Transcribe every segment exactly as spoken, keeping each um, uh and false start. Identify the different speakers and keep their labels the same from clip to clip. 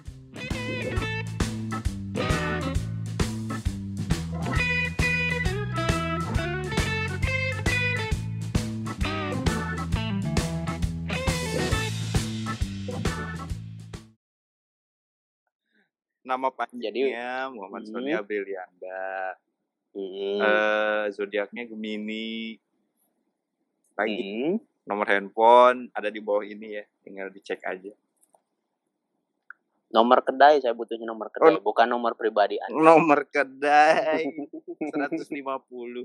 Speaker 1: Nama panjangnya
Speaker 2: Jadi,
Speaker 1: Muhammad
Speaker 2: hmm.
Speaker 1: Sony Abrilianda.
Speaker 2: Hmm.
Speaker 1: Uh, zodiaknya Gemini. Lagi
Speaker 2: Hmm.
Speaker 1: nomor handphone ada di bawah ini ya, tinggal dicek aja.
Speaker 2: Nomor kedai, saya butuhnya nomor kedai,
Speaker 1: Oh,
Speaker 2: bukan nomor pribadi Anda.
Speaker 1: Nomor kedai seratus lima puluh.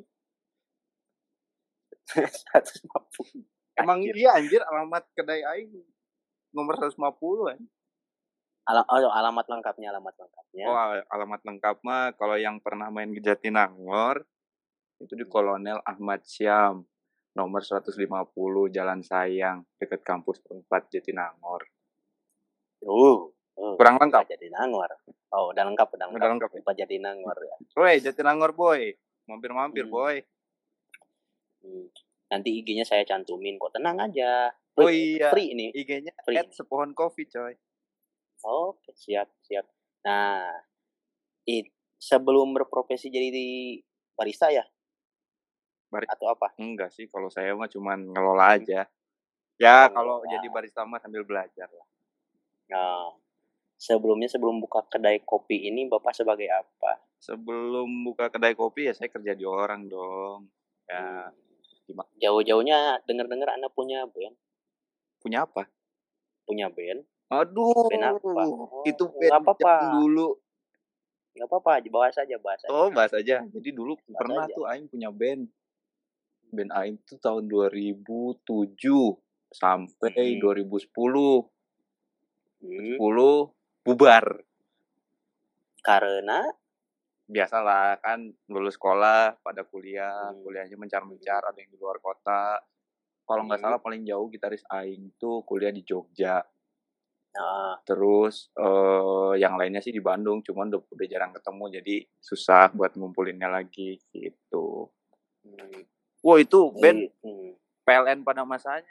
Speaker 2: seratus lima puluh.
Speaker 1: Emang anjir. Iya anjir, alamat kedai aing nomor seratus lima puluh kan.
Speaker 2: Al- oh, alamat lengkapnya, alamat lengkapnya.
Speaker 1: Oh, alamat lengkap mah kalau yang pernah main ke Jatinangor itu di Kolonel Ahmad Syam, nomor seratus lima puluh Jalan Sayang, dekat kampus empat Jatinangor.
Speaker 2: Uh, uh
Speaker 1: kurang lengkap.
Speaker 2: Jatinangor. Oh, udah lengkap, udah lengkap.
Speaker 1: Udah lengkap ya?
Speaker 2: empat Jatinangor ya.
Speaker 1: Woi, Jatinangor boy. Mampir-mampir, hmm. boy.
Speaker 2: Hmm. Nanti I G-nya saya cantumin kok, tenang aja.
Speaker 1: Free, oh iya.
Speaker 2: Free ini.
Speaker 1: I G-nya at sepohon kopi, coy.
Speaker 2: Oke, siap, siap. Nah, it, sebelum berprofesi jadi di barista ya?
Speaker 1: Bar-
Speaker 2: Atau apa?
Speaker 1: Enggak sih, kalau saya mah cuman ngelola aja. Ya, oh, kalau ngelola. Jadi barista mah sambil belajar lah.
Speaker 2: Nah, sebelumnya sebelum buka kedai kopi ini Bapak sebagai apa?
Speaker 1: Sebelum buka kedai kopi ya saya kerja di orang dong. Ya.
Speaker 2: Hmm. Jauh-jauhnya dengar-dengar Anda punya band.
Speaker 1: Punya apa?
Speaker 2: Punya band.
Speaker 1: Aduh,
Speaker 2: band apa? Oh,
Speaker 1: itu band
Speaker 2: apa-apa.
Speaker 1: dulu.
Speaker 2: Nggak apa-apa, bahas aja, bahas aja.
Speaker 1: Oh, bahas aja. Jadi dulu bahas pernah aja. Tuh Aing punya band. Band Aing tuh tahun dua ribu tujuh sampai hmm. dua ribu sepuluh. Hmm. sepuluh bubar.
Speaker 2: Karena?
Speaker 1: Biasalah kan lulus sekolah, pada kuliah. Hmm. Kuliahnya mencar-mencar, ada yang di luar kota. Kalau nggak hmm. salah paling jauh gitaris Aing tuh kuliah di Jogja.
Speaker 2: Nah.
Speaker 1: Terus uh, yang lainnya sih di Bandung, cuman udah, udah jarang ketemu, jadi susah buat ngumpulinnya lagi gitu. Hmm. Wow, itu band hmm. P L N pada masanya.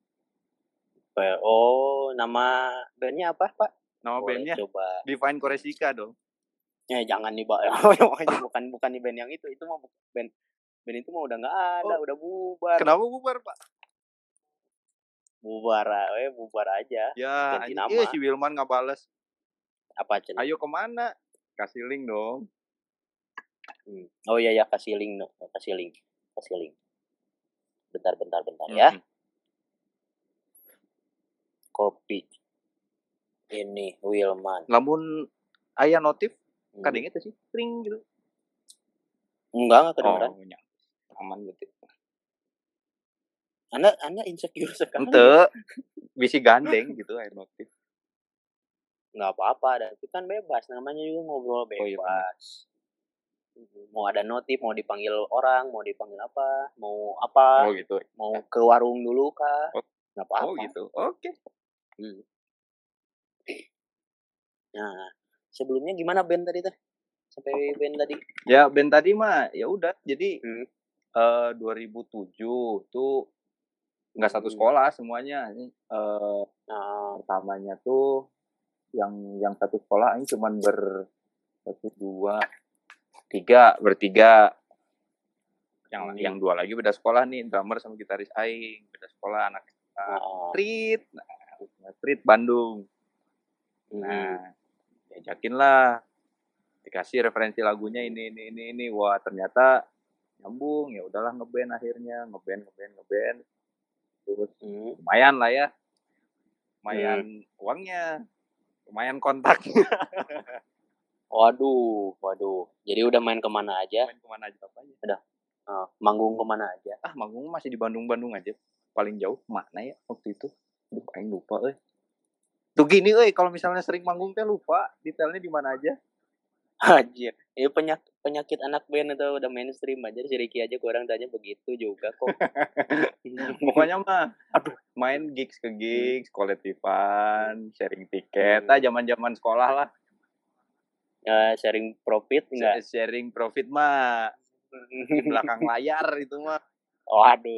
Speaker 2: Oh, nama bandnya apa, Pak?
Speaker 1: Nama boleh bandnya coba. Divine Koresika dong.
Speaker 2: Ya jangan nih, Pak. bukan bukan di band yang itu, itu mah band band itu mah udah nggak ada, oh. udah bubar.
Speaker 1: Kenapa bubar, Pak?
Speaker 2: Bubar, eh bubar aja.
Speaker 1: Ya, iya si Wilman nggak bales.
Speaker 2: Apa aja?
Speaker 1: Ayo kemana? Kasih link dong.
Speaker 2: Hmm. Oh iya ya, kasih link dong, kasih link, kasih link. Bentar, bentar, bentar hmm. ya. Kopi. Ini Wilman.
Speaker 1: Lamun aya notif, hmm. kadang itu sih, ring gitu.
Speaker 2: Enggak, enggak kedengeran.
Speaker 1: Oh, ya. Aman berarti.
Speaker 2: Anda, anda insecure sekali.
Speaker 1: Ente, bisa gandeng gitu air notif.
Speaker 2: Nggak apa-apa, dan itu kan bebas, namanya juga ngobrol bebas. Oh, iya, mau ada notif, mau dipanggil orang, mau dipanggil apa, mau apa,
Speaker 1: oh, gitu.
Speaker 2: mau ke warung dulu kah,
Speaker 1: oh.
Speaker 2: nggak apa-apa.
Speaker 1: Oh gitu, oke. Okay.
Speaker 2: Hmm. Nah, sebelumnya gimana band tadi tuh? Sampai band tadi?
Speaker 1: Ya band tadi mah, ya udah, jadi hmm. uh, dua ribu tujuh tuh nggak satu sekolah semuanya. Uh, nah. Pertamanya tuh yang yang satu sekolah ini cuman ber satu dua tiga bertiga. Yang hmm. yang dua lagi beda sekolah nih, drummer sama gitaris Aing beda sekolah, anak uh, street, nah, street Bandung. Hmm. Nah, diajakin lah, dikasih referensi lagunya ini ini ini ini, wah ternyata nyambung, ya udahlah ngeband akhirnya ngeband ngeband ngeband. Terus hmm. lumayan lah ya, lumayan hmm. uangnya, lumayan kontaknya.
Speaker 2: Waduh, waduh. Jadi udah main kemana aja?
Speaker 1: Main kemana aja apa aja?
Speaker 2: Udah. Uh, manggung kemana aja?
Speaker 1: Ah, manggung masih di Bandung-Bandung aja. Paling jauh mana ya waktu itu? Duh, aing lupa euy. Tuh gini euy, kalau misalnya sering manggung teh lupa detailnya di mana aja.
Speaker 2: Anjir, ini penyakit penyakit anak band itu udah mainstream aja. Si Ricky aja kurang tanya begitu juga kok.
Speaker 1: Pokoknya mah, aduh, main gigs ke gigs, kolektifan, sharing tiket, ah zaman-zaman sekolah lah.
Speaker 2: Uh, sharing profit enggak?
Speaker 1: Sharing profit mah belakang layar itu mah.
Speaker 2: Waduh.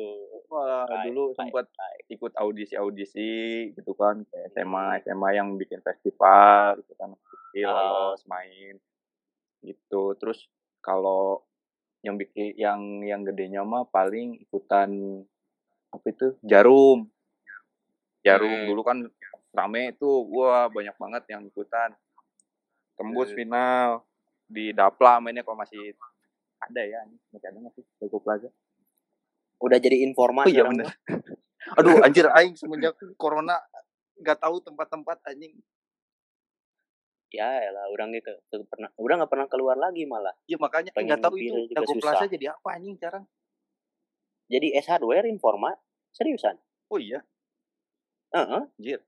Speaker 1: Wah,
Speaker 2: Baik,
Speaker 1: dulu
Speaker 2: baik,
Speaker 1: sempet
Speaker 2: baik.
Speaker 1: ikut audisi-audisi gitu kan, kayak S M A S M A yang bikin festival gitu kan, kecil
Speaker 2: Oh.
Speaker 1: lolos main, gitu. Terus kalau yang bikin yang yang gedenya mah paling ikutan apa itu, Jarum. Jarum
Speaker 2: Hmm.
Speaker 1: dulu kan rame tuh, wah banyak banget yang ikutan. Tembus
Speaker 2: Hmm.
Speaker 1: final di Dapla mainnya kalau masih ada ya, masih ada nggak sih Dago Plaza?
Speaker 2: Udah jadi informan
Speaker 1: Oh iya
Speaker 2: sekarang
Speaker 1: bener.
Speaker 2: mah.
Speaker 1: Aduh anjir aing semenjak corona nggak tahu tempat-tempat anjing.
Speaker 2: Ya elah, urang ge ke ke pernah urang nggak pernah keluar lagi malah.
Speaker 1: Iya makanya
Speaker 2: Pengen
Speaker 1: nggak tahu
Speaker 2: ngepir
Speaker 1: itu
Speaker 2: juga
Speaker 1: Dago
Speaker 2: susah.
Speaker 1: Plaza jadi apa anjing sekarang.
Speaker 2: Jadi S Hardware Informa? Seriusan?
Speaker 1: Oh iya?
Speaker 2: Heeh.
Speaker 1: Anjir.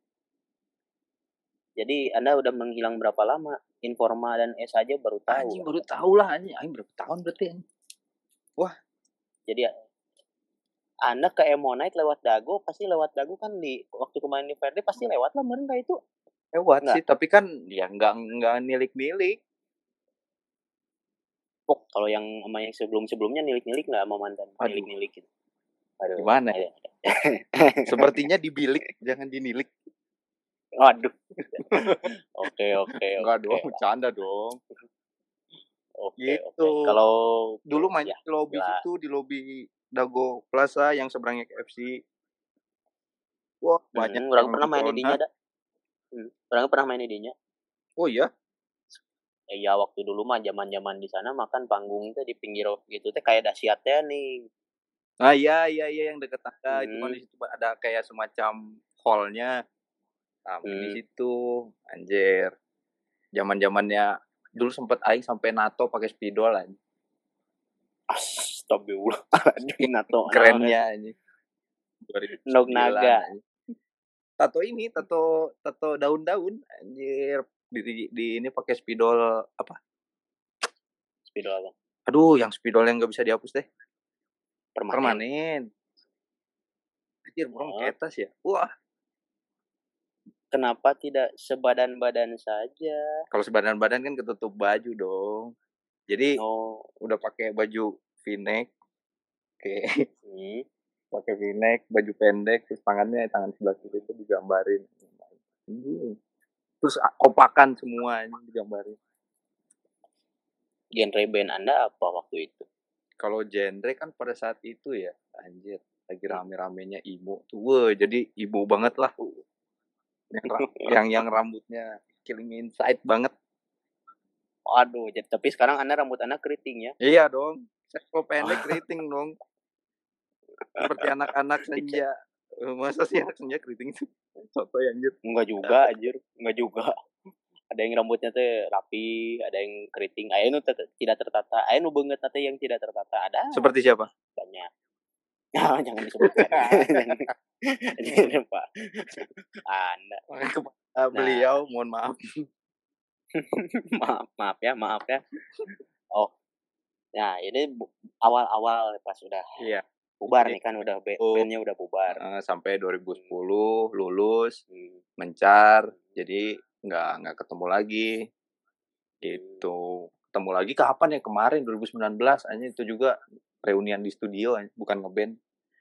Speaker 2: Jadi Anda udah menghilang berapa lama? Informa dan S aja baru tahu.
Speaker 1: Anjing baru tahu lah anjing, aing berapa tahun berarti anjing. Wah,
Speaker 2: Jadi Anda ke Emonite lewat Dago, pasti lewat Dago kan di waktu kemarin di Verde pasti lewat lah meureun ka itu.
Speaker 1: lewat
Speaker 2: Nggak?
Speaker 1: sih, tapi kan ya nggak nggak nilik-nilik.
Speaker 2: Oh, kalau yang sama yang sebelum-sebelumnya nilik-nilik nggak sama mantan?
Speaker 1: Aduh.
Speaker 2: Nilik-nilik gitu. Aduh.
Speaker 1: Gimana?
Speaker 2: Ada.
Speaker 1: Sepertinya dibilik, jangan dinilik.
Speaker 2: Waduh. Oke, oke,
Speaker 1: Enggak
Speaker 2: oke.
Speaker 1: dong, bercanda dong.
Speaker 2: Oke,
Speaker 1: Gitu.
Speaker 2: oke. Kalau
Speaker 1: Dulu main
Speaker 2: ya,
Speaker 1: di lobi
Speaker 2: lah.
Speaker 1: situ, di lobi Dago Plaza yang seberangnya K F C. Wah, banyak
Speaker 2: Hmm, urang
Speaker 1: yang
Speaker 2: pernah main
Speaker 1: nonton,
Speaker 2: di dinya
Speaker 1: hah?
Speaker 2: da. Hmm, urang pernah main di dinya.
Speaker 1: Oh iya?
Speaker 2: Eh, ya waktu dulu mah zaman-zaman di sana makan panggung teh di pinggir gitu teh kayak dahsyat teh nih.
Speaker 1: Ah iya iya iya yang dekat tangga itu kan
Speaker 2: Hmm.
Speaker 1: di situ ada kayak semacam hall-nya. Nah, main di
Speaker 2: Hmm.
Speaker 1: situ. Anjir. Zaman-zamannya dulu sempet aing sampai NATO pakai spidol anjing.
Speaker 2: Astagfirullahaladzim, nato
Speaker 1: Kerennya anjing. dua ribu sembilan
Speaker 2: Nog naga.
Speaker 1: anjing. Tato ini, tato tato daun-daun anjir. Di di ini pakai spidol apa?
Speaker 2: Spidol apa?
Speaker 1: Aduh, yang spidol yang enggak bisa dihapus deh.
Speaker 2: Permanen.
Speaker 1: Permanen. Anjir, bro,
Speaker 2: Oh.
Speaker 1: ketas ya. Wah.
Speaker 2: Kenapa tidak sebadan-badan saja?
Speaker 1: Kalau sebadan-badan kan ketutup baju dong. Jadi
Speaker 2: Oh.
Speaker 1: udah pakai baju V-neck. Oke.
Speaker 2: Hmm.
Speaker 1: Pakai V-neck, baju pendek, terus tangannya tangan sebelah kiri itu digambarin. Hmm. Terus kopakan semua ini digambarin.
Speaker 2: Genre band Anda apa waktu itu?
Speaker 1: Kalau genre kan pada saat itu ya, anjir, lagi rame-ramenya emo tuh. Wah, jadi emo banget lah. Yang yang, yang rambutnya Killing Inside banget.
Speaker 2: Waduh, jadi tapi sekarang Anda rambut Anda keriting ya?
Speaker 1: Iya dong. Saya kalau pendek keriting dong. Seperti anak-anak senja. Masa sih anak senja keriting itu? Sotoy anjir.
Speaker 2: Enggak juga anjir, enggak juga. Ada yang rambutnya teh rapi, ada yang keriting. Aya nu tidak tertata, aya nu beungeut teh yang tidak tertata. Ada.
Speaker 1: Seperti siapa?
Speaker 2: Banyak. Nah, jangan disebutkan. Jangan, Pak. Anda.
Speaker 1: Uh, beliau, nah. Mohon maaf.
Speaker 2: maaf, maaf ya, maaf ya. Oh. Nah, ini awal-awal pas udah
Speaker 1: iya.
Speaker 2: bubar
Speaker 1: Jadi,
Speaker 2: nih kan udah bandnya udah bubar.
Speaker 1: Uh, sampai dua ribu sepuluh lulus, hmm. mencar, jadi nggak nggak ketemu lagi. Gitu. Ketemu lagi kapan ya? Kemarin dua ribu sembilan belas aja itu juga reunian di studio, bukan ngeband.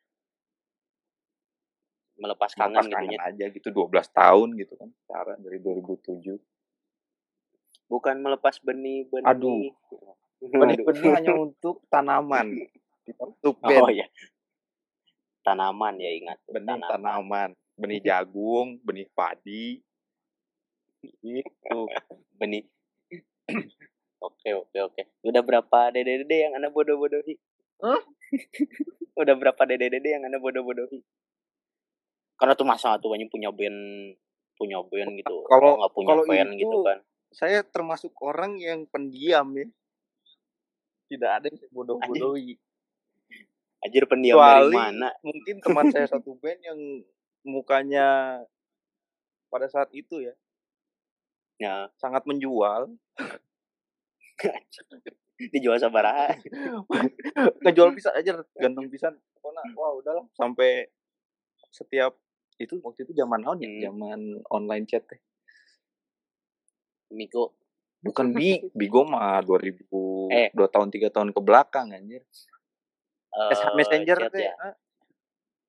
Speaker 2: Melepas kangen,
Speaker 1: Melepas kangen gitu aja gitu, dua belas tahun gitu kan, cara dari dua ribu tujuh.
Speaker 2: Bukan melepas benih-benih.
Speaker 1: Aduh. Benih-benih hanya untuk tanaman. Untuk band.
Speaker 2: Oh iya. Tanaman ya, ingat.
Speaker 1: Benih tanaman. tanaman. Benih jagung, benih padi. Gitu.
Speaker 2: Benih. Oke, oke, oke. Udah berapa dede-dede yang Anda bodoh-bodohi?
Speaker 1: Huh?
Speaker 2: Udah berapa dede-dede yang Anda bodoh-bodohi? Karena tuh masa tuh banyak punya band, punya band gitu.
Speaker 1: Kalau
Speaker 2: nggak punya band gitu kan.
Speaker 1: Saya termasuk orang yang pendiam ya. Tidak ada yang bodoh-bodohi.
Speaker 2: Anjir, pendiam
Speaker 1: Kecuali
Speaker 2: dari mana?
Speaker 1: Mungkin teman saya satu band yang mukanya pada saat itu ya.
Speaker 2: Ya.
Speaker 1: Sangat menjual.
Speaker 2: Dijual sabaraha.
Speaker 1: Ngejual pisan aja, gantung pisan. Pokoknya wah udahlah sampai setiap itu waktu itu zaman naon ya? Hmm. Zaman online chat teh.
Speaker 2: Bigo.
Speaker 1: Bukan Bi, Bigo mah dua ribu
Speaker 2: eh.
Speaker 1: dua tahun tiga tahun ke belakang anjir.
Speaker 2: Uh,
Speaker 1: Messenger teh.
Speaker 2: ya?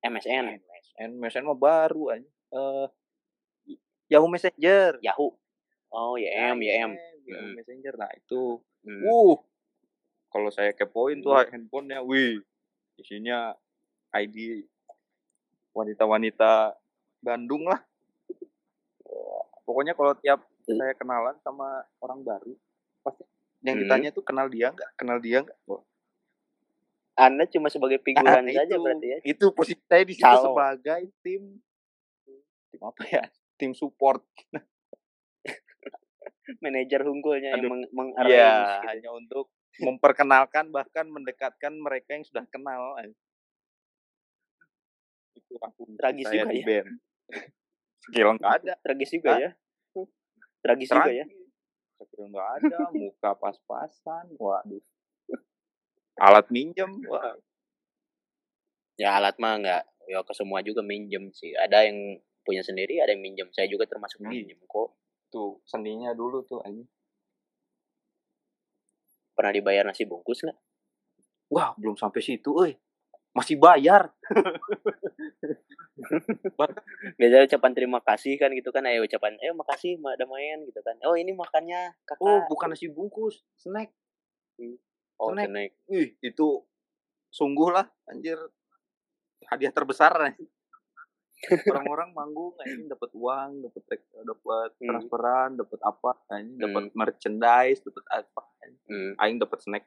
Speaker 2: M S N.
Speaker 1: M S N, M S N mah baru aja. Uh, Yahoo Messenger.
Speaker 2: Yahoo. Oh, Y M,
Speaker 1: nah,
Speaker 2: Y M.
Speaker 1: Yahoo
Speaker 2: Hmm.
Speaker 1: Messenger. Nah, itu.
Speaker 2: Hmm.
Speaker 1: Uh. Kalau saya kepoin
Speaker 2: hmm.
Speaker 1: tuh handphonenya, wih. Isinya I D wanita-wanita Bandung lah. Pokoknya kalau tiap hmm. saya kenalan sama orang baru, pasti yang hmm. ditanya tuh kenal dia nggak? Kenal dia nggak? Oh.
Speaker 2: Anda cuma sebagai figuran nah, saja
Speaker 1: itu,
Speaker 2: berarti ya?
Speaker 1: Itu posisi saya di situ Calo. Sebagai tim, tim apa ya? Tim support.
Speaker 2: Manajer unggulnya yang meng, meng
Speaker 1: ya, gitu. Hanya untuk memperkenalkan bahkan mendekatkan mereka yang sudah kenal. Itu aku tragis saya juga di ya. Band. Skill nggak ada.
Speaker 2: Tragis juga Hah? ya. Tragis, Tragis juga ya.
Speaker 1: Skill nggak ada, muka pas-pasan, waduh. Alat minjem, wah.
Speaker 2: Ya alat mah nggak, ya ke semua juga minjem sih. Ada yang punya sendiri, ada yang minjem. Saya juga termasuk hmm. minjem kok.
Speaker 1: Tuh seninya dulu tuh aja.
Speaker 2: Pernah dibayar nasi bungkus nggak?
Speaker 1: Wah belum sampai situ, eh masih bayar.
Speaker 2: Biasanya ucapan terima kasih kan gitu kan, ayo ucapan, eh makasih ada main gitu kan. Oh ini makannya kakak.
Speaker 1: Oh bukan nasi bungkus, snack.
Speaker 2: Hmm. Oh snack. snack.
Speaker 1: Wih itu sungguh lah anjir. Hadiah terbesar nih. Orang-orang manggung ini dapat uang, dapat dapat hmm. transferan, dapat apa, ini dapat hmm. merchandise, dapat apa. Hmm. Aing dapat snack.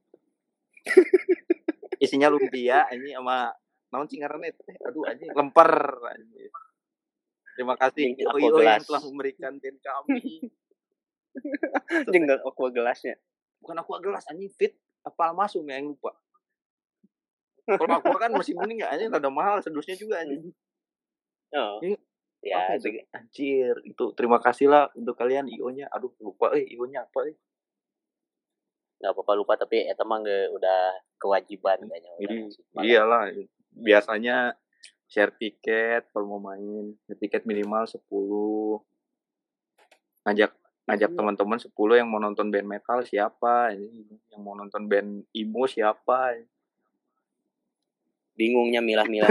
Speaker 1: Isinya lumpia ini sama naon sih ngaranna itu teh. Aduh anjing, lemper anjing. Terima kasih Oyo yang telah memberikan band kami.
Speaker 2: Jenggal aqua gelasnya.
Speaker 1: Bukan aqua gelas anjing, fit apa masuk ya yang lupa. Kalau aku kan masih mending ya, anjing rada mahal sedusnya juga anjing.
Speaker 2: Oh.
Speaker 1: Ini,
Speaker 2: ya,
Speaker 1: itu? Anjir, itu terima kasih lah untuk kalian I O-nya. Aduh, lupa eh I O-nya apa eh.
Speaker 2: Enggak apa-apa lupa tapi eta mah udah kewajiban kayaknya.
Speaker 1: Jadi, iyalah, biasanya share tiket kalau mau main, share tiket minimal sepuluh. Ngajak ngajak hmm. teman-teman sepuluh yang mau nonton band metal siapa, ini yang mau nonton band emo siapa.
Speaker 2: Bingungnya milah-milah.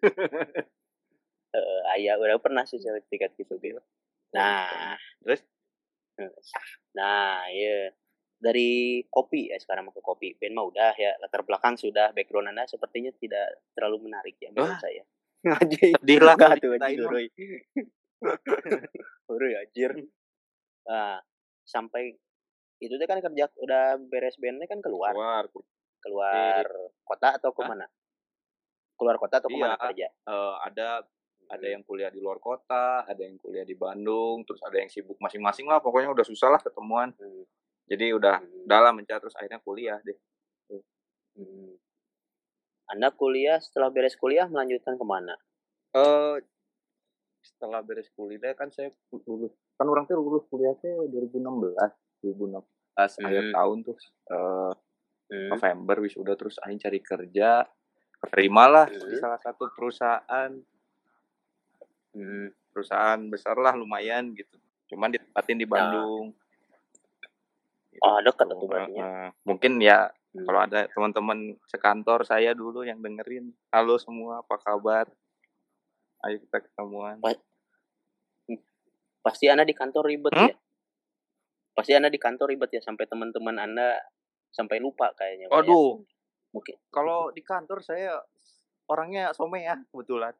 Speaker 2: uh, ayah udah pernah sih share tiket gitu gitu. Nah,
Speaker 1: terus
Speaker 2: nah, iya. Dari kopi ya sekarang mau ke kopi. Band mah udah ya, latar belakang sudah, background Anda sepertinya tidak terlalu menarik ya menurut
Speaker 1: Wah.
Speaker 2: saya.
Speaker 1: Anjir. Dilah
Speaker 2: tuh anjir. Uruy anjir. Nah, sampai itu teh kan kerja udah beres bandnya kan keluar.
Speaker 1: Keluar.
Speaker 2: Keluar kota atau ke mana? Keluar kota atau kemana
Speaker 1: iya,
Speaker 2: kerja?
Speaker 1: Uh, ada ada yang kuliah di luar kota, ada yang kuliah di Bandung, terus ada yang sibuk masing-masing lah, pokoknya udah susah lah ketemuan. Hmm. Jadi udah hmm. dalam mencari terus akhirnya kuliah deh.
Speaker 2: Hmm. Anda kuliah setelah beres kuliah melanjutkan kemana?
Speaker 1: Uh, setelah beres kuliah kan saya lulus, kan orang tuh lulus kuliah tuh dua ribu enam belas hmm. akhir tahun tuh uh, hmm. November wisuda terus aing cari kerja. Terimalah hmm. di salah satu perusahaan hmm. perusahaan besar lah lumayan gitu, cuman ditempatin di Bandung.
Speaker 2: Oh dekat tuh berarti ya.
Speaker 1: Uh, mungkin ya hmm. kalau ada teman-teman sekantor saya dulu yang dengerin, halo semua apa kabar, ayo kita ketemuan.
Speaker 2: Pa- pasti Anda di kantor ribet hmm? ya pasti Anda di kantor ribet ya sampai teman-teman Anda sampai lupa kayaknya.
Speaker 1: Waduh. Mungkin kalau di kantor saya orangnya some ya kebetulan.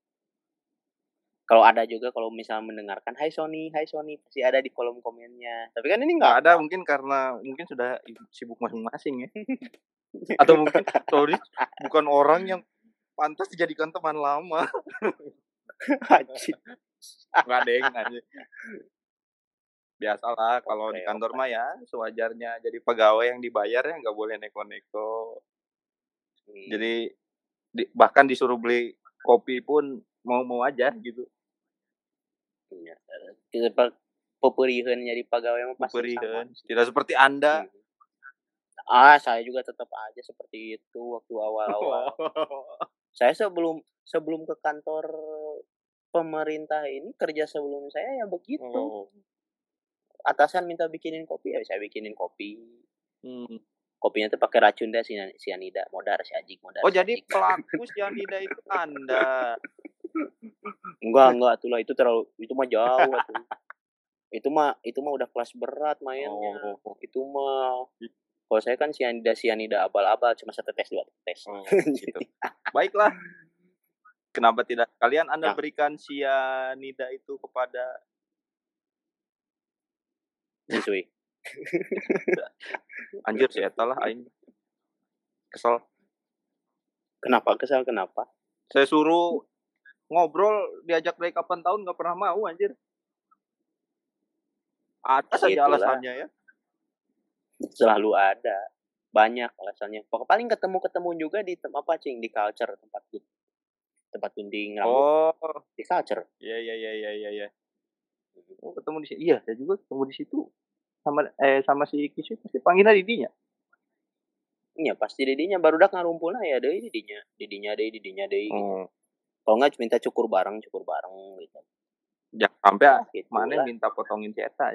Speaker 2: Kalau ada juga kalau misalnya mendengarkan Hai Sony, Hai Sony pasti ada di kolom komennya. Tapi kan ini nggak
Speaker 1: ada, mungkin karena mungkin sudah sibuk masing-masing ya. Atau mungkin Sony bukan orang yang pantas dijadikan teman lama.
Speaker 2: Anjir.
Speaker 1: Nggak ada yang aja. Biasalah kalau okay, di kantor okay. mah ya sewajarnya jadi pegawai yang dibayar ya nggak boleh neko-neko. Hmm. Jadi di, bahkan disuruh beli kopi pun mau-mau aja gitu.
Speaker 2: Ya, kita popurihan jadi pegawai mah pasti sama.
Speaker 1: Tidak seperti Anda.
Speaker 2: Hmm. Ah, saya juga tetap aja seperti itu waktu awal-awal. Saya sebelum sebelum ke kantor pemerintah ini kerja sebelum saya ya begitu. Oh. Atasan minta bikinin kopi ya saya bikinin kopi.
Speaker 1: Hmm.
Speaker 2: kopinya tuh pakai racun deh, sianida, modar si anjing, modar.
Speaker 1: Oh, jadi pelaku sianida itu Anda.
Speaker 2: Enggak, enggak, itulah itu terlalu itu mah jauh atuh. Itu mah itu mah udah kelas berat mainnya. Oh. Itu mah kalau saya kan sianida sianida abal-abal cuma setetes dua tetes.
Speaker 1: Oh, gitu. Baiklah. Kenapa tidak kalian Anda
Speaker 2: ya.
Speaker 1: berikan sianida itu kepada
Speaker 2: siswi?
Speaker 1: Anjir sih eta lah aing. Kesel.
Speaker 2: Kenapa kesel kenapa?
Speaker 1: Saya suruh ngobrol diajak dari kapan tahun enggak pernah mau anjir. Ada saja alasannya ya.
Speaker 2: Selalu ada. Banyak alasannya. Pokoknya paling ketemu-ketemu juga di tempat apa cing di culture tempat tempat gunting rambut.
Speaker 1: Oh,
Speaker 2: di culture.
Speaker 1: Iya iya iya iya iya iya. Oh, ketemu di sini. Iya, saya juga ketemu di situ. Sama eh sama si Kisu pasti panggilnya didinya.
Speaker 2: Iya, pasti didinya baru dak ngarumpulna ya deui didinya. Didinya deui didinya deui gitu. Oh. Kalau enggak minta cukur bareng, cukur bareng gitu.
Speaker 1: Ya, sampai nah, gitu mana minta potongin si eta.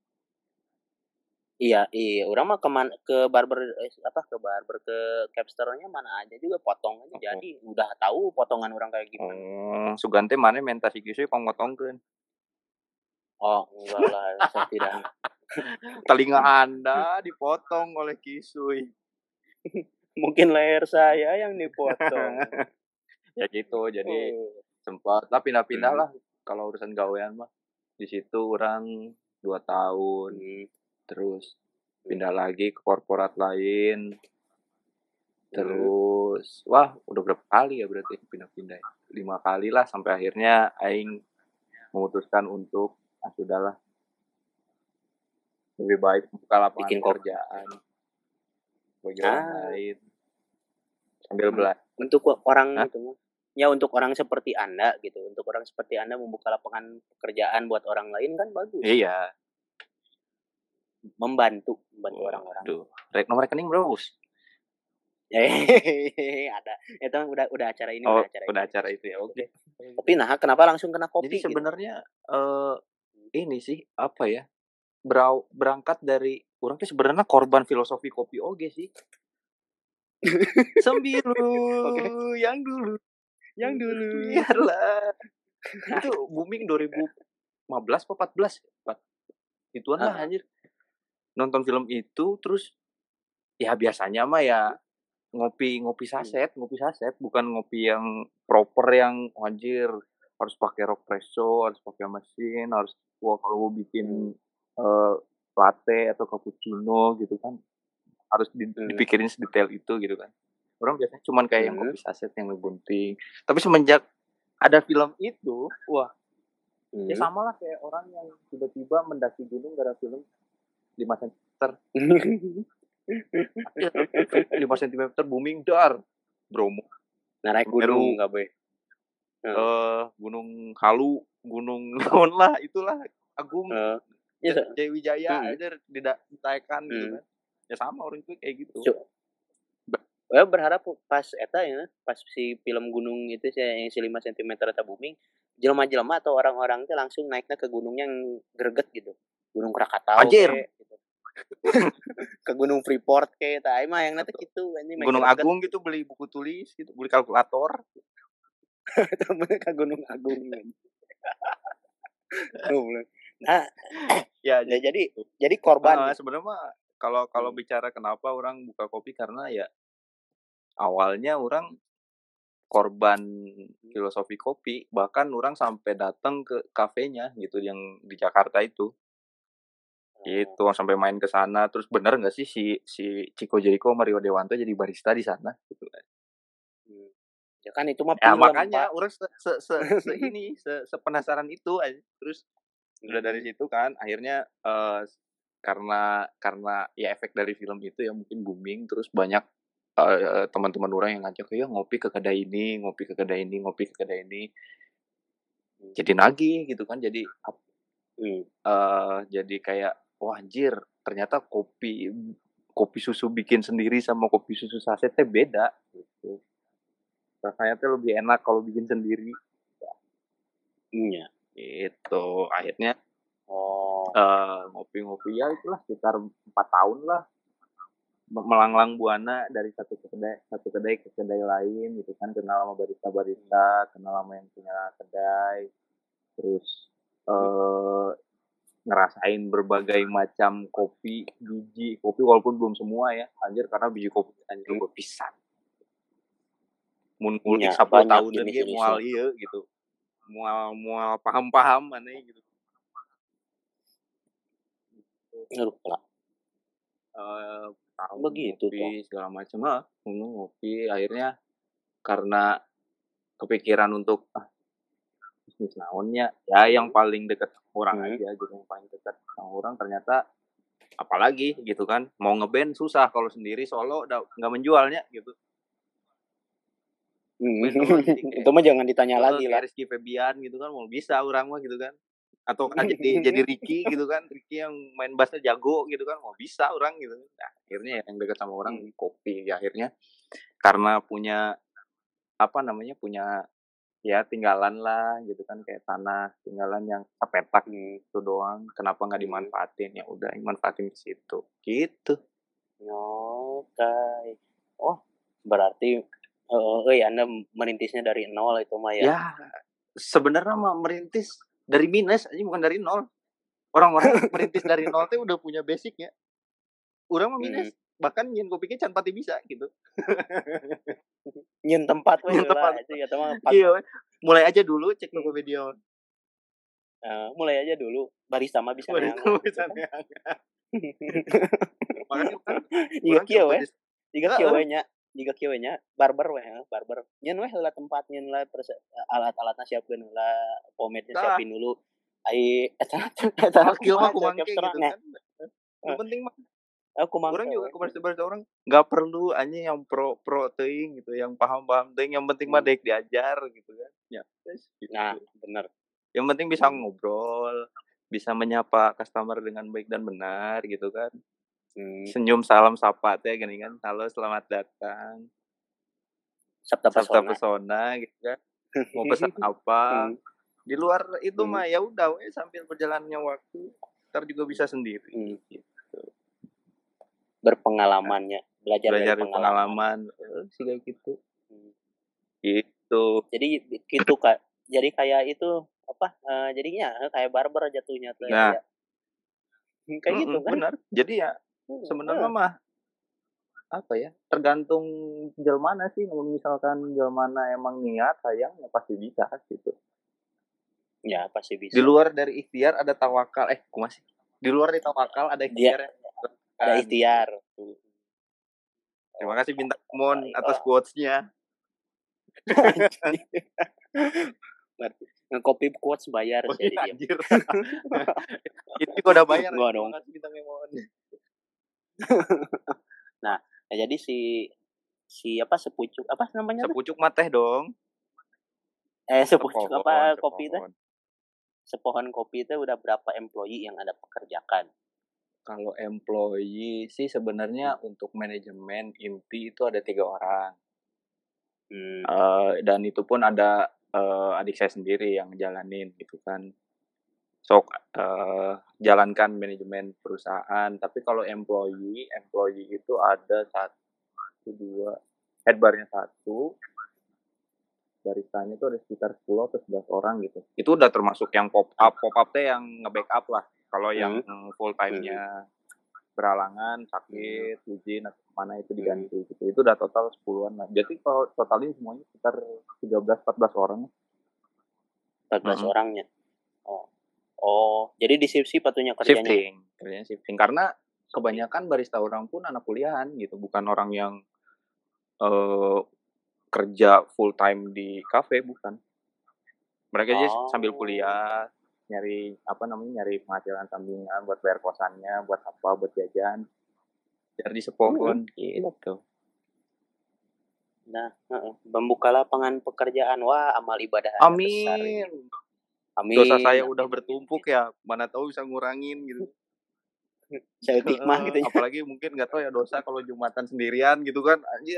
Speaker 2: Iya, iya, orang mah ke ke barber eh, apa ke barber ke capsternya mana aja juga potong aja. Oh. Jadi udah tahu potongan orang kayak gimana.
Speaker 1: Hmm, Sugante mana minta si Kisu pemotongkeun.
Speaker 2: Oh, enggak lah, saya tidak.
Speaker 1: Telinga Anda dipotong oleh Kisui.
Speaker 2: Mungkin leher saya yang dipotong.
Speaker 1: Ya gitu, jadi oh. sempat lah pindah-pindah hmm. lah kalau urusan gawean mah. Di situ orang dua tahun. Hmm. Terus pindah lagi ke korporat lain. Terus, hmm. wah udah berapa kali ya berarti pindah-pindah. Lima kali lah sampai akhirnya aing memutuskan untuk, ah sudahlah. Lebih baik membuka lapangan bikin pekerjaan. Bagi ah. orang lain. Sambil belajar.
Speaker 2: Untuk orang Hah? itu ya untuk orang seperti Anda gitu. Untuk orang seperti Anda membuka lapangan pekerjaan buat orang lain kan bagus.
Speaker 1: Iya.
Speaker 2: Membantu membantu oh, orang-orang.
Speaker 1: Aduh, rek nomor rekening bro, Bos.
Speaker 2: Ada. Itu udah udah acara ini
Speaker 1: oh,
Speaker 2: udah acara
Speaker 1: udah
Speaker 2: ini.
Speaker 1: acara itu ya. Oke. Okay.
Speaker 2: Tapi nah kenapa langsung kena kopi?
Speaker 1: Jadi sebenarnya gitu? uh, ini sih apa ya? Berau, berangkat dari orang tuh sebenarnya korban filosofi kopi oge sih. Sembilu okay. yang dulu. Yang dulu. Biarlah. Itu booming dua ribu lima belas atau empat belas? Ituan lah uh. anjir. Nonton film itu terus ya biasanya mah ya ngopi ngopi saset, ngopi saset bukan ngopi yang proper yang anjir harus pakai espresso, harus pakai mesin, harus wah kalau mau bikin uh, latte atau cappuccino gitu kan harus dipikirin sedetail itu gitu kan. Orang biasanya cuman kayak hmm. yang kopi saset yang ngegunting. Tapi semenjak ada film itu, wah hmm. ya sama lah kayak orang yang tiba-tiba mendaki gunung gara film lima sentimeter. lima sentimeter booming dar. Bromo.
Speaker 2: Naik gunung enggak be.
Speaker 1: Eh uh, Gunung Halu, Gunung naon lah itulah Agung. Uh, yes, Jayawijaya hmm. aja ditaekan hmm. gitu kan. Ya sama orang itu kayak gitu.
Speaker 2: So, ya berharap pas eta ya, pas si film gunung itu yang si lima sentimeter eta booming, jelema-jelema atau orang-orang itu langsung naiknya ke gunung yang greget gitu. Gunung Krakatau
Speaker 1: kayak
Speaker 2: gitu. Ke Gunung Freeport kayak eta mah yang nanti gitu anjing.
Speaker 1: Gunung Agung gitu beli buku tulis gitu, beli kalkulator.
Speaker 2: Temen ke Gunung Agung. Nah, ya, ya jadi jadi korban.
Speaker 1: Uh, sebenarnya mah kalau kalau hmm. bicara kenapa orang buka kopi karena ya awalnya orang korban filosofi kopi, bahkan orang sampai datang ke kafenya gitu yang di Jakarta itu. Gitu, sampai main ke sana. Terus bener enggak sih si si Chico Jericho Mario Dewanto jadi barista di sana gitu kan.
Speaker 2: Hmm. Ya kan itu mah
Speaker 1: ya, makanya orang se, se, se, se ini se, se penasaran itu aja. Terus udah dari situ kan akhirnya uh, karena karena ya efek dari film itu ya mungkin booming terus banyak uh, teman-teman orang yang ngajak ya ngopi ke kedai ini, ngopi ke kedai ini, ngopi ke kedai ini. Jadi nagih gitu kan jadi hmm. uh, jadi kayak wah anjir ternyata kopi kopi susu bikin sendiri sama kopi susu sasetnya beda gitu. Rasanya tuh lebih enak kalau bikin sendiri.
Speaker 2: Iya.
Speaker 1: Itu akhirnya
Speaker 2: oh.
Speaker 1: uh, ngopi-ngopi ya itulah sekitar empat tahun lah melanglang buana dari satu kedai satu kedai ke kedai lain gitu kan, kenal sama barista-barista, kenal sama yang punya kedai, terus uh, ngerasain berbagai macam kopi, biji kopi walaupun belum semua ya, anjir karena biji kopi anjir gue pisan. Mun ngulik
Speaker 2: Ya,
Speaker 1: sepuluh
Speaker 2: banyak
Speaker 1: tahun lagi
Speaker 2: jenis-jenisnya.
Speaker 1: mual ieu gitu. Mual mual paham-paham mana gitu.
Speaker 2: Aduh, lah.
Speaker 1: Eh, tahu
Speaker 2: Begitu
Speaker 1: ngopi
Speaker 2: toh.
Speaker 1: segala macam ah, ngopi akhirnya karena kepikiran untuk ah bisnis naonnya ya yang paling dekat orang
Speaker 2: Hmm.
Speaker 1: aja gitu, yang paling dekat sama orang ternyata apalagi gitu kan, mau ngeband susah kalau sendiri solo udah nggak menjualnya gitu. Band doang, jadi kayak,
Speaker 2: Itu mah jangan ditanya
Speaker 1: eh,
Speaker 2: lagi
Speaker 1: kayak
Speaker 2: lah.
Speaker 1: Rizky Febian gitu kan, mau bisa orang mah gitu kan, atau kan jadi jadi Ricky gitu kan, Ricky yang main bassnya jago gitu kan, mau bisa orang gitu. Nah, akhirnya ya yang dekat sama orang
Speaker 2: Hmm.
Speaker 1: kopi ya, akhirnya karena punya apa namanya punya ya tinggalan lah gitu kan, kayak tanah tinggalan yang kepetak
Speaker 2: Hmm.
Speaker 1: gitu doang, kenapa nggak
Speaker 2: Hmm.
Speaker 1: dimanfaatin, ya udah manfaatin ke situ gitu.
Speaker 2: Oke. Oh, berarti eh euy Anda merintisnya dari nol itu mah ya.
Speaker 1: Ya sebenarnya mah merintis dari minus aja bukan dari nol. Orang-orang merintis dari nol teh udah punya basicnya. Urang mah minus,
Speaker 2: Hmm.
Speaker 1: bahkan nyen kopi ge can pati bisa gitu.
Speaker 2: Nyeun tempat we
Speaker 1: Nyen
Speaker 2: heula
Speaker 1: tempat.
Speaker 2: itu ya mah.
Speaker 1: Iya we. Mulai aja dulu cek
Speaker 2: Hmm.
Speaker 1: Tokopedia.
Speaker 2: Uh, mulai aja dulu barista mah bisa
Speaker 1: Barista
Speaker 2: neangan.
Speaker 1: bisa neangan. Makanya kan
Speaker 2: Jika
Speaker 1: urang
Speaker 2: kieu we,
Speaker 1: baris.
Speaker 2: jika
Speaker 1: Heeh.
Speaker 2: kieu we nya, jika kieu we nya barber we, heeh, barber. Nyeun we heula tempat, nyeun lah alat-alatna siapkeun heula, pomade-nya
Speaker 1: Tah.
Speaker 2: siapin dulu. Ai eta eta
Speaker 1: Skill mah kumangke gitu kan. Yang penting mah
Speaker 2: aku mangke.
Speaker 1: Orang juga ke barista-barista orang nggak perlu anjing yang pro-pro teuing gitu, yang paham-paham teuing, yang penting mah daek diajar gitu kan. Ya, wes gitu.
Speaker 2: Nah, bener.
Speaker 1: Yang penting bisa ngobrol, bisa menyapa customer dengan baik dan benar gitu kan.
Speaker 2: Hmm.
Speaker 1: Senyum salam sapa teh gini kan, halo selamat datang.
Speaker 2: Sabta
Speaker 1: Sabta
Speaker 2: pesona.
Speaker 1: pesona gitu kan. Mau pesan apa?
Speaker 2: Hmm.
Speaker 1: Di luar itu
Speaker 2: Hmm.
Speaker 1: mah ya udah we sambil berjalannya waktu, ntar juga bisa sendiri.
Speaker 2: Hmm.
Speaker 1: Gitu.
Speaker 2: Berpengalamannya, belajar,
Speaker 1: Belajar
Speaker 2: dari
Speaker 1: dari
Speaker 2: pengalaman.
Speaker 1: pengalaman, eh, sih kayak gitu.
Speaker 2: Hmm.
Speaker 1: Gitu.
Speaker 2: Jadi gitu Kak. Jadi kayak itu apa? Uh, jadinya kayak barber jatuhnya tuh
Speaker 1: Nah.
Speaker 2: ya. Kayak gitu kan?
Speaker 1: Benar. Jadi ya sebenarnya mah apa ya? Tergantung jelmana sih. Kalau misalkan jelmana emang niat sayang ya pasti bisa gitu.
Speaker 2: Ya pasti bisa.
Speaker 1: Di luar dari ikhtiar ada tawakal. Eh, kumaha sih? Di luar dari tawakal ada ikhtiar.
Speaker 2: Dia, ada ikhtiar.
Speaker 1: Terima kasih Bintang Mon atas quotes-nya.
Speaker 2: Nge-copy quotes bayar
Speaker 1: oh,
Speaker 2: sih
Speaker 1: iya,
Speaker 2: dia.
Speaker 1: Anjir. Itu gua udah bayar.
Speaker 2: Gua dong.
Speaker 1: Terima kasih Bintang Mon.
Speaker 2: Nah, nah, jadi si si apa sepucuk apa namanya?
Speaker 1: Sepucuk mah teh dong.
Speaker 2: Eh sepucuk
Speaker 1: sepohon,
Speaker 2: apa
Speaker 1: sepohon.
Speaker 2: kopi teh? Sepohon kopi itu udah berapa employee yang Anda pekerjakan?
Speaker 1: Kalau employee sih sebenarnya hmm. untuk manajemen inti itu ada tiga orang. Hmm. Uh, dan itu pun ada uh, adik saya sendiri yang jalanin gitu kan. So uh, jalankan manajemen perusahaan. Tapi kalau employee, employee itu ada satu, dua, headbarnya satu, baristanya itu ada sekitar sepuluh atau sebelas orang gitu. Itu udah termasuk yang pop up, pop up teh yang nge-backup lah. Kalau hmm. yang full time-nya beralangan, sakit, izin atau mana itu diganti hmm. gitu. Itu udah total sepuluhan lah. Jadi kalau totalin semuanya sekitar tiga belas empat belas orang.
Speaker 2: empat belas hmm. orangnya. Oh. Oh, jadi di shift patunya kerjanya.
Speaker 1: Shifting, kerjanya shifting karena kebanyakan barista orang pun anak kuliahan gitu, bukan orang yang uh, kerja full time di kafe, bukan. Mereka aja oh. sambil kuliah, nyari apa namanya nyari penghasilan sampingan buat bayar kosannya, buat apa, buat jajan. Jadi sepohon hmm. gitu.
Speaker 2: Nah, uh, membuka lapangan pekerjaan, wah amal ibadah
Speaker 1: Amin.
Speaker 2: Besar ini. Amin.
Speaker 1: Dosa saya udah bertumpuk ya, mana tahu bisa ngurangin gitu.
Speaker 2: Celtik mah gitu ya.
Speaker 1: Apalagi mungkin nggak tahu ya dosa kalau Jumatan sendirian gitu kan, anjir.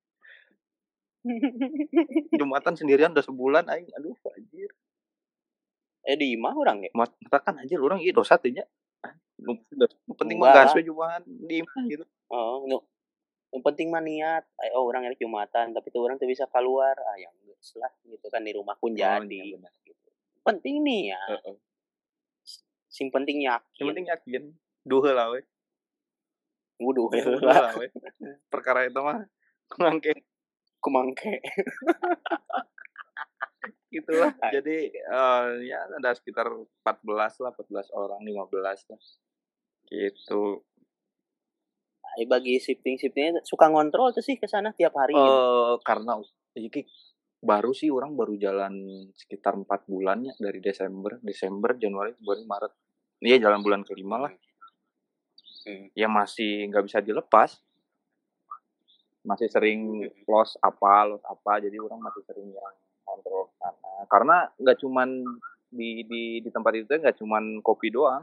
Speaker 1: Jumatan sendirian udah sebulan aing, aduh anjir.
Speaker 2: Eh di imah orang ya?
Speaker 1: Mata kan anjir orang ieu dosa teh nya. Penting mah gas we Jumat di imah gitu.
Speaker 2: Oh, nu Yang penting mah niat. Oh orang hari Jumatan, tapi tuh orang tuh bisa keluar. Ah yang lah gitu kan di rumah pun jadi. Oh, iya, gitu. Penting nih ya. Uh-uh. Sing penting yakin.
Speaker 1: Sing penting yakin. Duh lah we.
Speaker 2: Wuduh
Speaker 1: lah we. Perkara itu mah kumangke.
Speaker 2: Kumangke.
Speaker 1: Gitulah. Jadi uh, ya ada sekitar empat belas lah, empat belas orang, lima belas lah. Gitu.
Speaker 2: Ay, bagi shifting-shiftingnya suka ngontrol tuh sih ke sana tiap hari.
Speaker 1: Uh, gitu. Karena iki baru sih orang baru jalan sekitar empat bulan ya dari Desember, Desember, Januari, Februari, Maret. Iya jalan bulan kelima lah. Hmm. Ya masih nggak bisa dilepas. Masih sering loss apa, loss apa. Jadi orang masih sering yang kontrol sana. Karena nggak cuman di di di tempat itu nggak cuman kopi doang.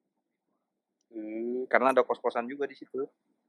Speaker 1: Hmm. Karena ada kos-kosan juga di situ.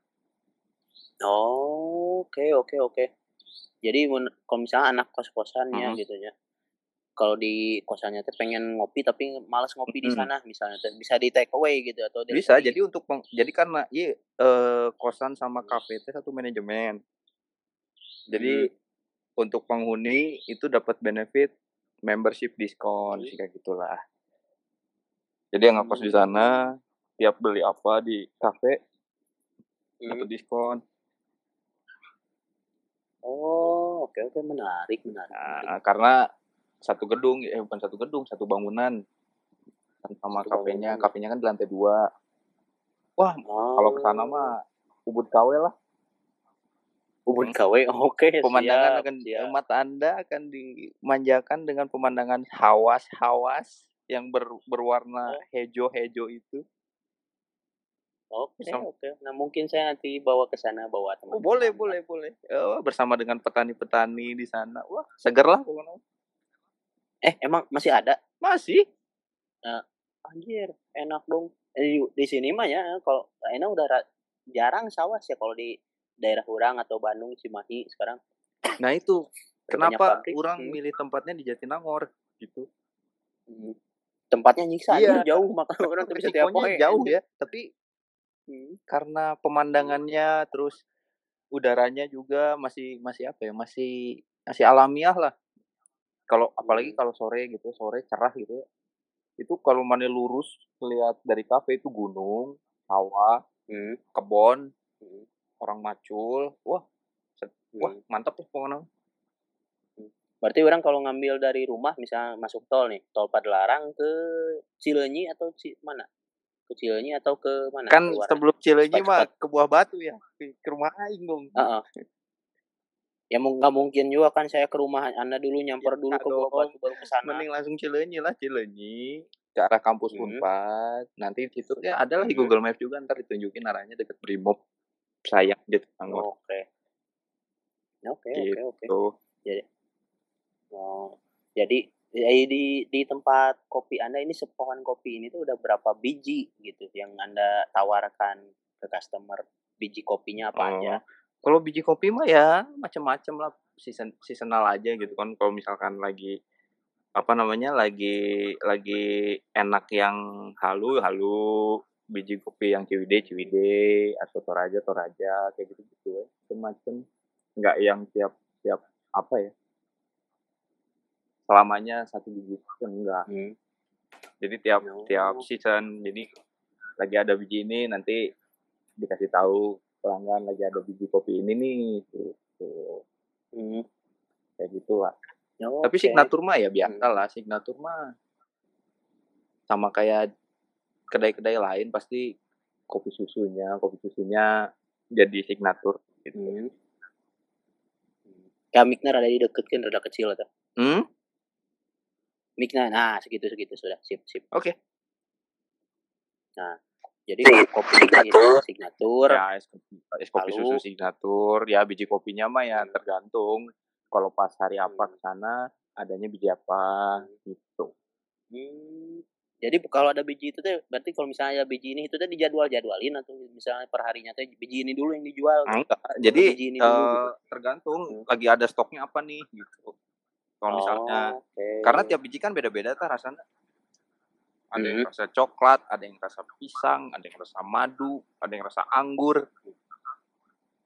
Speaker 2: Oh, oke okay, oke okay, oke. Okay. Jadi kalau misalnya anak kos-kosannya hmm. gitu ya. Kalau di kosannya tuh pengen ngopi tapi malas ngopi hmm. di sana misalnya tuh bisa di take away gitu atau
Speaker 1: bisa. Jadi untuk peng, jadi karena iya eh, kosan sama kafe itu satu manajemen. Jadi hmm. untuk penghuni itu dapat benefit membership diskon hmm. sih kayak gitulah. Jadi yang ngekos hmm. di sana tiap beli apa di kafe hmm. dapat diskon.
Speaker 2: Oh, oke oke menarik menarik.
Speaker 1: Nah, karena satu gedung, eh bukan satu gedung, satu bangunan. Sama satu kafenya, bangunan. Kafenya kan di lantai dua. Wah, oh. Kalau kesana mah ubud kawe lah.
Speaker 2: Ubud kawe, oke. Okay,
Speaker 1: pemandangan
Speaker 2: siap,
Speaker 1: akan
Speaker 2: siap.
Speaker 1: Mata Anda akan dimanjakan dengan pemandangan hawas-hawas yang ber, berwarna hijau-hijau itu.
Speaker 2: Oke, okay, oke. Okay. Nah, mungkin saya nanti bawa ke sana bawa teman.
Speaker 1: Oh, boleh, boleh, boleh. Oh, bersama dengan petani-petani di sana. Wah, seger lah pokoknya.
Speaker 2: Eh, emang masih ada?
Speaker 1: Masih.
Speaker 2: Nah, anjir, enak dong. Eh, di sini mah ya, kalau enak udah ra- jarang sawah ya kalau di daerah Urang atau Bandung, Cimahi sekarang.
Speaker 1: Nah itu, kenapa orang hmm. milih tempatnya di Jatinangor gitu.
Speaker 2: Hmm. Tempatnya nyiksa, iya. Jauh, makanya orang tuh bisa tiap poin.
Speaker 1: Jauh ya, tapi hmm. karena pemandangannya, terus udaranya juga masih masih apa ya, masih masih alamiah lah. Kalau apalagi kalau sore gitu, sore cerah gitu ya. Itu kalau mana lurus lihat dari kafe itu gunung, sawah, hmm. kebon, hmm. orang macul, wah, set, hmm. wah mantap tuh pokoknya.
Speaker 2: Berarti orang kalau ngambil dari rumah, misalnya masuk tol nih, tol Padalarang ke Cileunyi atau ci, mana? Ke Cileunyi atau ke mana?
Speaker 1: Kan sebelum Cileunyi mah ke Buah Batu ya, ke, ke rumah aing dong.
Speaker 2: Uh-uh. Ya nggak mungkin juga kan saya ke rumah Anda dulu nyamper ya, dulu ke Buah Batu baru ke sana.
Speaker 1: Mending langsung Cileunyi lah, Cileunyi ke arah kampus hmm. Unpad. Nanti di situ ya ada lah di Google Maps juga, ntar ditunjukin arahnya dekat Brimob. Saya Jatinangor.
Speaker 2: Oke. Oke, oke, oke. Jadi oh, jadi di di tempat kopi Anda ini, sepohon kopi ini tuh udah berapa biji gitu yang Anda tawarkan ke customer? Biji kopinya apa oh. aja?
Speaker 1: Kalau biji kopi mah ya macam-macam lah, season seasonal aja gitu kan. Kalau misalkan lagi apa namanya lagi lagi enak yang halu halu, biji kopi yang Ciwidey Ciwidey atau Toraja Toraja kayak gitu gitu ya, macam-macam. Nggak yang tiap tiap apa ya selamanya satu biji itu enggak. Hmm. Jadi tiap oh. tiap season, jadi lagi ada biji ini nanti dikasih tahu pelanggan lagi ada biji kopi ini nih gitu. Hmm. Kayak gitu lah. Oh, tapi okay. Signatur mah ya biasa lah, hmm. Signatur mah sama kayak kedai-kedai lain, pasti kopi susunya, kopi susunya jadi signatur gitu. Hmm.
Speaker 2: Kayak Miknar ada di deket kan, rada kecil atau?
Speaker 1: Hmm?
Speaker 2: Miknar, nah segitu-segitu sudah, sip sip.
Speaker 1: Oke. Okay.
Speaker 2: Nah, jadi kopi signatur, signatur.
Speaker 1: Ya, es kopi, es kopi susu signatur. Ya, biji kopinya mah ya tergantung. Kalau pas hari apa ke sana, adanya biji apa gitu.
Speaker 2: Hmm. Jadi kalau ada biji itu tuh berarti kalau misalnya biji ini itu tuh dijadwal-jadwalin atau misalnya per harinya tuh biji ini dulu yang dijual.
Speaker 1: Enggak. Jadi ini uh, dulu, gitu. Tergantung hmm. lagi ada stoknya apa nih gitu. Kalau misalnya oh, okay. Karena tiap biji kan beda-beda tuh rasanya. Ada yang rasa coklat, ada yang rasa pisang, ada yang rasa madu, ada yang rasa anggur.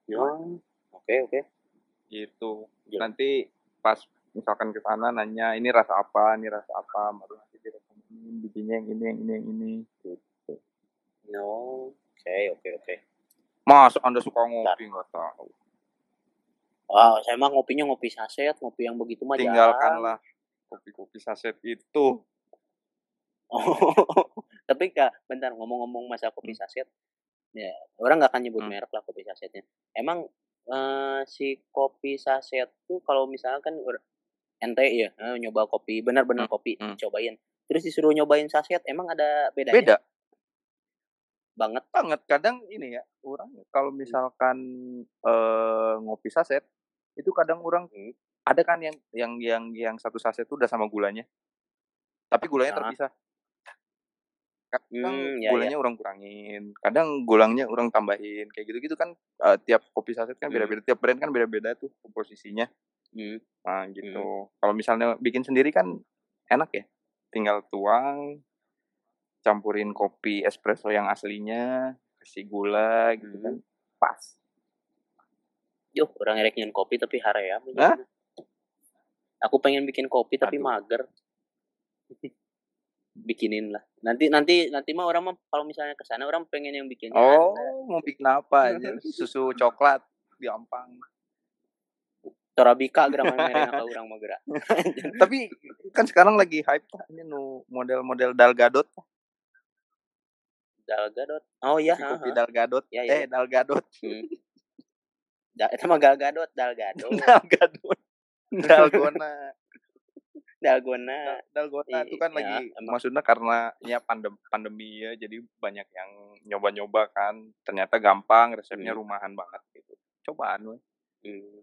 Speaker 2: Oh, oke oke.
Speaker 1: Gitu.
Speaker 2: Ya.
Speaker 1: Nanti pas misalkan ke sana nanya ini rasa apa, ini rasa apa, baru nanti direkomendasiin bikinnya yang ini, yang ini, yang ini. Gitu.
Speaker 2: No, oke oke oke.
Speaker 1: Masa Anda suka ngopi nggak tahu?
Speaker 2: Wah, saya mah ngopinya ngopi saset, ngopi yang begitu mah
Speaker 1: Tinggalkanlah
Speaker 2: jarang.
Speaker 1: kopi-kopi saset itu.
Speaker 2: Oh, tapi Kak, bentar ngomong-ngomong masalah kopi
Speaker 1: Hmm.
Speaker 2: saset, ya orang nggak akan nyebut
Speaker 1: Hmm.
Speaker 2: merek lah kopi sasetnya. Emang eh, si kopi saset tuh kalau misalkan ente ya eh, nyoba kopi, benar-benar
Speaker 1: Hmm.
Speaker 2: kopi
Speaker 1: Hmm.
Speaker 2: dicobain, terus disuruh nyobain saset, emang ada bedanya?
Speaker 1: Beda
Speaker 2: Banget.
Speaker 1: banget. Kadang ini ya, orang kalau misalkan eh, ngopi saset itu kadang orang
Speaker 2: Hmm.
Speaker 1: ada kan yang yang yang yang satu saset itu udah sama gulanya, tapi gulanya
Speaker 2: Nah,
Speaker 1: terpisah. Kadang
Speaker 2: hmm, ya ya.
Speaker 1: gulanya orang kurangin, kadang gulanya orang tambahin, kayak gitu-gitu kan. Uh, tiap kopi saset kan
Speaker 2: Hmm.
Speaker 1: beda-beda, tiap brand kan beda-beda tuh komposisinya.
Speaker 2: Hmm.
Speaker 1: Nah
Speaker 2: Hmm.
Speaker 1: gitu. Kalau misalnya bikin sendiri kan enak ya, tinggal tuang, campurin kopi espresso yang aslinya, kasih gula gitu kan,
Speaker 2: Hmm.
Speaker 1: pas.
Speaker 2: Yuh, orang ngerekin kopi tapi haream.
Speaker 1: Hah?
Speaker 2: Aku pengen bikin kopi tapi
Speaker 1: Aduh.
Speaker 2: mager. Bikinin lah. Nanti nanti nanti mah orang mah kalau misalnya ke sana orang pengen yang bikinnya
Speaker 1: Oh,
Speaker 2: Anda.
Speaker 1: mau bikin apa aja? Susu coklat gampang.
Speaker 2: Torabika gerak mereng ka urang mah gerak.
Speaker 1: Tapi kan sekarang lagi hype ini nu model-model Dalgadot.
Speaker 2: Dalgadot. Oh iya,
Speaker 1: Kopi-kopi
Speaker 2: heeh.
Speaker 1: Dalgadot.
Speaker 2: Ya, ya,
Speaker 1: Eh,
Speaker 2: ya.
Speaker 1: Dalgadot.
Speaker 2: Hmm. Da, eta mah Gal Gadot, Dalgadot.
Speaker 1: Dalgadot. Dalgona.
Speaker 2: Dalgona.
Speaker 1: Dalgona itu kan
Speaker 2: ya,
Speaker 1: lagi
Speaker 2: emang.
Speaker 1: maksudnya karena ya pandem, pandemi ya, jadi banyak yang nyoba-nyoba kan. Ternyata gampang, resepnya
Speaker 2: Hmm.
Speaker 1: rumahan banget gitu. Cobaan we.
Speaker 2: Hmm.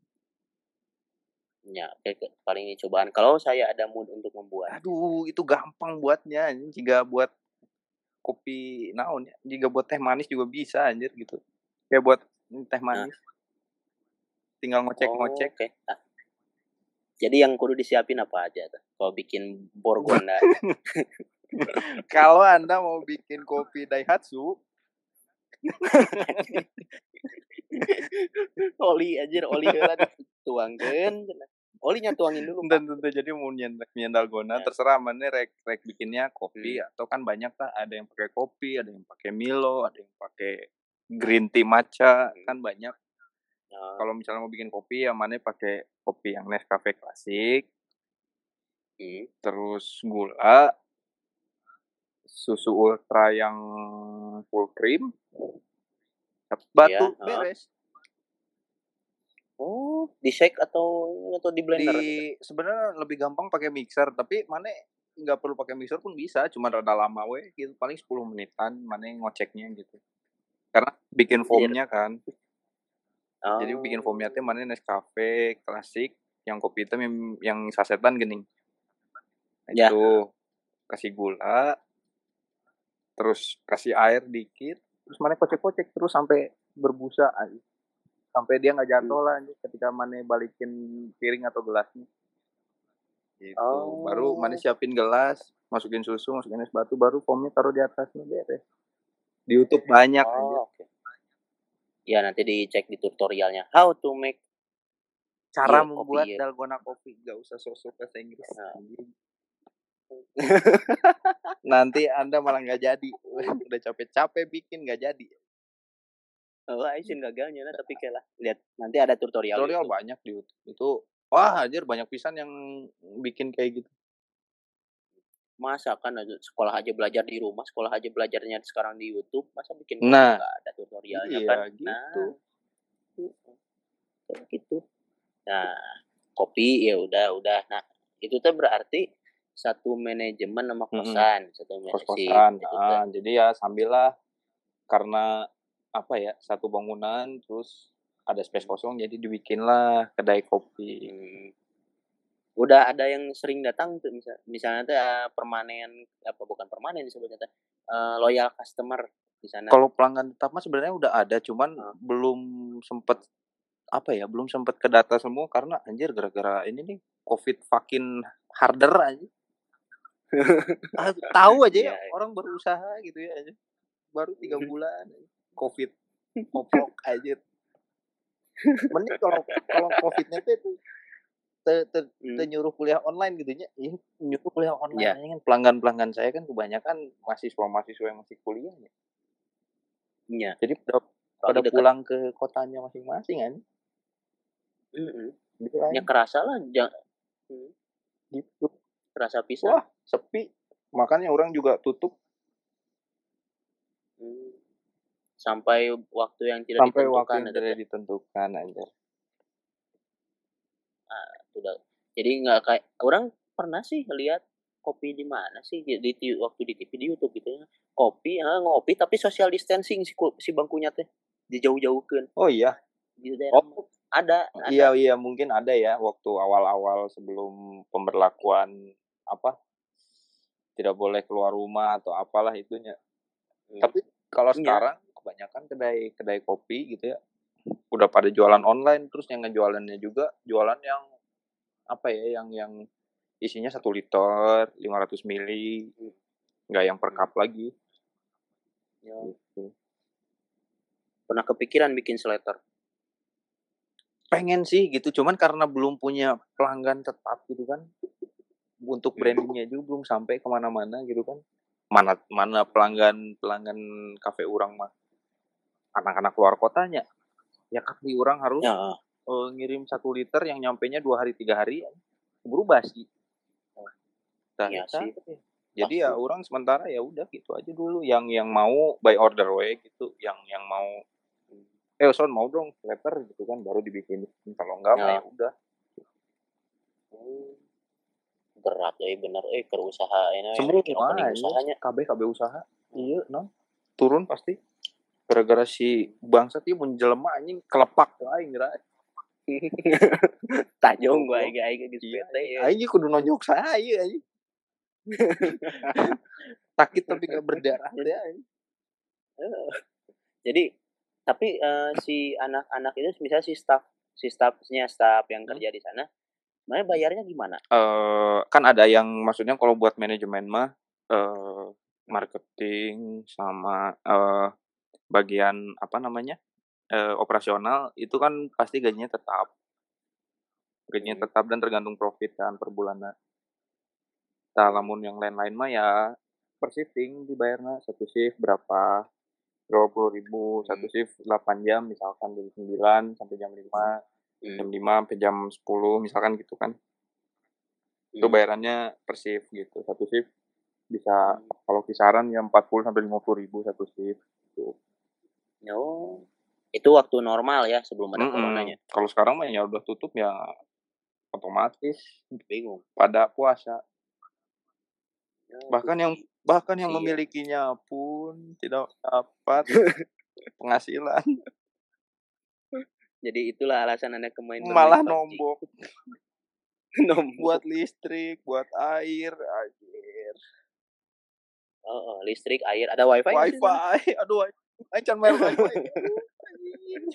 Speaker 2: Ya, kayak paling ini cobaan. Kalau saya ada mood untuk membuat.
Speaker 1: Aduh, itu gampang buatnya. Jika buat kopi naon ya, jika buat teh manis juga bisa anjir gitu. Kayak buat teh manis. Nah. Tinggal ngocek-ngocek.
Speaker 2: Oh, oke. Okay. Nah, jadi yang kudu disiapin apa aja tuh? Kalau bikin Borgonda.
Speaker 1: Kalau Anda mau bikin kopi Daihatsu,
Speaker 2: oli anjir, oli heula dituangkeun. Olinya tuangin dulu, Pak.
Speaker 1: Tentu jadi mau nyendak dalgona terserah mana rek rek bikinnya kopi
Speaker 2: Hmm.
Speaker 1: atau kan banyak lah, ada yang pakai kopi, ada yang pakai Milo, ada yang pakai green tea matcha, hmm. kan banyak. Uh. Kalau misalnya mau bikin kopi ya mana pakai kopi yang Nescafe klasik. Hmm. Terus gula, susu ultra yang full cream, batu, ya, beres.
Speaker 2: Oh, di shake atau atau di blender?
Speaker 1: Di sebenarnya lebih gampang pakai mixer, tapi mana nggak perlu pakai mixer pun bisa, cuma rada lama we gitu, paling sepuluh menitan mana ngoceknya gitu. Karena bikin foamnya kan. Oh. Jadi bikin foamnya teh mana Nescafe klasik, yang kopi hitam yang, yang sasetan gening. Nah, ya. Itu kasih gula, terus kasih air dikit, terus mana kocek-kocek terus sampai berbusa aja. Sampai dia nggak jatuh lah ketika mana balikin piring atau gelasnya. Gitu. Oh. Baru mana siapin gelas, masukin susu, masukin es batu, baru foamnya taruh di atasnya, beres. Di YouTube banyak oh, aja. Okay.
Speaker 2: Ya nanti dicek di tutorialnya how to make
Speaker 1: cara membuat kopi, dalgona kopi, nggak usah sosok bahasa Inggris. Nah. Nanti Anda malah nggak jadi, udah capek-capek bikin nggak jadi.
Speaker 2: Oh, Aisyah gagalnya nah, tapi kayak lah lihat nanti ada tutorial.
Speaker 1: Tutorial YouTube. Banyak di YouTube. Itu wah anjir banyak pisan yang bikin kayak gitu.
Speaker 2: Masa kan sekolah aja belajar di rumah, sekolah aja belajarnya sekarang di YouTube, masa bikin
Speaker 1: nah,
Speaker 2: nggak ada tutorialnya
Speaker 1: iya,
Speaker 2: kan?
Speaker 1: Gitu.
Speaker 2: Nah, gitu. Nah, kopi ya udah udah. Nah, itu tuh berarti satu manajemen sama kosan, hmm. satu
Speaker 1: kos-kosan. Si, nah, jadi ya sambil lah karena apa ya, satu bangunan terus ada space kosong jadi dibikinlah kedai kopi. Hmm.
Speaker 2: Udah ada yang sering datang tuh misal, misalnya tuh uh, permanen apa bukan permanen disebutnya tuh uh, loyal customer di sana.
Speaker 1: Kalau pelanggan tetap mah sebenarnya udah ada, cuman hmm. belum sempet apa ya, belum sempet ke data semua karena anjir gara-gara ini nih COVID fucking harder aja. ah, tahu aja ya, orang berusaha gitu ya aja. Baru tiga bulan COVID ngoprok aja. Mending kalau kalau Covid-nya tuh te te
Speaker 2: Hmm.
Speaker 1: te nyuruh kuliah online gitu nya, ih nyuruh kuliah online
Speaker 2: Iya.
Speaker 1: aja kan pelanggan-pelanggan saya kan kebanyakan mahasiswa-mahasiswa yang masih kuliah ya.
Speaker 2: Iya.
Speaker 1: Jadi pada pada
Speaker 2: Apalagi dekat.
Speaker 1: pulang ke kotanya masing-masing kan.
Speaker 2: Mhm.
Speaker 1: Gitu
Speaker 2: Ya
Speaker 1: kan.
Speaker 2: kerasa lah ja mhm.
Speaker 1: Gitu.
Speaker 2: Kerasa pisan.
Speaker 1: Wah, sepi. Makanya orang juga tutup.
Speaker 2: Mmm. Sampai waktu yang tidak
Speaker 1: Sampai waktu
Speaker 2: ditentukan
Speaker 1: yang
Speaker 2: ya, Dad,
Speaker 1: tidak
Speaker 2: ya?
Speaker 1: ditentukan, anjir.
Speaker 2: Ah, udah. Jadi nggak kayak orang pernah sih lihat kopi di mana sih, di di ti waktu di T V, di YouTube gitu ya. Kopi heeh, ngopi tapi social distancing si ku si bangkunya teh, dijauh-jauhkeun.
Speaker 1: Oh iya?
Speaker 2: Di daerah
Speaker 1: Oh,
Speaker 2: mana. Ada ada.
Speaker 1: iya iya mungkin ada ya waktu awal-awal sebelum pemberlakuan apa, tidak boleh keluar rumah atau apalah itunya.
Speaker 2: Hmm.
Speaker 1: Tapi kalau
Speaker 2: Iya.
Speaker 1: sekarang kebanyakan kedai kedai kopi gitu ya, udah pada jualan online, terus yang ngejualannya juga jualan yang apa ya, yang yang isinya satu liter, lima ratus mili,
Speaker 2: Hmm.
Speaker 1: nggak yang per
Speaker 2: Hmm.
Speaker 1: cup lagi.
Speaker 2: Ya.
Speaker 1: Gitu.
Speaker 2: Pernah kepikiran bikin seletter?
Speaker 1: Pengen sih gitu, cuman karena belum punya pelanggan tetap gitu kan. Untuk
Speaker 2: Hmm.
Speaker 1: branding-nya juga belum sampai ke mana-mana gitu kan. Mana mana pelanggan pelanggan kafe urang mah anak-anak luar kotanya. Ya kaki urang harus
Speaker 2: Ya, heeh.
Speaker 1: eee, ngirim satu liter yang nyampenya dua hari, tiga hari, keburu basi. Tah
Speaker 2: Iya
Speaker 1: eta
Speaker 2: sih.
Speaker 1: teh. Jadi ya
Speaker 2: Pasti.
Speaker 1: urang sementara ya udah gitu aja dulu, yang yang mau by order we gitu, yang yang mau, "Eh, son mau dong seletter," gitu kan, baru dibikinin, kalau enggak mah ya
Speaker 2: Ya.
Speaker 1: udah.
Speaker 2: Hmm. Berat euy bener euy keur usahaena we bikin
Speaker 1: Semua
Speaker 2: opening
Speaker 1: anjir,
Speaker 2: usahanya.
Speaker 1: kabeh kabeh usaha.
Speaker 2: Hmm.
Speaker 1: Ieu naon, turun pasti. Gara-gara si bangsat ieu mun jelema anjing kelepak we aing geura.
Speaker 2: Tajong gua
Speaker 1: Goblok.
Speaker 2: aing aing geus
Speaker 1: Iya,
Speaker 2: bete ye.
Speaker 1: aing ge kudu nonjok saha ieu anjing. Sakit tapi gak berdarah teh anjing.
Speaker 2: Heeh. Jadi tapi, eee, si anak-anak itu misalnya si staf si stafnya, staf yang
Speaker 1: Hmm.
Speaker 2: kerja di sana, sebenarnya bayarnya gimana?
Speaker 1: Eee, kan ada yang maksudnya kalau buat manajemen mah, eee, marketing sama, eee, bagian apa namanya, eee, operasional itu kan pasti gajinya tetap. Gajinya
Speaker 2: Hmm.
Speaker 1: tetap dan tergantung profit kan per bulanna. Tah lamun yang lain-lain mah ya per shifting dibayarna, satu shift berapa, dua puluh ribu, satu
Speaker 2: Hmm.
Speaker 1: shift delapan jam misalkan dari sembilan sampai jam lima,
Speaker 2: Hmm.
Speaker 1: jam lima sampai jam sepuluh misalkan gitu kan. Itu
Speaker 2: Hmm.
Speaker 1: bayarannya per shift gitu, satu shift bisa
Speaker 2: Hmm.
Speaker 1: kalau kisaran ya empat puluh sampai lima puluh ribu satu shift gitu.
Speaker 2: Oh, itu waktu normal ya sebelum ada
Speaker 1: Mhm,
Speaker 2: coronanya?
Speaker 1: kalau sekarang mah ya udah tutup ya otomatis
Speaker 2: Bingung.
Speaker 1: pada puasa.
Speaker 2: Ya
Speaker 1: Bahkan yang
Speaker 2: jadi
Speaker 1: bahkan yang
Speaker 2: sian.
Speaker 1: memilikinya pun tidak dapat penghasilan.
Speaker 2: Jadi itulah alasan Anda ke main bermain
Speaker 1: Malah
Speaker 2: P U B G.
Speaker 1: nombok.
Speaker 2: Nombok.
Speaker 1: Buat listrik, buat air, anjir.
Speaker 2: Heeh, listrik, air, ada WiFi nggak sih sana?
Speaker 1: WiFi, aduh aing can maen WiFi mulu, anjing.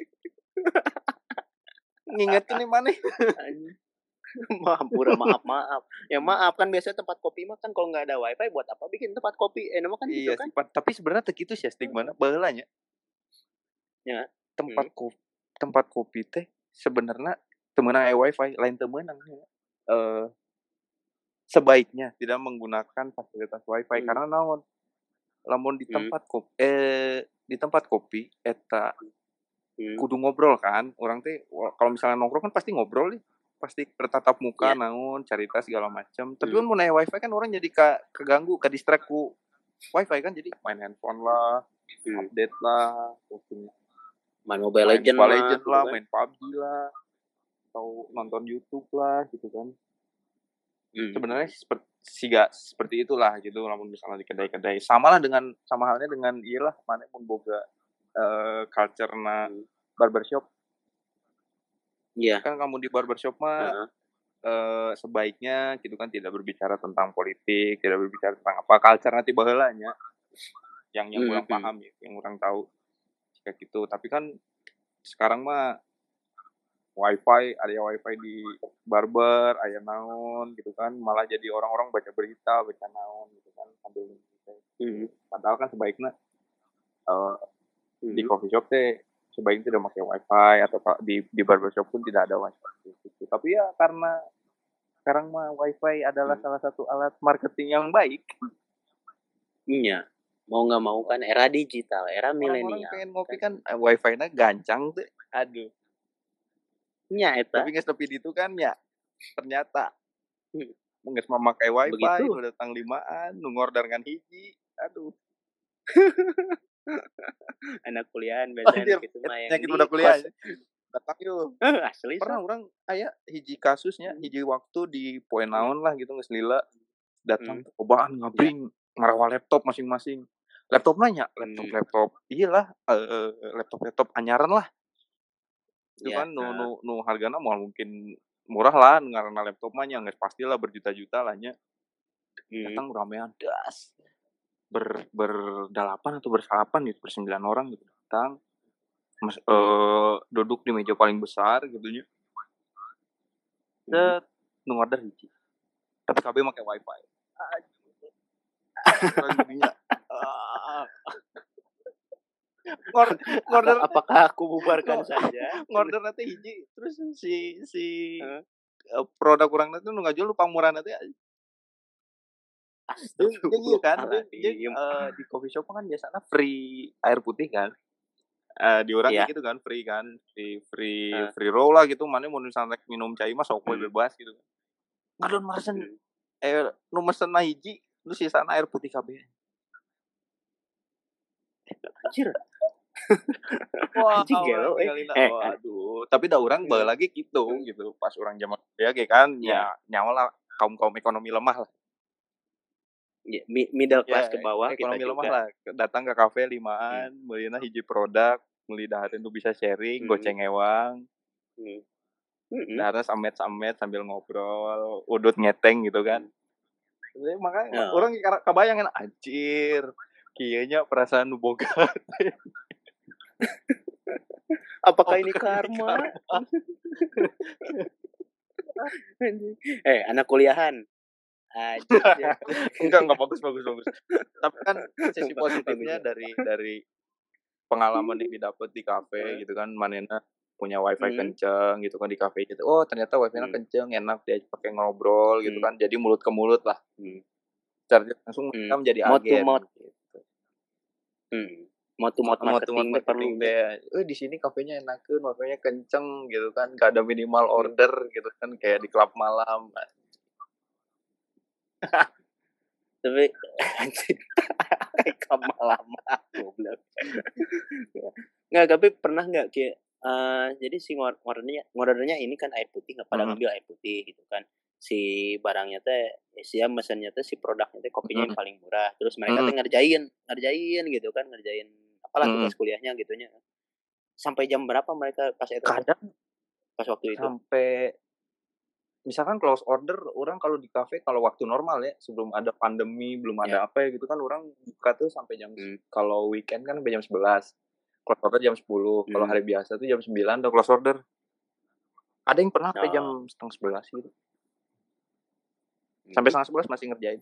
Speaker 1: Ngingetin nih maneh.
Speaker 2: Anjing. Hampura maaf maaf. Ya maaf kan biasanya tempat kopi mah kan kalau nggak ada WiFi buat apa bikin tempat kopi, eh mah kan gitu
Speaker 1: Iya
Speaker 2: kan?
Speaker 1: sih, Pan, tapi sebenarnya teu kitu sia stigmana, baheula nya.
Speaker 2: Ya.
Speaker 1: Tempat
Speaker 2: Hmm.
Speaker 1: kop tempat kopi teh sebenarnya teu meunang aya WiFi, lain teu meunang nya. Eee, sebaiknya tidak menggunakan fasilitas WiFi
Speaker 2: Hmm.
Speaker 1: karena naon? Lamun di
Speaker 2: Hmm.
Speaker 1: tempat kop eee, di tempat kopi eta
Speaker 2: Hmm.
Speaker 1: kudu ngobrol kan, urang teh kalau misalnya nongkrong kan pasti ngobrol nih, pasti bertatap muka
Speaker 2: Ya.
Speaker 1: naon, carita segala macam. Tapi
Speaker 2: Hmm.
Speaker 1: kan mun aya WiFi kan orang jadi ka keganggu, ka-distract ku WiFi kan, jadi main handphone lah,
Speaker 2: Hmm.
Speaker 1: update lah,
Speaker 2: Main Mobile
Speaker 1: main
Speaker 2: Legend
Speaker 1: Mobile
Speaker 2: lah,
Speaker 1: Legend
Speaker 2: gitu
Speaker 1: lah,
Speaker 2: kan?
Speaker 1: main P U B G lah, atau nonton YouTube lah gitu kan.
Speaker 2: Hmm.
Speaker 1: Sebenarnya seperti siga seperti itulah gitu lamun misalnya di kedai-kedai. Samalah dengan sama halnya dengan iyalah maneh mun boga eee, culture-na
Speaker 2: Hmm.
Speaker 1: barbershop.
Speaker 2: Iya.
Speaker 1: Kan kamu di barbershop mah
Speaker 2: Heeh.
Speaker 1: eee, sebaiknya gitu kan tidak berbicara tentang politik, tidak berbicara tentang apa, culture-na ti baheula nya. Yang yang
Speaker 2: Hmm.
Speaker 1: urang paham ya, yang urang tahu. Kayak gitu. Tapi kan sekarang mah WiFi, aya WiFi di barber, aya naon gitu kan, malah jadi orang-orang baca berita, baca naon gitu kan sambil
Speaker 2: Hmm.
Speaker 1: padahal kan sebaiknya eee, di
Speaker 2: Hmm.
Speaker 1: coffee shop teh sebaiknya tidak pakai wifi atau di di barbershop pun tidak ada wifi gitu. Tapi ya karena sekarang mah wifi adalah hmm. salah satu alat marketing yang baik.
Speaker 2: Iya, mau nggak mau kan era digital, era milenial.
Speaker 1: Orang-orang pengen ngopi kan, kan wifi-nya gancang tuh, aduh.
Speaker 2: Nya eta.
Speaker 1: Tapi nggak sepi itu kan ya, ternyata hmm. nggak memakai wifi, begitu. Udah datang limaan, ngorder dengan hiji, aduh.
Speaker 2: Anak kuliahan biasanya gitu mah yang
Speaker 1: di udah kuliah. Datang yuk. Asli pernah orang aya hiji kasusnya, hmm. hiji waktu di poe naon lah gitu geus lila. Datang hmm. cobaan ngabring ya. Ngarawa laptop masing-masing. Laptop nanya, laptop-laptop. Hmm. Iyalah, uh, laptop-laptop anyaran lah. Itu ya, kan nu nu nu hargana mau mungkin murah lah ngaranna laptop mah nya geus pastilah berjuta-juta lah nya. Hmm. Datang ramean das. Ber berdelapan atau bersalapan gitu, bersembilan orang gitu datang. Mas, uh, duduk di meja paling besar gitunya. Set, nu order hiji. Tapi kabeh make wifi.
Speaker 2: Ngorder apakah aku bubarkan saja?
Speaker 1: Ngorder nanti hiji terus si si huh? produk urang nanti nu ngajual lu pamurah nanti. Astagfirullah kan. Jadi uh, di coffee shop kan biasanya free air putih kan. Uh, di orang yeah. gitu kan free kan free free uh. free roll lah gitu mana mau misalnya minum cai mah sok hmm. bebas gitu ngadon mesen hmm. eh nu mesen na hiji lu sisana air putih kabeh
Speaker 2: anjir
Speaker 1: wah anjing gelo eh waduh tapi da urang bae lagi gitu gitu pas orang zaman ya kayak kan yeah. ya nyawa lah kaum-kaum ekonomi lemah lah
Speaker 2: ya, middle class yeah, ke bawah
Speaker 1: ekonomi
Speaker 2: kita
Speaker 1: lemah
Speaker 2: juga.
Speaker 1: Lah datang ke kafe limaan hmm. meulina hiji produk meuli dahareun tuh bisa sharing hmm. goceng ewang hmm. hmm. Dahara samet-samet sambil ngobrol udut ngeteng gitu kan jadi makanya oh. orang kabayang kan anjir kieu nya perasaan nu boga
Speaker 2: apakah ini karma eh anak kuliahan aja
Speaker 1: enggak enggak bagus bagus bagus tapi kan sisi positifnya dari dari pengalaman yang didapat di kafe gitu kan manena punya wifi hmm. kenceng gitu kan di kafe gitu oh ternyata wifi-nya hmm. kenceng enak dia pakai ngobrol hmm. gitu kan jadi mulut ke mulut lah hmm. Caranya langsung kita hmm. menjadi agen
Speaker 2: mot gitu hmm. mot-mot marketing,
Speaker 1: marketing deh eh di sini kafenya enakeun wifi-nya kenceng gitu kan gak ada minimal order gitu kan kayak di klub malam
Speaker 2: tapi anjir kamu lama goblok nggak tapi pernah nggak kayak uh, jadi si ngordernya ngordernya ini kan air putih nggak pada hmm. ngambil air putih gitu kan si barangnya teh si mesennya teh si produknya teh kopinya hmm. yang paling murah terus mereka hmm. teh ngerjain ngerjain gitu kan ngerjain apalah tugas hmm. kuliahnya gitunya sampai jam berapa mereka pas itu
Speaker 1: kadang
Speaker 2: pas waktu itu
Speaker 1: sampai misalkan close order orang kalau di kafe kalau waktu normal ya sebelum ada pandemi belum ada yeah. apa ya gitu kan orang buka tuh sampai jam hmm. kalau weekend kan sampai jam sebelas close order jam sepuluh hmm. kalau hari biasa tuh jam sembilan udah close order ada yang pernah sampai oh. jam setengah sebelas gitu sampai setengah sebelas masih ngerjain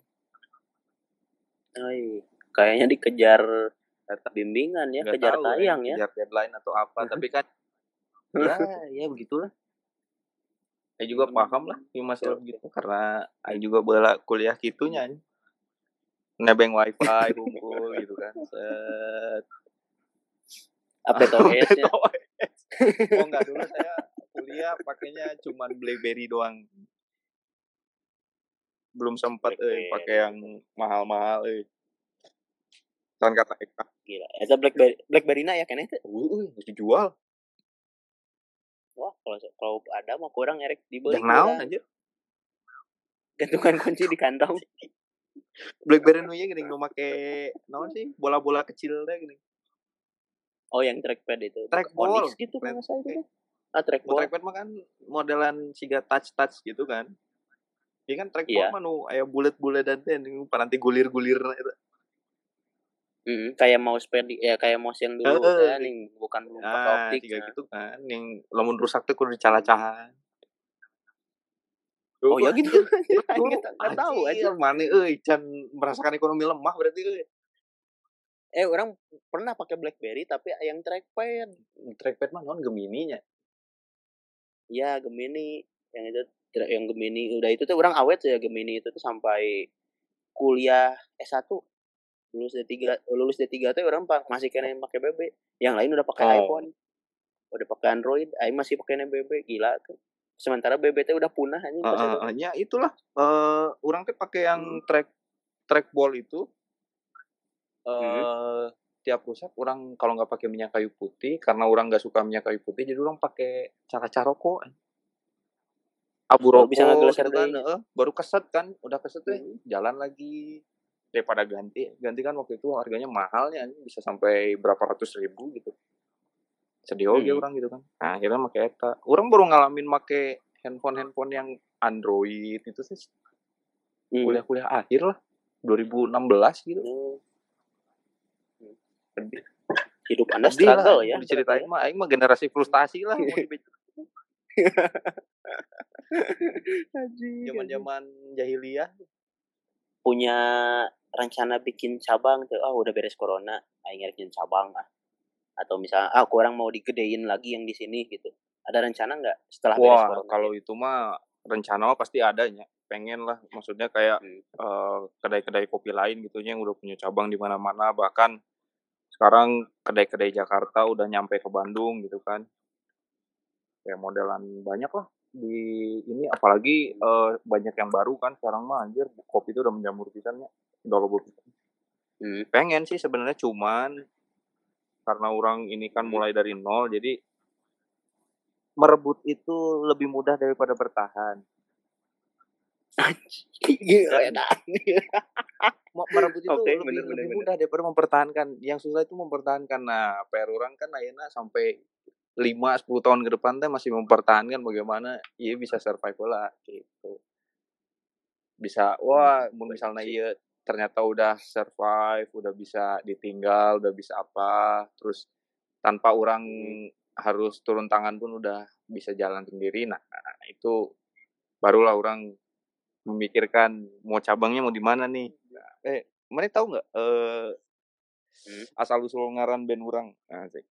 Speaker 2: Ay, kayaknya dikejar bimbingan ya
Speaker 1: Nggak
Speaker 2: kejar
Speaker 1: tahu,
Speaker 2: tayang ya,
Speaker 1: ya kejar deadline atau apa tapi kan ya ya begitulah saya juga paham lah yang masalah begitu karena saya juga bela kuliah gitunya nebeng wifi kumpul gitu kan set
Speaker 2: update O S nya
Speaker 1: oh enggak dulu saya kuliah pakainya cuman BlackBerry doang belum sempat eh pakai yang mahal-mahal eh kan kata Eka
Speaker 2: gila eta BlackBerry BlackBerry-na ya kan itu
Speaker 1: uh mesti jual.
Speaker 2: Wah, kalau kalau ada mah kurang erek dibeli.
Speaker 1: Yang naon aja.
Speaker 2: Gantungan kunci di kantong.
Speaker 1: BlackBerry nu nya geuning nu make naon sih? Bola-bola kecil teh geuning.
Speaker 2: Oh, yang trackpad itu.
Speaker 1: Trackball
Speaker 2: gitu kan saya itu. Ah, trackball.
Speaker 1: Trackpad mah kan modelan siga touch-touch gitu kan. Dia kan trackball yeah. mah nu aya bulet-buletan teh paranti gulir-gulir itu.
Speaker 2: Hmm, kayak mouse pad ya kayak mouse yang dulu uh, kan yang bukan belum pakai
Speaker 1: nah,
Speaker 2: optik
Speaker 1: nah. gitu kan yang lamun rusak tuh kudu dicalah-calah.
Speaker 2: Oh ya gitu.
Speaker 1: Enggak tahu aja mana euy can merasakan ekonomi lemah berarti euy.
Speaker 2: Eh orang pernah pakai BlackBerry tapi yang trackpad.
Speaker 1: Trackpad mah non Gemini-nya.
Speaker 2: Iya, Gemini yang itu yang Gemini udah itu tuh orang awet ya Gemini itu tuh sampai kuliah S satu lulus D tiga lulus D tiga tuh orang masih kena pakai B B. Yang lain udah pakai oh. iPhone. Udah pakai Android, aing masih pakai B B, gila tuh. Sementara B B teh udah punah anjing
Speaker 1: pas uh, uh, ya itulah uh, orang teh pakai yang hmm. track trackball itu uh, hmm. tiap rusak orang kalau nggak pakai minyak kayu putih karena orang nggak suka minyak kayu putih jadi orang pakai cara-cara rokok abu rokok bisa gitu kan uh, baru keset kan udah keset tuh hmm. jalan lagi daripada ganti ganti kan waktu itu harganya mahalnya bisa sampai berapa ratus ribu gitu sedih oke hmm. orang gitu kan nah akhirnya pakai eta orang baru ngalamin pakai handphone handphone yang Android itu sih hmm. kuliah-kuliah akhir lah dua ribu enam belas gitu hmm.
Speaker 2: hidup Anda struggle ya
Speaker 1: diceritain mah aing mah generasi frustasi lah mau zaman-zaman jahiliyah
Speaker 2: punya rencana bikin cabang tuh oh udah beres corona aing bikin cabang ah atau misalnya ah aku orang mau digedein lagi yang di sini gitu ada rencana nggak setelah beres
Speaker 1: corona? Wah kalau itu mah rencana pasti adanya pengen lah maksudnya kayak hmm. uh, kedai-kedai kopi lain gitu yang udah punya cabang di mana-mana bahkan sekarang kedai-kedai Jakarta udah nyampe ke Bandung gitu kan kayak modelan banyak lah di ini apalagi uh, banyak yang baru kan sekarang mah anjir kopi itu udah menjamur pisannya udah lobo pisan hmm. pengen sih sebenarnya cuman karena orang ini kan mulai dari nol jadi merebut itu lebih mudah daripada bertahan. Merebut itu okay, lebih, bener, lebih bener, mudah bener. daripada mempertahankan. Yang susah itu mempertahankan. Nah, P R orang kan akhirnya sampai lima sampai sepuluh tahun ke depan teh masih mempertahankan bagaimana ia bisa survive lah gitu. Bisa wah hmm, misalnya iya ternyata udah survive, udah bisa ditinggal, udah bisa apa, terus tanpa orang hmm. harus turun tangan pun udah bisa jalan sendiri. Nah, itu barulah orang memikirkan mau cabangnya mau di mana nih. Nah, eh, mana tahu nggak eh, hmm. asal usul ngaran band orang? Nah, sih.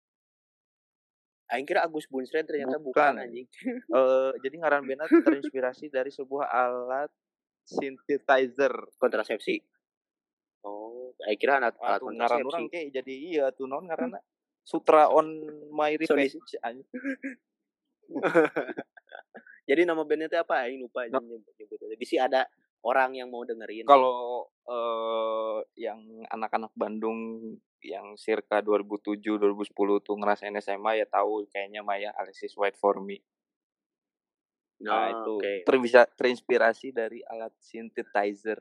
Speaker 2: Aing kira Agus Bunsred ternyata bukan, bukan anjing.
Speaker 1: Eh, jadi ngaran bandnya terinspirasi dari sebuah alat synthesizer
Speaker 2: kontrasepsi. Oh, aing kira alat, alat
Speaker 1: kontrasepsi. Ngaran orang kayak jadi iya tuh non ngaranna Sutra on my revenge.
Speaker 2: Jadi nama bandnya itu apa? Aing lupa no. nyebut. Jadi sih ada orang yang mau dengerin.
Speaker 1: Kalau uh, yang anak-anak Bandung yang circa dua ribu tujuh dua ribu sepuluh tuh ngerasain S M A ya tahu kayaknya Maya Alexis Wait for Me. No, nah itu okay. terbisa terinspirasi dari alat synthesizer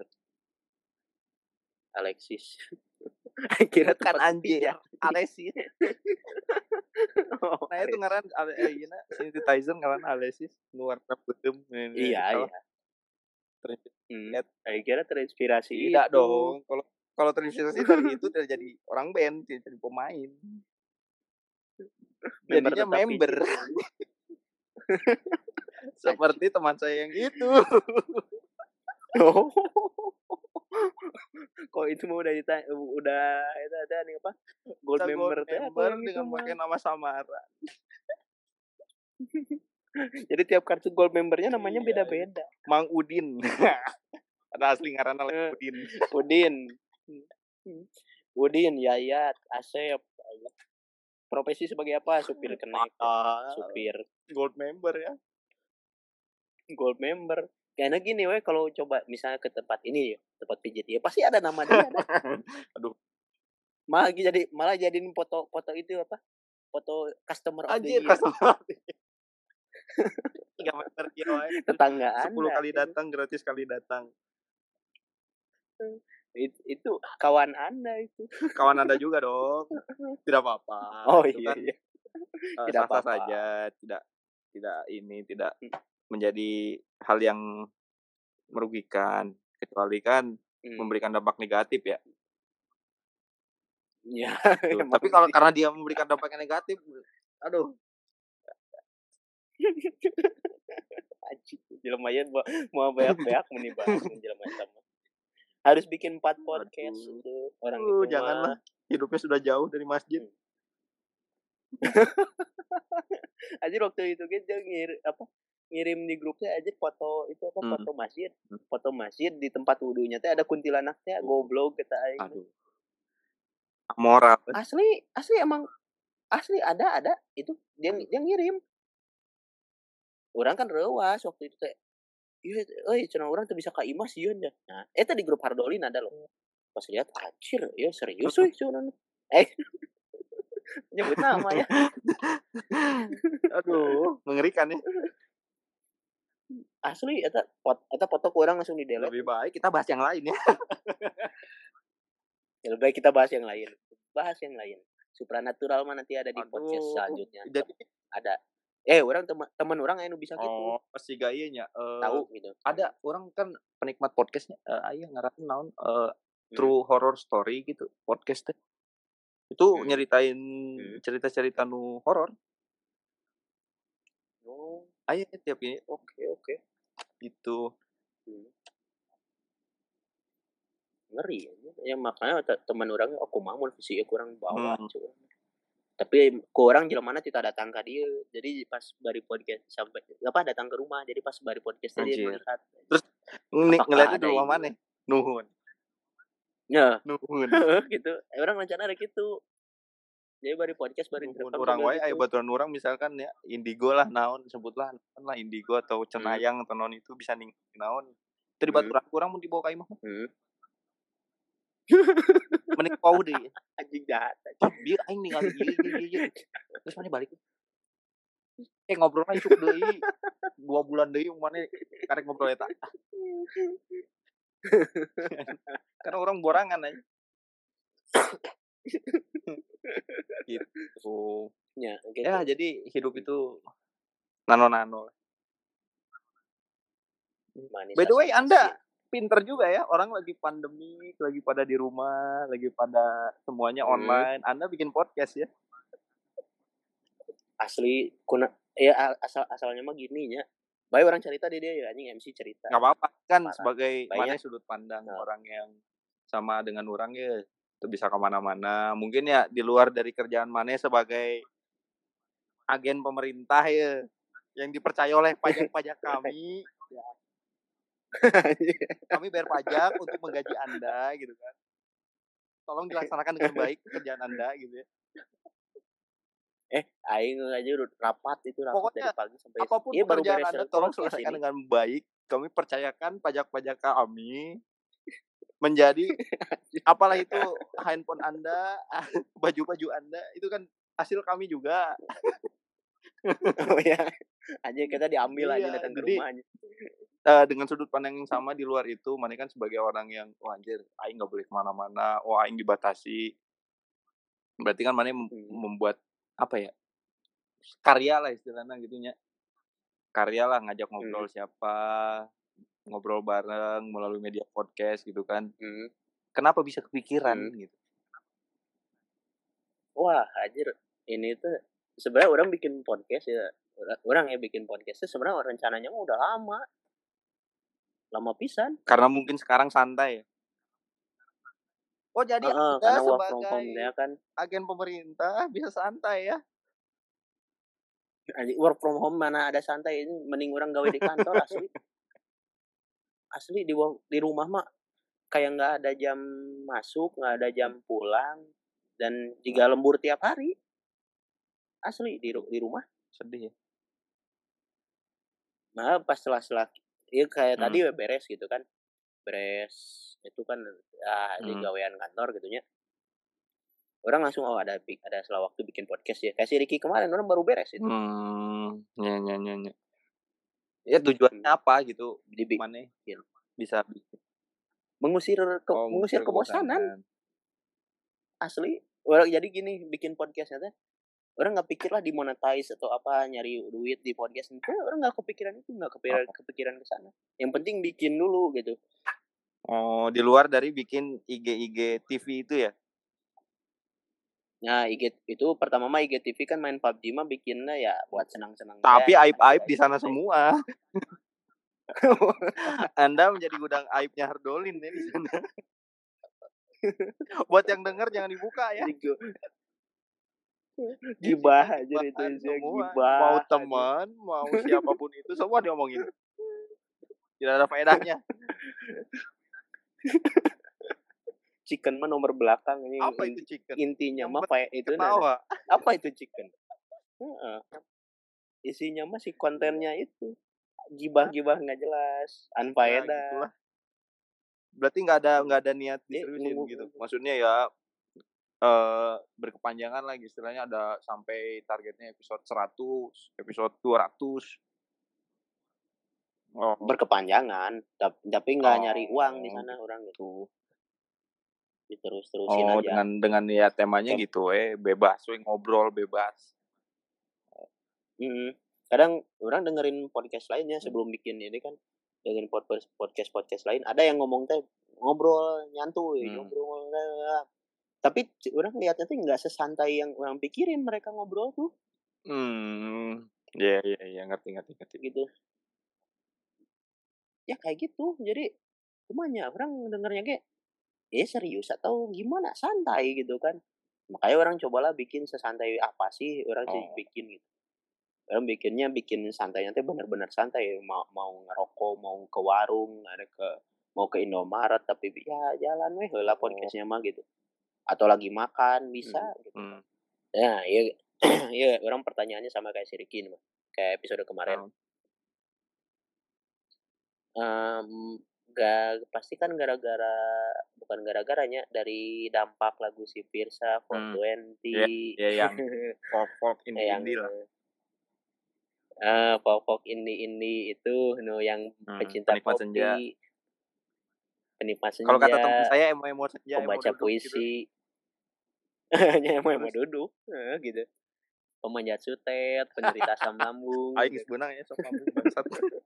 Speaker 2: Alexis.
Speaker 1: Kira kan anjir ya. Alexis. Oh, nah itu ngaran ayeuna synthesizer ngaran Alexis luar beuteum.
Speaker 2: Iya iya. Hmm. Saya kira terinspirasi
Speaker 1: tidak
Speaker 2: itu.
Speaker 1: dong. Kalau kalau terinspirasi dari itu tidak jadi orang band, tidak jadi pemain.
Speaker 2: Member
Speaker 1: jadinya member. Seperti teman saya yang itu.
Speaker 2: Oh. Kok itu mau udah ditanya, udah itu ada nih apa? Gold
Speaker 1: Kita
Speaker 2: member
Speaker 1: teh dengan pakai nama samaran.
Speaker 2: Jadi tiap kartu gold membernya namanya iya, beda-beda.
Speaker 1: Mang Udin. Ada asli ngaranna uh, Udin.
Speaker 2: Udin. Udin, Yayat, Asep. Profesi sebagai apa? Supir kenaik.
Speaker 1: Uh,
Speaker 2: supir
Speaker 1: gold member ya.
Speaker 2: Gold member. Kayaknya gini weh kalau coba misalnya ke tempat ini ya, tempat pijit ya pasti ada nama dia.
Speaker 1: Aduh.
Speaker 2: Malah jadi malah jadiin foto-foto itu apa? Foto customer of the year.
Speaker 1: Customer. Tiga meter dia wae.
Speaker 2: Tetanggaan.
Speaker 1: Sepuluh kali datang gratis kali datang.
Speaker 2: It, itu kawan Anda itu.
Speaker 1: Kawan Anda juga dong. Tidak apa-apa.
Speaker 2: Oh
Speaker 1: itu
Speaker 2: iya.
Speaker 1: Kan,
Speaker 2: iya.
Speaker 1: Uh, tidak apa-apa saja, tidak tidak ini tidak menjadi hal yang merugikan kecuali kan hmm. memberikan dampak negatif ya.
Speaker 2: Ya.
Speaker 1: Tuh, tapi kalau karena dia memberikan dampak yang negatif, aduh.
Speaker 2: Anjir, jelema ieu mau beak-beak meni bahas jelema sama. harus bikin empat podcast itu orang
Speaker 1: uh,
Speaker 2: itu
Speaker 1: janganlah mah. Hidupnya sudah jauh dari masjid. Hmm.
Speaker 2: Anjir waktu itu kita ngir apa ngirim di grupnya aja foto itu apa hmm. foto masjid hmm. foto masjid di tempat wudunya teh ada kuntilanaknya goblok kita aing.
Speaker 1: Aduh. Moral.
Speaker 2: Asli asli emang asli ada ada itu dia Aduh. dia ngirim. Orang kan rewas waktu itu teh. Iya, euy cenah urang teh bisa ka imah sieun dah. Nah, eta di grup Hardolin ada loh. Pas lihat anjir, ya serius euy cenah. Eh. Nyebut nama ya.
Speaker 1: Aduh, mengerikan ya.
Speaker 2: Asli eta foto eta foto ku urang langsung di-delete.
Speaker 1: Lebih baik kita bahas yang lain ya.
Speaker 2: Ya lebih baik kita bahas yang lain. Bahas yang lain. Supranatural mah nanti ada di Aduh, podcast selanjutnya. Jadi ada Eh, orang teman teman orang anu bisa gitu.
Speaker 1: Oh, pasti gayanya. Uh,
Speaker 2: Tahu gitu.
Speaker 1: Ada orang kan penikmat podcastnya. Uh, aya ngaranna naon? Uh, hmm. True Horror Story gitu podcast teh. Itu hmm. nyeritain hmm. cerita-cerita nu horor.
Speaker 2: Oh,
Speaker 1: aya tiap ini.
Speaker 2: Oke, okay, oke. Okay.
Speaker 1: Gitu.
Speaker 2: Hmm. Ngeri ya. Ya makanya teman orang aku mah mun visi kurang bawa hmm. cuy. Tapi ku orang jelemana tidak datang ke dia. Jadi pas bari podcast sampai apa datang ke rumah. Jadi pas bari podcast dia melihat.
Speaker 1: Terus ngeliatnya di rumah mana? Nuhun.
Speaker 2: Ya.
Speaker 1: Nuhun.
Speaker 2: Gitu. Orang rencana ada gitu. Jadi bari podcast bari
Speaker 1: direkam. Orang wae aya baturan orang misalkan ya Indigo lah naon sebutlah lah Indigo atau Cenayang hmm. atau naon itu bisa ning naon. Tadi baturan hmm. urang mun dibawa ka imah. Heeh. Menik pau deh
Speaker 2: anjing jahat
Speaker 1: biar aing ningali ieu terus mana balik eh ngobrol aja cuk deui dua bulan deui mana karek ngobrol eta karena orang borangan aja gitu
Speaker 2: ya, gitu.
Speaker 1: Ya jadi hidup itu nano-nano. By the way Anda pinter juga ya, orang lagi pandemi, lagi pada di rumah, lagi pada semuanya online. Hmm. Anda bikin podcast ya?
Speaker 2: Asli, kuna ya asal asalnya mah gini nya. Baik orang cerita di dia ya, anjing M C cerita.
Speaker 1: Gak apa-apa kan, parah. Sebagai mana sudut pandang nah. orang yang sama dengan orang ya, itu bisa kemana-mana. Mungkin ya di luar dari kerjaan mana sebagai agen pemerintah ya, yang dipercaya oleh pajak-pajak kami. Ya. Kami bayar pajak untuk menggaji Anda gitu kan. Tolong dilaksanakan dengan baik pekerjaan Anda gitu ya.
Speaker 2: Eh, aing aja rapat itu rapat
Speaker 1: Pokoknya,
Speaker 2: dari pagi sampai
Speaker 1: apapun
Speaker 2: iya,
Speaker 1: pekerjaan Anda tolong selesaikan dengan baik. Kami percayakan pajak-pajak kami menjadi apalah itu handphone Anda, baju-baju Anda itu kan hasil kami juga.
Speaker 2: Oh ya. Aja kita diambil iya, aja datang ke rumahnya.
Speaker 1: Uh, dengan sudut pandang yang sama di luar itu, mana kan sebagai orang yang oh anjir, aing enggak boleh kemana mana, oh aing dibatasi. Berarti kan mana mem- hmm. membuat apa ya? Karya lah istilahnya gitunya. Karya lah ngajak ngobrol hmm. siapa, ngobrol bareng melalui media podcast gitu kan. Hmm. Kenapa bisa kepikiran hmm. gitu?
Speaker 2: Wah, anjir, ini tuh sebenarnya orang bikin podcast ya. Orang yang bikin podcast itu sebenarnya rencananya mah udah lama. Lama pisan.
Speaker 1: Karena mungkin sekarang santai ya. Oh jadi
Speaker 2: uh,
Speaker 1: Anda
Speaker 2: sebagai
Speaker 1: home, ya kan? Agen pemerintah bisa santai ya.
Speaker 2: Work from home mana ada santai, ini mending orang gawe di kantor asli. Asli di di rumah mah kayak nggak ada jam masuk, nggak ada jam pulang, dan juga lembur tiap hari. Asli di di rumah
Speaker 1: sedih ya.
Speaker 2: Nah pas setelah-setelah ya kayak hmm. tadi beres gitu kan, beres itu kan ya di hmm. gawean kantor gitunya. Orang langsung oh ada ada setelah waktu bikin podcast ya. Kayak si Ricky kemarin orang baru beres itu.
Speaker 1: Hmm, ya ya ya ya. Ya tujuannya hmm. apa gitu? Di mana ya. Bisa bikin.
Speaker 2: Mengusir ke, oh, mengusir kebosanan. Asli. Orang jadi gini bikin podcastnya teh. Orang nggak pikir lah dimonetize atau apa nyari duit di podcast itu. Orang nggak kepikiran itu, nggak kepikiran oh. kepikiran ke sana. Yang penting bikin dulu gitu.
Speaker 1: Oh, di luar dari bikin I G I G T V itu ya?
Speaker 2: Nah, I G itu pertama mah I G T V kan main P U B G mah bikinnya ya buat senang-senang.
Speaker 1: Tapi aib-aib di sana semua. Anda menjadi gudang aibnya Hardolin ya di sana. Buat yang dengar jangan dibuka ya.
Speaker 2: Gibah aja itu
Speaker 1: semua.
Speaker 2: gibah.
Speaker 1: Mau teman, mau siapapun itu semua diomongin. Tidak ada faedahnya.
Speaker 2: Chicken mah nomor belakang ini.
Speaker 1: Apa itu chicken?
Speaker 2: Intinya mah kayak itu
Speaker 1: ketawa.
Speaker 2: Apa itu chicken? Heeh. Isinya mah si kontennya itu gibah-gibah nggak jelas, unfaedah.
Speaker 1: Nah, berarti nggak ada nggak ada niat diseriusin gitu. Maksudnya ya eh, berkepanjangan lagi istilahnya ada sampai targetnya episode seratus, episode dua ratus.
Speaker 2: Oh. Berkepanjangan, tapi nggak oh. nyari uang di sana orang gitu. Diterus-terusin
Speaker 1: oh,
Speaker 2: aja.
Speaker 1: dengan dengan ya temanya Tem- gitu eh bebas, we ngobrol bebas.
Speaker 2: Mm-hmm. Kadang orang dengerin podcast lainnya sebelum bikin ini kan, dengerin podcast podcast podcast lain ada yang ngomong teh ngobrol nyantuy, hmm. ngobrol. Tapi orang lihatnya tuh nggak sesantai yang orang pikirin mereka ngobrol tuh.
Speaker 1: Hmm, ya ya ya ngerti ngerti ngerti
Speaker 2: gitu. Ya kayak gitu. Jadi kumanya orang dengernya kayak eh serius atau gimana santai gitu kan. Makanya orang cobalah bikin sesantai apa sih orang oh. bikin gitu. Orang bikinnya bikin santainya tuh benar-benar santai. Mau mau ngerokok, mau ke warung, ada ke mau ke Indomaret tapi ya jalan weh heula podcastnya mah gitu. Atau lagi makan bisa hmm. gitu. Hmm. Nah, iya iya orang pertanyaannya sama kayak si Ricky mah. Kayak episode kemarin. Hmm. Um, gak pasti kan gara-gara bukan gara-garanya dari dampak lagu si Pirsa four twenty
Speaker 1: hmm. ya, ya yang folk indie lah
Speaker 2: ah uh, folk indie indie itu no yang hmm, pecinta
Speaker 1: penikmat
Speaker 2: kopi
Speaker 1: senja.
Speaker 2: penikmat senja
Speaker 1: kalau kata teman saya emo-emo senja
Speaker 2: pembaca
Speaker 1: emo
Speaker 2: puisi hanya gitu. emo-emo duduk nah, gitu pemanjat sutet penderita asam lambung
Speaker 1: aing sebenarnya ya asam lambung bangsat.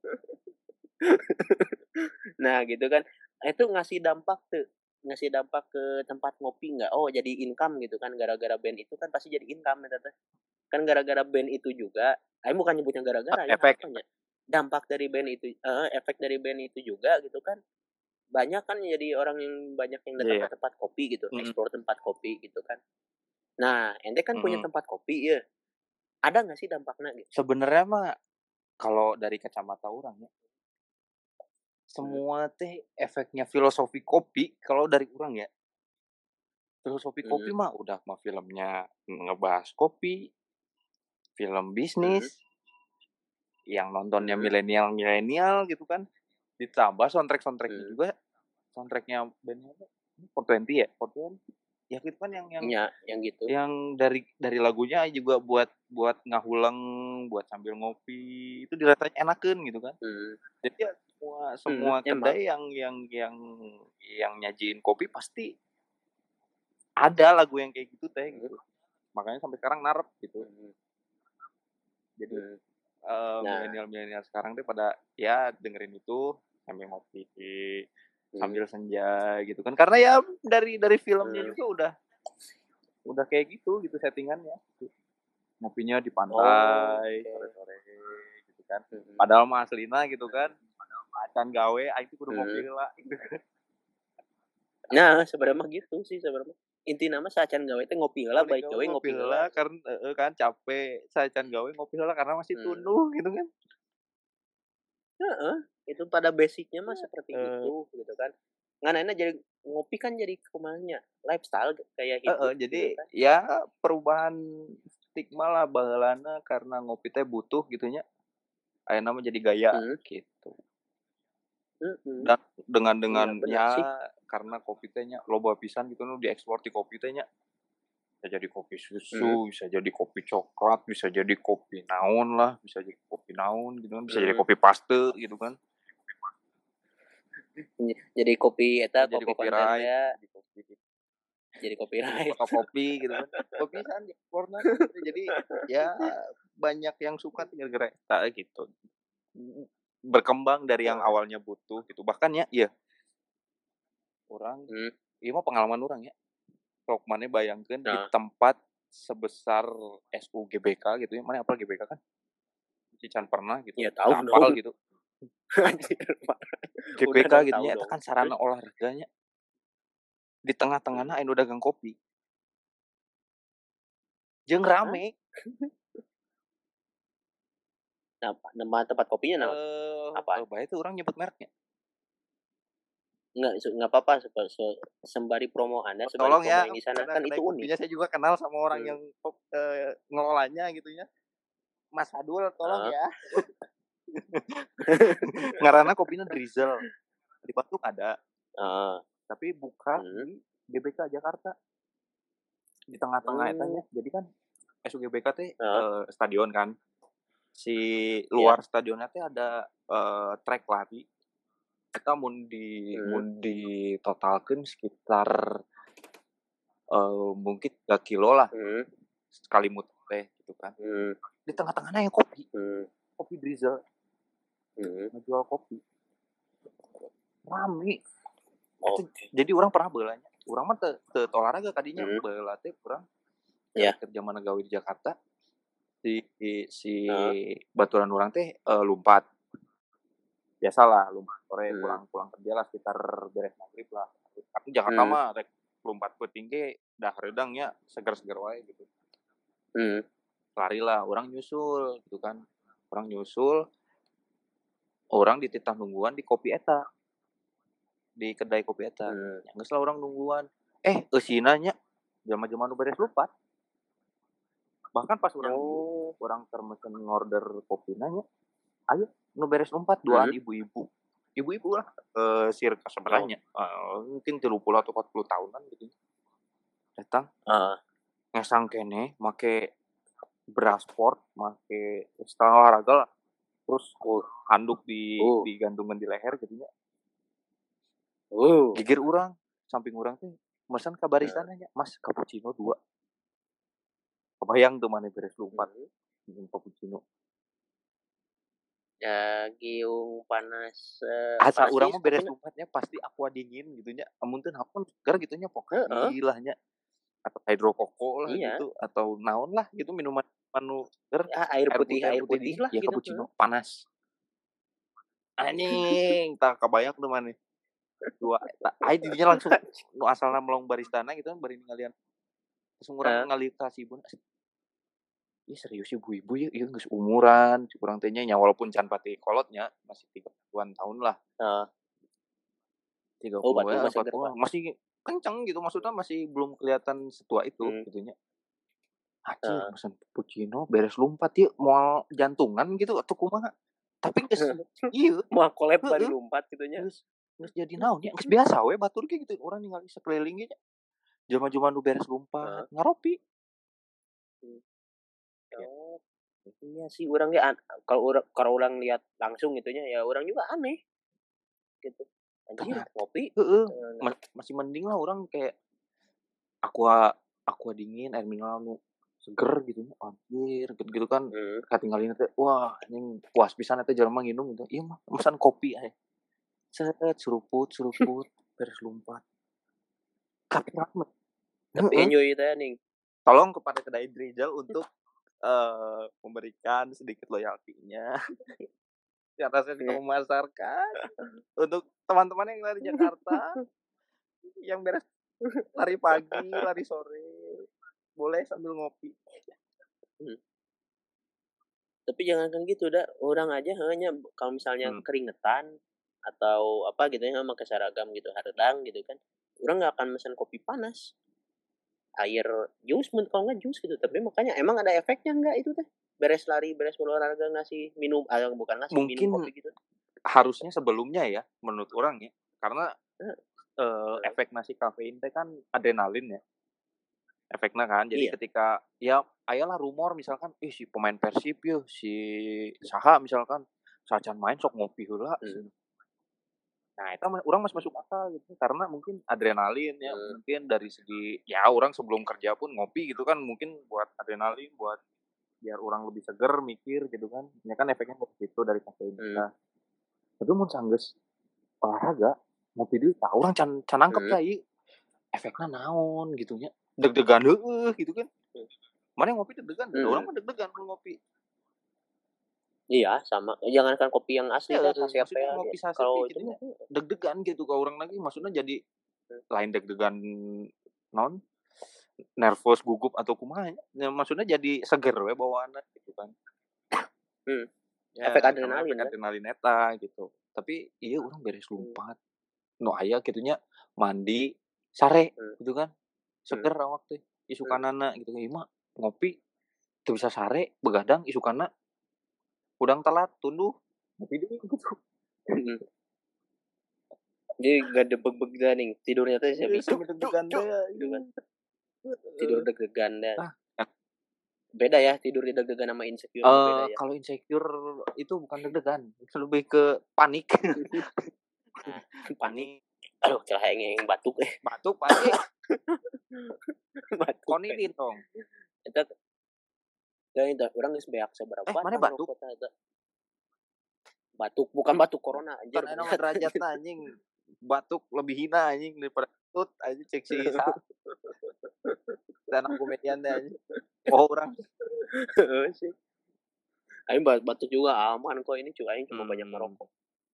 Speaker 2: Nah gitu kan itu ngasih dampak tuh ngasih dampak ke tempat ngopi nggak oh jadi income gitu kan gara-gara band itu kan pasti jadi income ya teh kan gara-gara band itu juga ayo bukan nyebutnya gara-gara ya
Speaker 1: efek
Speaker 2: apanya dampak dari band itu uh, efek dari band itu juga gitu kan banyak kan jadi orang yang banyak yang datang yeah. ke tempat kopi gitu mm-hmm. eksplor tempat kopi gitu kan nah ente kan mm-hmm. punya tempat kopi ya ada nggak sih dampaknya gitu
Speaker 1: sebenarnya mah kalau dari kacamata orang ya semua teh efeknya filosofi kopi kalau dari orang ya filosofi hmm. kopi mah udah mah filmnya ngebahas kopi film bisnis hmm. yang nontonnya hmm. milenial milenial gitu kan ditambah soundtrack soundtracknya hmm. juga soundtracknya bandnya four twenty ya four twenty ya gitu kan yang yang
Speaker 2: ya, yang gitu
Speaker 1: yang dari dari lagunya juga buat buat ngahulang buat sambil ngopi itu dirasanya enakeun gitu kan hmm. jadi ya semua semua hmm, kedai yang yang yang yang nyajiin kopi pasti ada lagu yang kayak gitu teh gitu makanya sampai sekarang narep gitu hmm. jadi hmm. uh, nah. milenial milenial sekarang tuh pada ya dengerin itu sambil ngopi hmm. sambil senja gitu kan karena ya dari dari filmnya hmm. juga udah udah kayak gitu gitu settingannya ngopinya di pantai sore-sore oh. gitu kan hmm. padahal mah aslina gitu kan acan gawe aing tuh kudu ngopi heula gitu kan
Speaker 2: nah sebenarnya gitu sih sebenarnya inti nama sacan gawe teh ngopi heula baik gawe ngopi heula
Speaker 1: karena uh, kan capek sacan gawe ngopi heula karena masih tunduh hmm. gitu kan
Speaker 2: heeh itu pada basicnya mah seperti uh. itu gitu kan nganana jadi ngopi kan jadi kemana lifestyle kayak hidup
Speaker 1: uh, uh, jadi gitu kan? Ya perubahan stigma lah baheulana karena ngopi teh butuh gitunya ayeuna mah jadi gaya hmm. gitu hmm. dan dengan dengan ya, ya karena kopi tehnya loba pisan gitu nu diekspor di kopi tehnya bisa jadi kopi susu hmm. bisa jadi kopi coklat bisa jadi kopi naon lah bisa jadi kopi naon gitu kan bisa hmm. jadi kopi paste gitu kan
Speaker 2: jadi kopi eta
Speaker 1: jadi
Speaker 2: kopi
Speaker 1: copyright
Speaker 2: ya jadi copyright
Speaker 1: foto kopi gitu kan kopi san warna jadi ya banyak yang suka gara-gara eta gitu berkembang dari yang awalnya butuh gitu bahkan ya iya orang hmm. iya mah pengalaman orang ya kalau mana bayangkan nah. di tempat sebesar S U G B K gitu ya mana apal G B K kan Cican pernah gitu
Speaker 2: ya tahu
Speaker 1: apal gitu G B K gitu nya, itu kan sarana olahraganya. Di tengah-tengahna anu dagang kopi. Jeung rame.
Speaker 2: Nah, nama tempat kopinya naon?
Speaker 1: Uh,
Speaker 2: Apaan?
Speaker 1: Apa itu orang nyebut mereknya?
Speaker 2: Enggak, enggak apa-apa sembari promo Anda, sembari
Speaker 1: Tolong
Speaker 2: promo
Speaker 1: ya,
Speaker 2: yang di sana kan itu unik.
Speaker 1: Kopinya saya juga kenal sama orang hmm. yang uh, ngelolanya gitu ya. Mas Adul, tolong uh. ya. Ngaranna kopinya Drizzle. Di Bandung ada. Uh. Tapi buka hmm. di G B K Jakarta. Di tengah-tengah hmm. etanya. Jadi kan S U G B K teh uh. uh, stadion kan. Si luar yeah. stadionnya teh ada uh, trek lari. Kita mun di hmm. mun di totalkeun sekitar uh, mungkin tiga kilo lah. Hmm. Sekali muter teh gitu kan. Hmm. Di tengah-tengahnya yang kopi. Hmm. Kopi Drizzle. Hmm. Ngejual kopi. Rame. Okay. Jadi orang pernah beulanya. Urang mah teu teu olahraga kadinya hmm. beula teh urang. Ya, yeah. Kerja mana gawe di Jakarta. Si si uh. baturan orang teh uh, lompat. Biasalah lompat sore hmm. pulang-pulang kerja lah sekitar beres maghrib lah. Tapi Jakarta hmm. mah rek lompat peuting ge dah redang nya seger-seger wae gitu. Hmm. Lari lah, orang nyusul gitu kan. Orang nyusul. Orang dititah nungguan di kopi eta. Di kedai kopi eta. Hmm. Ya geus lah orang nungguan. Eh, eusina nya jama-jama nu beres lompat. Bahkan pas orang oh. orang termesen ngorder kopi nanya, ayo nu beres lompat duaan hmm. ibu-ibu, ibu-ibu lah, uh, circa sebenarnya, oh. uh, mungkin tiga puluh atau empat puluh tahunan gitu, datang, uh. ngesang kene, make beras sport, make setelah olahraga lah, terus uh, handuk di uh. digantungkan di leher gitunya, uh. gigir orang, samping orang tuh, mesen ke barista uh. nanya, mas cappuccino dua. Kebayang tuh mana beres lompat minum cappuccino.
Speaker 2: Ya giung panas. Uh,
Speaker 1: Asa urang mah beres lompatnya pasti aqua dingin gitunya. Amun teu napon seger gitunya pokoknya uh-uh. nya. Atau hidro koko lah iya. gitu atau naon lah gitu minuman anu seger.
Speaker 2: Ya, air putih air putih, air putih, putih lah
Speaker 1: ya, gitu. Ya cappuccino uh. panas. Anjing, tak kebayang tuh mana. Dua eta ai didinya langsung nu asalna melong baristana gitu kan bari ngalian. Langsung urang uh. ngalih ka si ibuna. Ih serius ibu-ibu ya, ieu geus umuran, kurang teh nya walaupun can pati kolotnya masih tiga puluhan tahun lah. Heeh. tiga puluh oh, ya, empat puluh masih kenceng gitu maksudnya masih belum kelihatan setua itu hmm. gitu nya. Anjing uh. pesan cappuccino beres lompat ieu moal jantungan gitu atau kumaha. Tapi geus ieu
Speaker 2: moal kolep bari lompat gitu nya.
Speaker 1: Geus geus jadi naon nya, geus biasa we batur ge gitu urang ningali sekeliling ge nya. Jelema-jelema nu beres lompat, uh. ngaropi.
Speaker 2: Hmm. Oh, iya sih orang ya kalau orang kalau orang lihat langsung gitunya ya orang juga aneh gitu. Anjir kopi
Speaker 1: heeh uh, masih mending lah orang kayak aqua aqua dingin air mineral nu seger gitu anjir gitu, gitu kan hmm. katinggalin teh wah anjing puas pisan eta jelema nginum gitu ieu mah pesan kopi ae set suruput suruput beres lompat tapi rame
Speaker 2: tapi enjoy teh ning
Speaker 1: tolong kepada kedai Drizzle untuk Uh, memberikan sedikit loyalty-nya karena saya juga memasarkan untuk teman-teman yang lari Jakarta yang beres lari pagi, lari sore boleh sambil ngopi.
Speaker 2: Hmm. Tapi jangan kan gitu dah orang aja hanya kalau misalnya hmm. keringetan atau apa gitu ya pakai seragam gitu hardang gitu kan orang nggak akan mesen kopi panas. Air jus kalau nggak jus gitu tapi makanya emang ada efeknya nggak itu teh beres lari beres olahraga ngasih minum ah, bukan ngasih
Speaker 1: mungkin
Speaker 2: minum kopi gitu
Speaker 1: harusnya sebelumnya ya menurut orang ya karena uh, uh, efek nasi kafein teh kan adrenalin ya efeknya kan jadi iya. Ketika ya ayolah rumor misalkan ih si pemain Persib yo si saha misalkan sacan main sok ngopi heula hmm. Nah, itu orang masih masuk akal gitu karena mungkin adrenalin ya, hmm. mungkin dari segi ya orang sebelum kerja pun ngopi gitu kan mungkin buat adrenalin buat biar orang lebih seger mikir gitu kan. Ya kan efeknya dari situ dari kafein. Hmm. Nah, tapi mun sanggeus olahraga ngopi deui tah urang can can nangkep hmm. ya efeknya naon gitu nya. Deg-degan heueuh gitu kan. Hmm. Mana ngopi deg-degan, hmm. orang mah deg-degan ngopi.
Speaker 2: Iya sama, jangankan kopi yang asli
Speaker 1: Ya,
Speaker 2: dah, sasetea
Speaker 1: maksudnya
Speaker 2: dia.
Speaker 1: ngopi
Speaker 2: Kalau
Speaker 1: sasetea
Speaker 2: itu
Speaker 1: jadinya
Speaker 2: mah
Speaker 1: deg-degan gitu ke orang lagi, maksudnya jadi
Speaker 2: Hmm.
Speaker 1: lain deg-degan naon, nervous, gugup atau kumaha nya, maksudnya jadi seger we bawaanna gitu kan.
Speaker 2: Hmm,
Speaker 1: Ya,
Speaker 2: efek
Speaker 1: karena efek
Speaker 2: adrenalin kan.
Speaker 1: adrenalin eta gitu. Tapi ieu urang beres
Speaker 2: Hmm.
Speaker 1: lumpat, nu aya kitunya mandi sare
Speaker 2: Hmm.
Speaker 1: gitu kan,
Speaker 2: Hmm.
Speaker 1: seger awak teh,
Speaker 2: Hmm.
Speaker 1: isukanana gitu. Ieu mah ngopi teu bisa sare, begadang isukanna udang telat, tunduh, ngopi deui gitu.
Speaker 2: Mhm. Jadi gak ada beg-beganing, tidurnya teh
Speaker 1: Iya,
Speaker 2: sambil cuk
Speaker 1: sambil
Speaker 2: cuk
Speaker 1: deg-degan
Speaker 2: cuk
Speaker 1: teh
Speaker 2: gitu kan.
Speaker 1: anjing.
Speaker 2: Tidur
Speaker 1: Heeh.
Speaker 2: deg-degan dah.
Speaker 1: Ah, kan
Speaker 2: Beda ya tidur deg-degan sama insecure mah beda
Speaker 1: Eee,
Speaker 2: ya.
Speaker 1: kalau insecure itu bukan deg-degan, lebih ke panik.
Speaker 2: Nah, panik.
Speaker 1: Panik.
Speaker 2: Aduh celah aing yang batuk eh.
Speaker 1: Batuk Pak Haji.
Speaker 2: Batuk
Speaker 1: Konidin dong.
Speaker 2: Eta da eta urang geus beak sabaraha
Speaker 1: Eh, mana
Speaker 2: batang
Speaker 1: batuk?
Speaker 2: rokok teh eta. Batuk, bukan batuk corona anjir.
Speaker 1: Kan eta mah derajatna anjing. Batuk lebih hina anjing daripada kentut anjing cek si Isa. Stand up comedian teh anjing. Poho urang.
Speaker 2: Heeh sih. Aing ba batuk juga aman kok ini cu aing cuma banyak
Speaker 1: Hmm.
Speaker 2: merokok.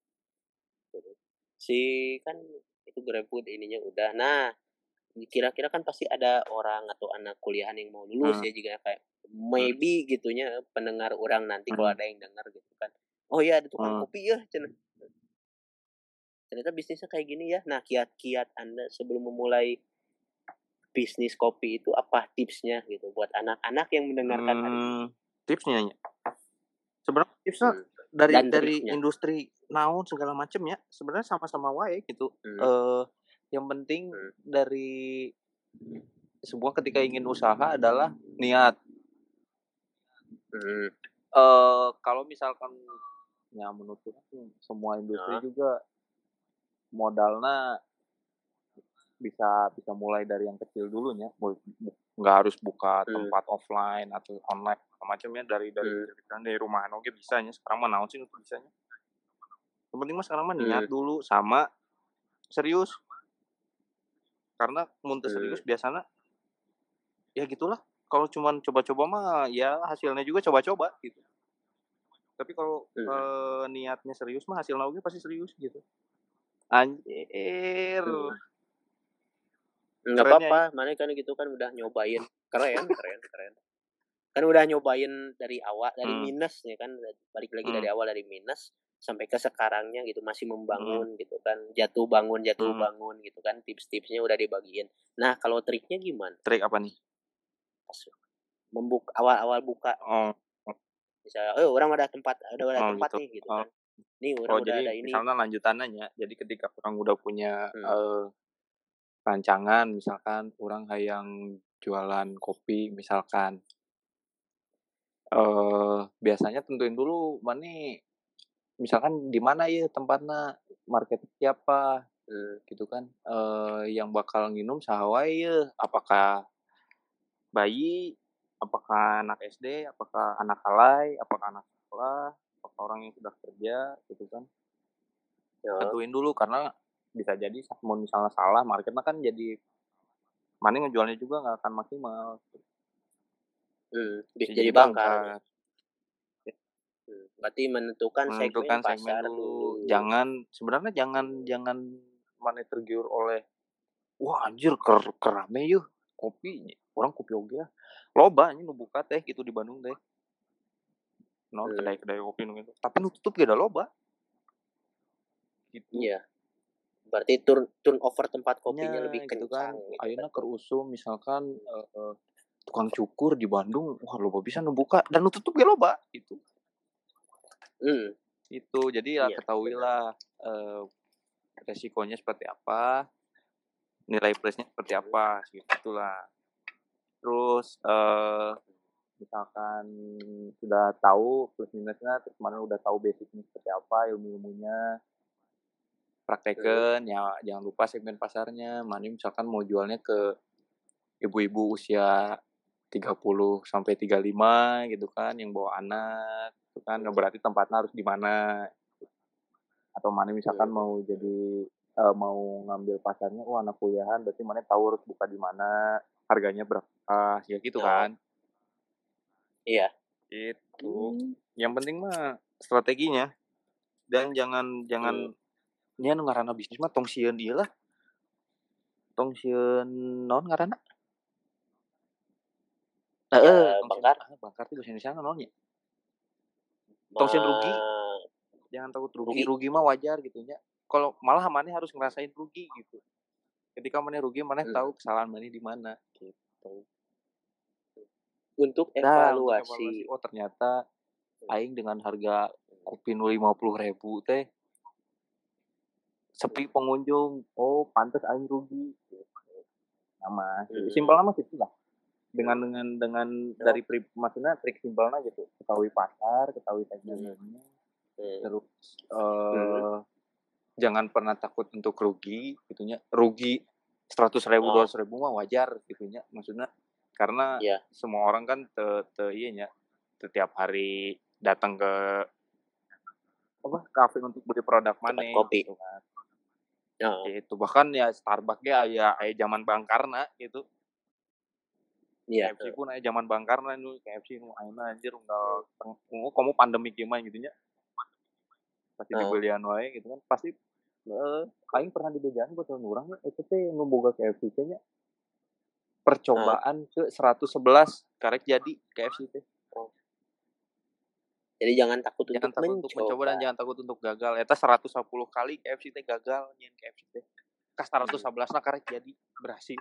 Speaker 2: Si kan itu GrabFood ininya udah. Nah, kira-kira kan pasti ada orang atau anak kuliahan yang mau lulus
Speaker 1: Hmm.
Speaker 2: ya jika kayak
Speaker 1: Hmm.
Speaker 2: maybe gitunya pendengar orang nanti kalau
Speaker 1: Hmm.
Speaker 2: ada yang dengar gitu kan. Oh iya ada tukang
Speaker 1: Hmm.
Speaker 2: kopi ya cenah. Ternyata bisnisnya kayak gini ya. Nah, kiat-kiat Anda sebelum memulai bisnis kopi itu apa tipsnya gitu buat anak-anak yang mendengarkan hari ini?
Speaker 1: Hmm, tipsnya nya. Sebenarnya tipsnya
Speaker 2: Hmm.
Speaker 1: dari
Speaker 2: Dan
Speaker 1: dari
Speaker 2: triknya.
Speaker 1: industri naon segala macem ya, sebenarnya sama-sama wae gitu.
Speaker 2: Hmm.
Speaker 1: Eh, yang penting
Speaker 2: Hmm.
Speaker 1: dari semua ketika ingin usaha adalah niat.
Speaker 2: Hmm.
Speaker 1: Eh, kalau misalkan ya menurut semua industri
Speaker 2: Nah.
Speaker 1: juga modalnya bisa bisa mulai dari yang kecil dulunya, nggak harus buka
Speaker 2: Hmm.
Speaker 1: tempat offline atau online macamnya dari dari
Speaker 2: Hmm.
Speaker 1: dari rumahan oke bisanya. Sekarang mah naon sih untuk bisanya. Yang penting mah sekarang mah niat
Speaker 2: Hmm.
Speaker 1: dulu sama serius. Karena mun teu
Speaker 2: Hmm.
Speaker 1: serius biasana ya gitulah. Kalau cuman coba-coba mah ya hasilnya juga coba-coba gitu. Tapi kalau
Speaker 2: Hmm.
Speaker 1: eee, niatnya serius mah hasilna oge pasti serius gitu. Anjir.
Speaker 2: Hmm. Nggak
Speaker 1: Keren ya.
Speaker 2: apa-apa, mana kan gitu kan udah nyobain. Keren, keren, keren. Kan udah nyobain dari awal, dari
Speaker 1: Hmm.
Speaker 2: minus ya kan, balik lagi
Speaker 1: Hmm.
Speaker 2: dari awal dari minus sampai ke sekarangnya gitu, masih
Speaker 1: Hmm.
Speaker 2: membangun gitu kan. Jatuh bangun, jatuh
Speaker 1: Hmm.
Speaker 2: bangun gitu kan, tips-tipsnya udah dibagiin. Nah, kalau triknya gimana?
Speaker 1: Trik apa nih?
Speaker 2: Membuk awal-awal buka.
Speaker 1: Oh.
Speaker 2: Misalnya, "Oh, orang ada tempat, ada ada
Speaker 1: Oh
Speaker 2: tempat
Speaker 1: gitu.
Speaker 2: nih," gitu
Speaker 1: Oh.
Speaker 2: kan. "Nih,
Speaker 1: Oh
Speaker 2: orang udah
Speaker 1: jadi
Speaker 2: ada ini."
Speaker 1: misalnya lanjutannya nya, jadi ketika orang udah punya
Speaker 2: Hmm.
Speaker 1: eee, rancangan misalkan urang hayang jualan kopi misalkan. Eee, biasanya tentuin dulu maneh misalkan di mana ieu tempatna, marketnya siapa,
Speaker 2: Hmm.
Speaker 1: gitu kan. Eee, yang bakal nginum saha wae ieu, apakah bayi, apakah anak S D, apakah anak alay, apakah anak sekolah, apakah orang yang sudah kerja gitu kan.
Speaker 2: Heeh.
Speaker 1: Tentuin dulu karena bisa jadi mun misalnya salah marketna kan jadi maneh ngejualnya juga nggak akan maksimal.
Speaker 2: Hmm,
Speaker 1: Bisa
Speaker 2: bisa
Speaker 1: jadi
Speaker 2: jadi bangkar.
Speaker 1: bangkar.
Speaker 2: Hmm, berarti menentukan segmen
Speaker 1: Menentukan segmen
Speaker 2: pasar
Speaker 1: dulu.
Speaker 2: dulu.
Speaker 1: Jangan sebenarnya jangan jangan maneh tergiur oleh, "Wah anjir ker keur rame yeuh kopi, urang kopi oge ah." Loba anjing nu buka teh gitu di Bandung teh. Naon
Speaker 2: Hmm.
Speaker 1: kedai-kedai kopi nu gitu, tapi nu tutup ge da loba. Gitu.
Speaker 2: Iya. Berarti turn turnover tempat kopinya
Speaker 1: Nya
Speaker 2: lebih
Speaker 1: gitu
Speaker 2: kencang
Speaker 1: kan.
Speaker 2: gitu
Speaker 1: Ayeuna
Speaker 2: kan.
Speaker 1: keur usum misalkan, eee, tukang cukur di Bandung, wah loba pisan nu buka dan nu tutup ge loba, gitu.
Speaker 2: Hmm.
Speaker 1: Gitu, jadi ya
Speaker 2: Iya, benar.
Speaker 1: ketahuilah, eee, resikonya seperti apa, nilai plusnya seperti
Speaker 2: Hmm.
Speaker 1: apa, gitulah. Terus, eee, misalkan sudah tahu plus minusnya, terus maneh udah tahu basic-nya seperti apa, ilmu-ilmunya,
Speaker 2: Hmm.
Speaker 1: praktekeun, ya jangan lupa segmen pasarnya. Maneh misalkan mau jualnya ke ibu-ibu usia tiga puluh sampai tiga puluh lima gitu kan, yang bawa anak, gitu kan. Nah berarti tempatnya harus di mana. Atau maneh misalkan
Speaker 2: Hmm.
Speaker 1: mau jadi eee, mau ngambil pasarnya, oh anak kuliahan berarti maneh tahu harus buka di mana, harganya berapa, ya gitu
Speaker 2: Oh.
Speaker 1: kan.
Speaker 2: Iya.
Speaker 1: Git gitu. Hmm. Yang penting mah strateginya. Dan jangan jangan hmm. nya nu ngaranna bisnis mah tong sieun ieu lah. Tong sieun naon ngaranna? Heeh,
Speaker 2: ya, bangkar.
Speaker 1: Ah, bangkar itu bahasa Indonesia naon nya? Tong sieun rugi. Jangan takut rugi. Rugi, rugi mah wajar gitu nya. Kalau malah maneh harus ngerasain rugi gitu. Ketika maneh rugi, maneh hmm. tahu kesalahan maneh di mana gitu.
Speaker 2: Untuk evaluasi. Nah, untuk evaluasi.
Speaker 1: Oh, ternyata aing dengan harga kopi nu lima puluh ribu teh sepi pengunjung. Oh, pantas aing rugi gitu. Nama, hmm. simpelnya mah gitu lah. Dengan dengan dengan oh. dari pri, maksudnya trik simpelnya gitu. Ketahui pasar, ketahui segmennya. Hmm. Terus uh, hmm. jangan pernah takut untuk rugi gitunya. Rugi seratus ribu, dua ratus ribu mah wajar gitunya. Maksudnya karena yeah. semua orang kan te, te iya nya setiap hari datang ke apa kafe untuk beli produk mana
Speaker 2: kopi
Speaker 1: gitu kan. Oh. Gitu. Bahkan ya Starbucks ya ya aya zaman Bangkarna gitu. Iya. Yeah. K F C pun aya zaman Bangkarna nu K F C nu ayeuna anjir unggal oh. kamu pandemi gimana gitu nya. Pasti oh. dibelian wae gitu kan. Pasti eh aing pernah dibelian buat orang itu teh nu boga K F C nya. Percobaan oh. ke seratus sebelas karek jadi K F C teh. Oh.
Speaker 2: Jadi jangan takut
Speaker 1: jangan
Speaker 2: untuk
Speaker 1: takut
Speaker 2: mencoba.
Speaker 1: untuk mencoba dan jangan takut untuk gagal. Eta seratus sepuluh kali K F C teh gagal nyen K F C teh. Ka seratus sebelas na karek jadi berhasil.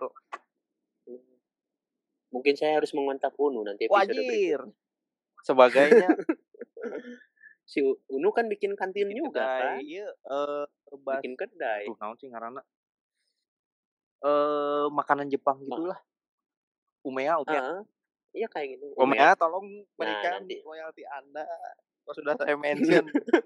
Speaker 2: Mungkin saya harus mengontak Unu nanti episode
Speaker 1: Wajir. Sebagainya
Speaker 2: si Unu kan bikin kantin bikin juga kedai, kan?
Speaker 1: Iya, uh,
Speaker 2: bikin kedai.
Speaker 1: Tuh naon sih ngaranna? Eh uh, makanan Jepang gitulah. Umea, Umea.
Speaker 2: Uh, iya kayak gitu.
Speaker 1: Umea, tolong berikan nah, royalti Anda. Kalau sudah saya mention.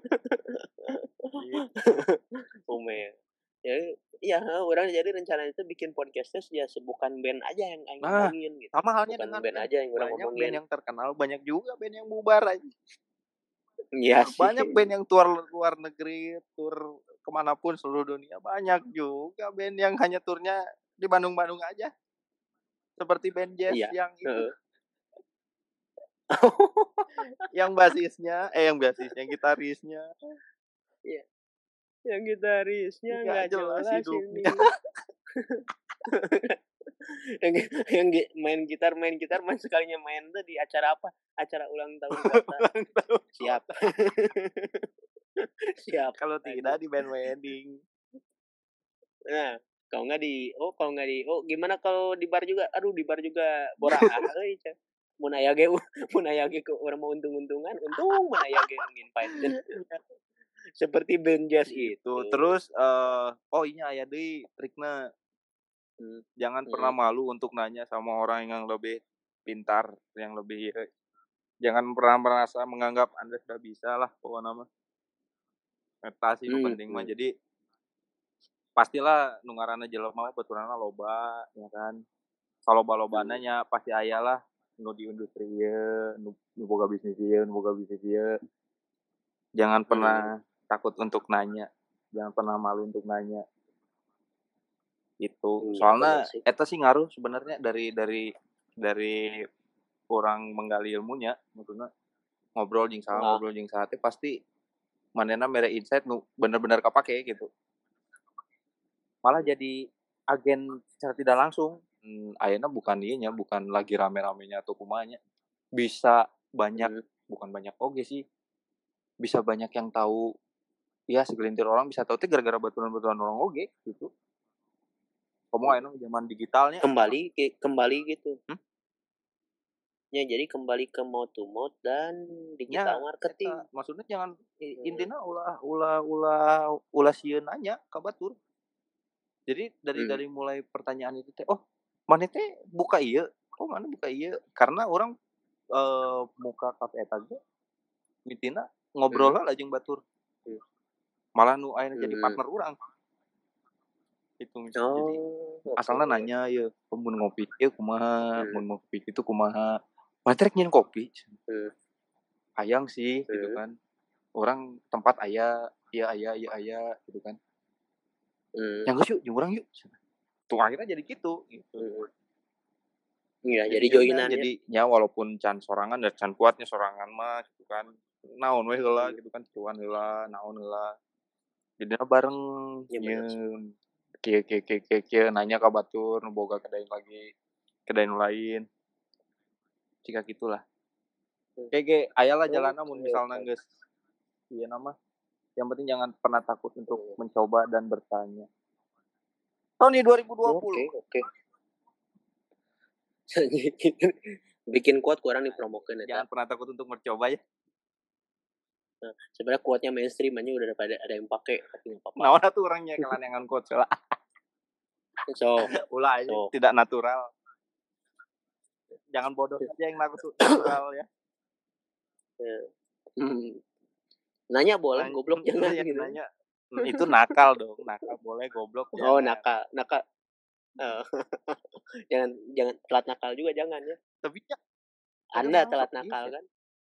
Speaker 2: Umea. Ya, iya, orang jadi rencana itu bikin podcastnya ya bukan band aja yang aing
Speaker 1: nah,
Speaker 2: ngomongin gitu.
Speaker 1: Sama halnya
Speaker 2: bukan
Speaker 1: dengan
Speaker 2: band aja yang orang
Speaker 1: banyak
Speaker 2: ngomongin.
Speaker 1: Band yang terkenal, banyak juga band yang bubar aja.
Speaker 2: Iya sih.
Speaker 1: Banyak band yang tour luar negeri, tour kemanapun seluruh dunia. Banyak juga band yang hanya turnya di Bandung-Bandung aja. Seperti band jazz iya. yang itu. Uh. yang basisnya, eh yang basisnya, yang gitarisnya.
Speaker 2: Iya. Yang gitarisnya nggak jelas, jelas ini. yang yang main gitar main gitar main sekalinya main tuh di acara apa? Acara ulang tahun kota.
Speaker 1: ulang tahun
Speaker 2: Siap. Siap.
Speaker 1: Kalau tidak di band wedding.
Speaker 2: Nah, kalau nggak di oh kalau nggak di oh gimana kalau di bar juga? Aduh di bar juga borak euy. Mun aya ge mun aya ge orang mau untung-untungan, untung mun aya ge invite. Seperti band jazz itu.
Speaker 1: itu. Terus uh, oh iya aya deui trikna. Hmm. Jangan hmm. pernah malu untuk nanya sama orang yang lebih pintar, yang lebih jangan pernah merasa menganggap Anda sudah bisa lah pokoknya mah. Eta sih hmm. penting hmm. mah. Jadi pastilah nu ngaranna jelema baturanna loba ya kan. Saloba-lobana nya hmm. pasti aya lah nu di industri ieu, nu, nu boga bisnis ieu, nu boga bisnis ieu. Jangan pernah hmm. takut untuk nanya, jangan pernah malu untuk nanya. Itu hmm, soalnya eta sih ngaruh sebenarnya dari dari dari orang menggali ilmunya, maksudnya ngobrol jeung saha, nah. ngobrol jeung saha teh pasti manehna mere insight nu bener-bener kapake gitu. Malah jadi agen secara tidak langsung. Hmm, ayeuna bukan ieu nya, bukan lagi rame-ramenya atau kumanya. Bisa banyak, hmm. bukan banyak oge sih. Bisa banyak yang tahu. Ya segelintir orang bisa tahu teh gara-gara baturan-baturan orang oge gitu. Kamu ayeuna zaman digitalnya
Speaker 2: kembali ke, kembali gitu. Hmm? Ya jadi kembali ke mouth to mouth dan digital ya, marketing.
Speaker 1: Eta, maksudnya jangan hmm. intinya ulah ulah ulah ulah sieun nanya ka batur. Jadi dari hmm. dari mulai pertanyaan itu teh, oh mana teh buka ieu, oh mana buka ieu, karena orang uh, muka kafe eta ge, mitina ngobrol lah hmm. jeung batur, hmm. malah nu ayeuna hmm. jadi partner orang, itu oh, jadi okay. asalna nanya ya, mun ngopi ieu kumaha, hmm. mun ngopi itu kumaha, mana rek nyeun kopi, hmm. hayang sih hmm. gitu kan, orang tempat aya, iya aya, iya aya, gitu kan. Hmm. Yang geus yuk, jeung urang yuk. Tuh akhirnya jadi gitu, gitu. Hmm.
Speaker 2: Iya, jadi, jadi joinan
Speaker 1: ya. Jadi nya walaupun can sorangan dan can kuatnya sorangan mah gitu kan. Naon we heula gitu kan, cuan heula, naon heula. Jadinya bareng
Speaker 2: ya,
Speaker 1: nyeun. Kieu kieu kieu kieu kieu nanya ka batur nu boga kedai lagi, kedai nu lain. Cika gitulah. Kayak ge aya lah jalanna mun misalna geus ieu nama. Yang penting jangan pernah takut untuk mencoba dan bertanya. Tahun dua ribu dua puluh.
Speaker 2: Oke, oke. Bikin quote kurang dipromokeun eta.
Speaker 1: Jangan pernah takut untuk mencoba ya.
Speaker 2: Nah, sebenarnya quote-nya mainstream aja udah ada ada yang pakai tapi enggak apa-apa.
Speaker 1: Naon atuh urangnya kelanengan quote heula.
Speaker 2: So,
Speaker 1: ulah aja so. Tidak natural. Jangan bodoh aja yang natural ya.
Speaker 2: Hmm. Nanya boleh, nanya, goblok jangan
Speaker 1: ya,
Speaker 2: gitu.
Speaker 1: Nanya, itu nakal dong, nakal boleh, goblok jangan.
Speaker 2: Oh, nakal, nakal. Oh. jangan jangan telat nakal juga jangan ya.
Speaker 1: Tapi ya,
Speaker 2: Anda telat nakal kan?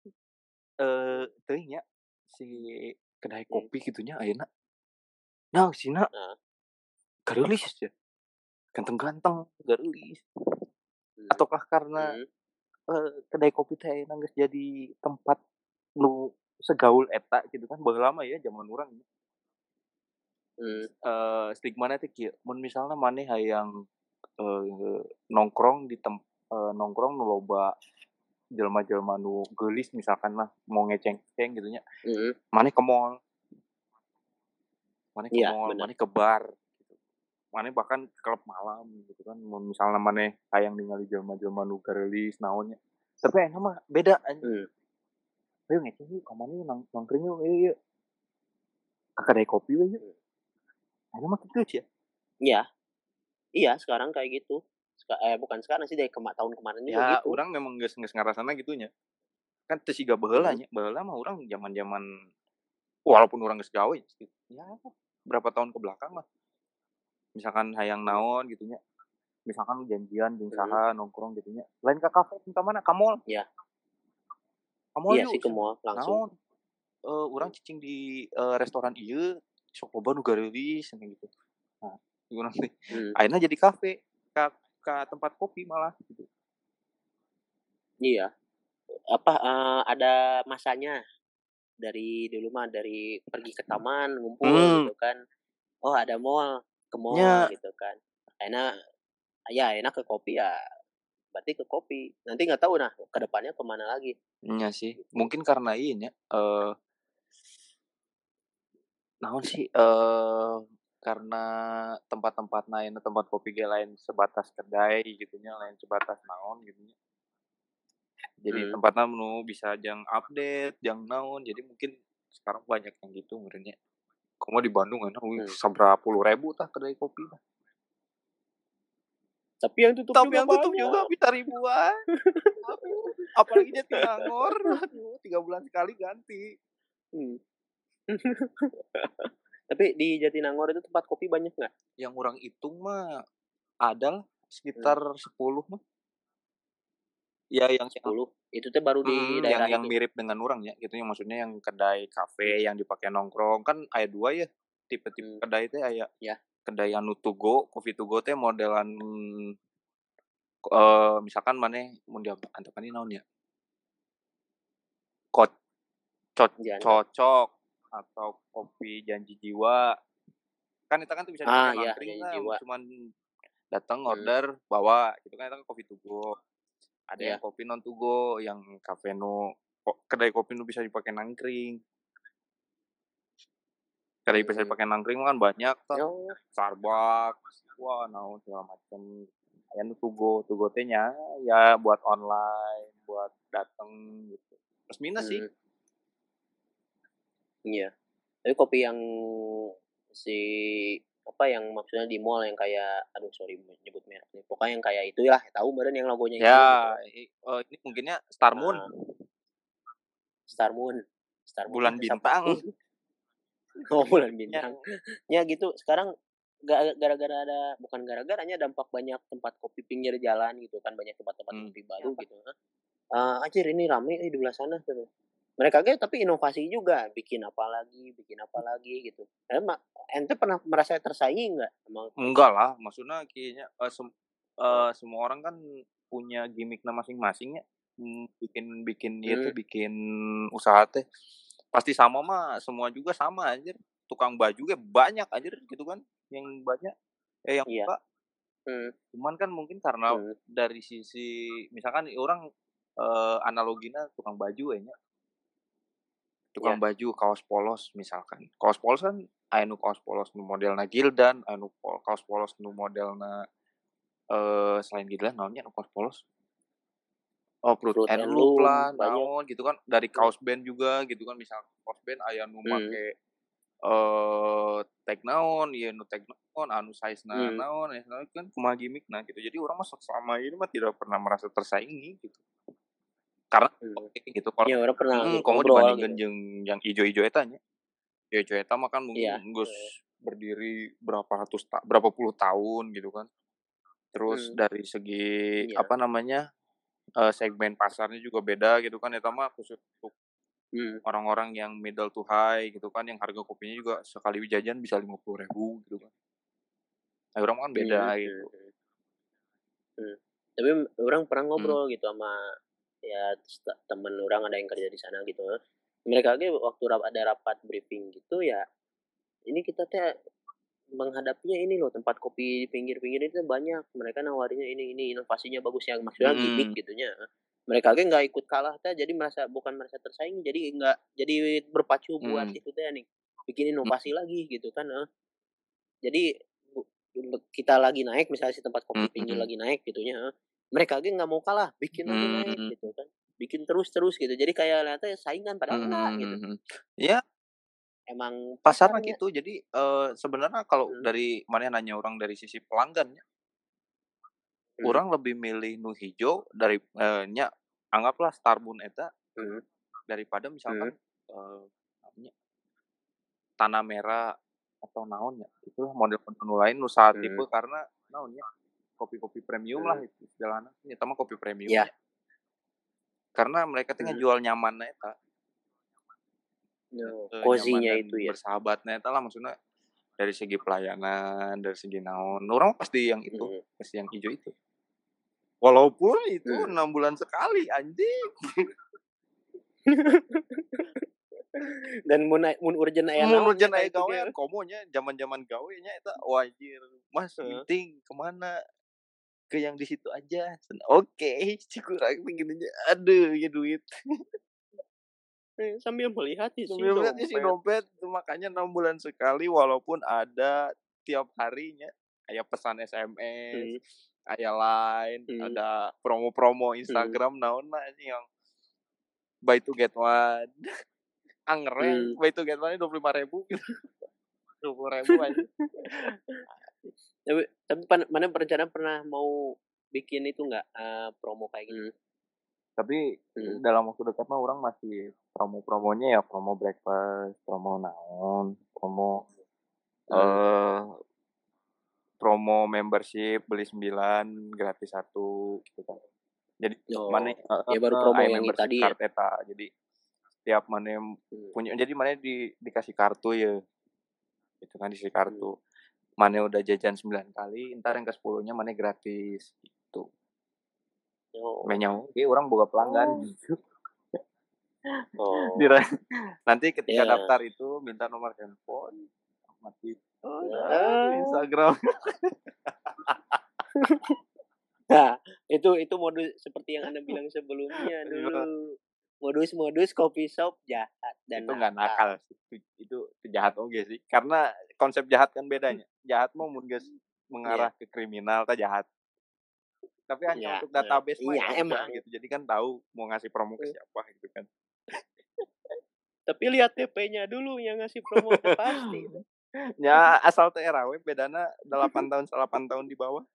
Speaker 1: Eh, teuing nya si kedai kopi hmm. gitunya ayeuna. Nah, sina. Heeh. Garulis ya. Ganteng-ganteng, garulis. Hmm. Ataukah karena hmm. uh, kedai kopi teh ayeuna geus jadi tempat nu segaul eta gitu kan baheula mah ya zaman urang. Hmm. Uh, stigmana teh kieu, mun misalna maneh hayang uh, nongkrong di tem uh, nongkrong nu loba jelema-jelema nu geulis misalkan lah mau ngeceng-ceng gitu nya. Heeh. Maneh ke mall. Maneh ke ya, mall, maneh ke bar gitu. Maneh bahkan klub malam gitu kan. Mun misalna maneh hayang ningali jelema-jelema nu geulis naonnya. Tapi enak mah beda anjing. Hmm. Ayo ngeceng yuk, ka mana nang nongkrong yuk, ayo yuk. Ka kedai kopi we yuk. Enak mah kitu ya.
Speaker 2: Iya. Iya, sekarang kayak gitu. Seka, eh bukan sekarang sih dari kema, tahun kemarin juga
Speaker 1: ya,
Speaker 2: gitu.
Speaker 1: Ya, urang memang geus geus ngarasana gitunya. Kan teu siga baheula nya. Hmm. Baheula mah urang zaman-zaman walaupun urang geus gawe ya berapa tahun ke belakang mah. Misalkan hayang naon gitu nya. Misalkan janjian jeung saha hmm. nongkrong gitu nya. Lain ka kafe ka mana? Ka mall.
Speaker 2: Iya.
Speaker 1: Ka mall
Speaker 2: iya sih ke mall langsung.
Speaker 1: Naon? Eh uh, urang cicing di uh, restoran ieu sok loba nu geulis gitu. Nah, urang teh hmm. ayeuna jadi kafe, ka ka tempat kopi malah gitu.
Speaker 2: Iya. Apa uh, ada masanya. Dari dulu mah dari pergi ke taman ngumpul hmm. gitu kan. Oh, ada mall, ke mall ya. Gitu kan. Enak ya enak ke kopi ya. Berarti ke kopi. Nanti enggak tahu nah ke depannya kemana lagi.
Speaker 1: Iya sih. Gitu. Mungkin karena ini ya eh uh, naon sih eh uh, karena tempat-tempat lain tempat kopi ge lain sebatas kedai gitunya lain sebatas naon gitunya. Jadi hmm. tempatnya nu bisa jang update, jang naon. Jadi mungkin sekarang banyak yang gitu meureunnya. Komo di Bandung kan, wih, hmm. saberapa puluh ribu tah kedai kopi tah.
Speaker 2: Tapi yang tutup
Speaker 1: Tapi
Speaker 2: juga
Speaker 1: yang tutup
Speaker 2: banyak.
Speaker 1: juga bisa ribuan. Apalagi Jatinangor, aduh, tiga bulan sekali ganti.
Speaker 2: Hmm. Tapi di Jatinangor itu tempat kopi banyak nggak?
Speaker 1: Yang orang hitung mah ada lah, sekitar hmm. sepuluh mah. Ya yang
Speaker 2: sepuluh. Itu teh baru di
Speaker 1: hmm,
Speaker 2: daerah
Speaker 1: yang, yang
Speaker 2: itu.
Speaker 1: mirip dengan orang ya, gitu yang maksudnya yang kedai kafe yang dipakai nongkrong kan aya dua ya. Tipe-tipe hmm. kedai teh aya.
Speaker 2: Ya.
Speaker 1: Kedai anu to go, coffee to go teh modelan uh, misalkan maneh mun dia antepani naon ya? Ko co- cocok atau kopi janji jiwa. Kan itu kan tuh bisa dipakai
Speaker 2: ah,
Speaker 1: nangkring
Speaker 2: ya,
Speaker 1: lah, cuman datang order hmm. bawa, itu kan itu kan kopi to go. Ada yeah. yang kopi non to go, yang kafe nu kedai kopi nu bisa dipakai nangkring. Kedai hmm. bisa dipakai nangkring kan banyak tuh. Oh. Starbucks, wah naon segala macam. Aya nu to go, to go teh nya ya buat online, buat datang gitu. Plus minus hmm. sih.
Speaker 2: Iya. Tapi kopi yang si apa yang maksudnya di mall yang kayak aduh sorry nyebut merek nih. Pokoknya yang kayak itu ya, tahu meureun yang logonya
Speaker 1: ya, itu. Ya, gitu. uh, ini mungkinnya Star Moon. Nah.
Speaker 2: Star Moon. Star Moon.
Speaker 1: Bulan bintang.
Speaker 2: Oh, bulan bintang. Ya. ya gitu. Sekarang gara-gara ada bukan gara-garanya dampak banyak tempat kopi pinggir jalan gitu kan, banyak tempat-tempat hmm. kopi baru ya, gitu. Eh uh, anjir ini rame eh, di belah sana tuh. Mereka kan tapi inovasi juga, bikin apa lagi, bikin apa lagi gitu. Emang ente pernah merasa tersaingi enggak?
Speaker 1: Emang enggak lah, maksudnya kayaknya uh, sem- uh, semua orang kan punya gimmickna masing-masing ya. Hmm, bikin bikin dia tuh
Speaker 2: Hmm.
Speaker 1: bikin usaha teh pasti sama mah semua juga sama anjir. Tukang baju ge banyak anjir gitu kan, yang banyak eh yang
Speaker 2: Iya.
Speaker 1: buka.
Speaker 2: Hmm.
Speaker 1: Cuman kan mungkin karena
Speaker 2: Hmm.
Speaker 1: dari sisi misalkan orang eee, analogina tukang baju we nya. Tukang
Speaker 2: Iya.
Speaker 1: baju, kaos polos misalkan. Kaos polos kan aya nu kaos polos nu modelna Gildan, anu po kaos polos nu modelna eee, selain Gildan naon nya nu kaos polos? Oh Fruit
Speaker 2: Fruit
Speaker 1: and
Speaker 2: and
Speaker 1: Loop
Speaker 2: Loom,
Speaker 1: lah,
Speaker 2: banyak.
Speaker 1: naon gitu kan, dari
Speaker 2: Hmm.
Speaker 1: kaos band juga gitu kan, misal kaos band aya nu
Speaker 2: Hmm.
Speaker 1: make, eee, tag naon, ieu nu tag naon, anu size-na
Speaker 2: Hmm.
Speaker 1: naon, ya naon kan kumaha gimmickna gitu. Jadi urang mah selama ini mah tidak pernah merasa tersaingi gitu. Karena
Speaker 2: Hmm.
Speaker 1: oke gitu kalau
Speaker 2: Ya orang pernah
Speaker 1: mhm, komo
Speaker 2: ngobrol
Speaker 1: dibandingkeun
Speaker 2: gitu.
Speaker 1: jeung yang ijo-ijo eta nya. Ijo eta mah kan
Speaker 2: Iya.
Speaker 1: mungkin geus
Speaker 2: Heeh.
Speaker 1: berdiri berapa ratus ta berapa puluh tahun gitu kan. Terus
Speaker 2: Hmm.
Speaker 1: dari segi
Speaker 2: Iya.
Speaker 1: apa namanya, eee, segmen pasarnya juga beda gitu kan, eta mah khusus untuk
Speaker 2: Hmm.
Speaker 1: orang-orang yang middle to high gitu kan, yang harga kopinya juga sekali jajan bisa lima puluh ribu gitu kan. Nah urang mah kan beda
Speaker 2: Hmm hmm
Speaker 1: gitu.
Speaker 2: hmm. Hmm. Tapi orang pernah
Speaker 1: Mhm.
Speaker 2: ngobrol gitu sama ya sta temen orang ada yang kerja di sana gitu. Mereka ge waktu rap ada rapat briefing gitu ya, ini kita teh menghadapinya ini loh, tempat kopi di pinggir-pinggir itu banyak, mereka nawarinnya ini ini, inovasinya bagus, yang maksudnya gimik
Speaker 1: Mhm.
Speaker 2: gitunya, heeh. Mereka ge nggak ikut kalah teh, jadi merasa bukan merasa tersaingi, jadi nggak jadi berpacu buat
Speaker 1: Mhm.
Speaker 2: itu teh nih, bikin inovasi
Speaker 1: Mhm.
Speaker 2: lagi gitu kan, heeh. Jadi bu untuk kita lagi naik, misalnya si tempat kopi pinggir
Speaker 1: Mhm.
Speaker 2: lagi naik gitunya, heeh, mereka ge nggak mau kalah, bikin lagi naik
Speaker 1: Mmm.
Speaker 2: gitu kan, bikin terus terus gitu. Jadi kayak kelihatannya saingan
Speaker 1: Mhm
Speaker 2: padahal enggak
Speaker 1: mhm
Speaker 2: gitu.
Speaker 1: mhm. Iya.
Speaker 2: Emang
Speaker 1: Pasar mah
Speaker 2: pasarnya.
Speaker 1: gitu. Jadi, eee, sebenarnya kalau
Speaker 2: Hmm.
Speaker 1: dari maneh nanya urang dari sisi pelanggan ya
Speaker 2: Hmm.
Speaker 1: urang lebih milih nu hijo dari eee, nya anggaplah Starboon eta
Speaker 2: Hmm.
Speaker 1: daripada
Speaker 2: Hmm.
Speaker 1: misalkan, eee, naon nya Tanah Merah atau naon nya, itu model-model nu lain nu
Speaker 2: Hmm.
Speaker 1: satipe karena naon nya, kopi-kopi premium lah
Speaker 2: Hmm.
Speaker 1: istilahna, eta mah kopi premium
Speaker 2: Iya.
Speaker 1: nya. Karena mereka teh
Speaker 2: Hmm.
Speaker 1: ngejual nyamanna eta.
Speaker 2: Oh,
Speaker 1: Heeh, nyaman
Speaker 2: cozy-nya
Speaker 1: dan
Speaker 2: itu ya?
Speaker 1: bersahabatna eta lah maksudna, dari segi pelayanan, dari segi naon, urang mah pasti yang itu,
Speaker 2: Mhm.
Speaker 1: pasti yang ijo itu. Walaupun itu
Speaker 2: Hmm.
Speaker 1: enam bulan sekali anjing.
Speaker 2: Dan mun ai mun urgen aya
Speaker 1: Mun
Speaker 2: naon nya
Speaker 1: urgen
Speaker 2: ka
Speaker 1: aya
Speaker 2: itu ge.
Speaker 1: gawean komo nya jaman-jaman gawe nya eta, wah anjir, "Mas
Speaker 2: Heeh.
Speaker 1: meeting ke mana?" "Ke yang di situ aja." Cenah, "Oke." Cek urang teh gitunya, aduh ieu duit.
Speaker 2: Eh, sambil melihat isi
Speaker 1: Sambil ngeliat isi
Speaker 2: dompet.
Speaker 1: dompet, makanya enam bulan sekali walaupun ada tiap harinya, aya pesan S M S,
Speaker 2: Hmm.
Speaker 1: aya Line,
Speaker 2: Hmm.
Speaker 1: ada promo-promo
Speaker 2: Hmm.
Speaker 1: Instagram naonna anjing yang buy two get one. Angreng
Speaker 2: Hmm.
Speaker 1: buy two get one-nya dua puluh lima ribu gitu. dua puluh ribu anjing.
Speaker 2: Tapi tapi pan maneh berencana pernah mau bikin itu nggak, eee, promo kayak gitu?
Speaker 1: Hmm. Tapi
Speaker 2: Hmm.
Speaker 1: dalam waktu dekat mah urang masih promo-promonya ya promo breakfast, promo naon, promo,
Speaker 2: Hmm.
Speaker 1: eee, promo membership beli sembilan gratis satu gitu kan. Jadi tiap maneh
Speaker 2: Oh, ya baru
Speaker 1: heeh,
Speaker 2: promo
Speaker 1: aya
Speaker 2: yang i
Speaker 1: membership
Speaker 2: tadi ya?
Speaker 1: card eta. Jadi tiap maneh
Speaker 2: Hmm.
Speaker 1: punya jadi maneh di dikasih kartu ye, itu kan isi
Speaker 2: Hmm.
Speaker 1: kartu. Maneh udah jajan sembilan kali, entar yang kesepuluhnya maneh gratis, gitu. Meh
Speaker 2: Oh.
Speaker 1: nyaho ge urang boga pelanggan
Speaker 2: Oh.
Speaker 1: gitu.
Speaker 2: Oh.
Speaker 1: Dira nanti ketika
Speaker 2: Iya.
Speaker 1: daftar itu minta nomor handphone, sama Twitter, ah,
Speaker 2: Heeh.
Speaker 1: Instagram.
Speaker 2: Nah, itu itu modus seperti yang Anda bilang sebelumnya dulu. Modus-modus coffee shop jahat dan
Speaker 1: Itu nggak
Speaker 2: nakal.
Speaker 1: nakal sih, it itu itu jahat oge sih. Karena konsep jahat kan beda nya. Jahat mah mun geus
Speaker 2: Iya.
Speaker 1: mengarah ke kriminal tah jahat. Tapi hanya
Speaker 2: Iya,
Speaker 1: untuk
Speaker 2: eee,
Speaker 1: database mah
Speaker 2: iya
Speaker 1: ya udah
Speaker 2: emang.
Speaker 1: gitu. Jadi kan tahu mau ngasih promo ke
Speaker 2: Eee.
Speaker 1: siapa gitu kan.
Speaker 2: Tapi lihat D P-nya dulu yang ngasih promo teh pasti itu.
Speaker 1: Nya asal teu era we bedana delapan tahun delapan tahun di bawah.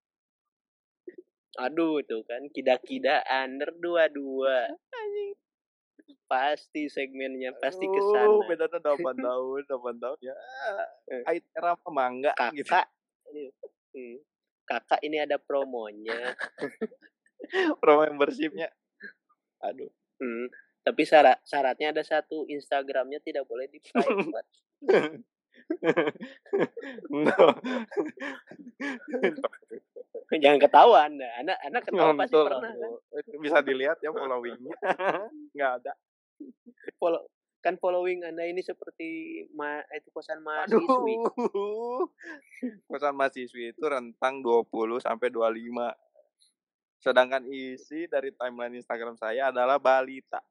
Speaker 2: Aduh tuh kan kida-kida under dua-dua.
Speaker 1: Anjing.
Speaker 2: Pasti segmennya, pasti ke
Speaker 1: Aduh,
Speaker 2: sana.
Speaker 1: bedana delapan tahun delapan tahun ya
Speaker 2: Eh.
Speaker 1: ait era mah mangga gitu.
Speaker 2: "Kakak," ini, mmm, "Kakak ini ada promonya."
Speaker 1: Promo membership-nya. Aduh.
Speaker 2: Hmm, tapi syara syaratnya ada satu, Instagram-nya tidak boleh di-private.
Speaker 1: No.
Speaker 2: Jangan ketahuan, anak anak ketahuan pasti
Speaker 1: Betul,
Speaker 2: pernah kan.
Speaker 1: bisa dilihat ya following-nya. Nggak ada.
Speaker 2: Follow kan following Anda ini seperti ma itu kosan mahasiswi.
Speaker 1: Aduh. Kosan mahasiswi itu rentang dua puluh sampai dua puluh lima. Sedangkan isi dari timeline Instagram saya adalah balita.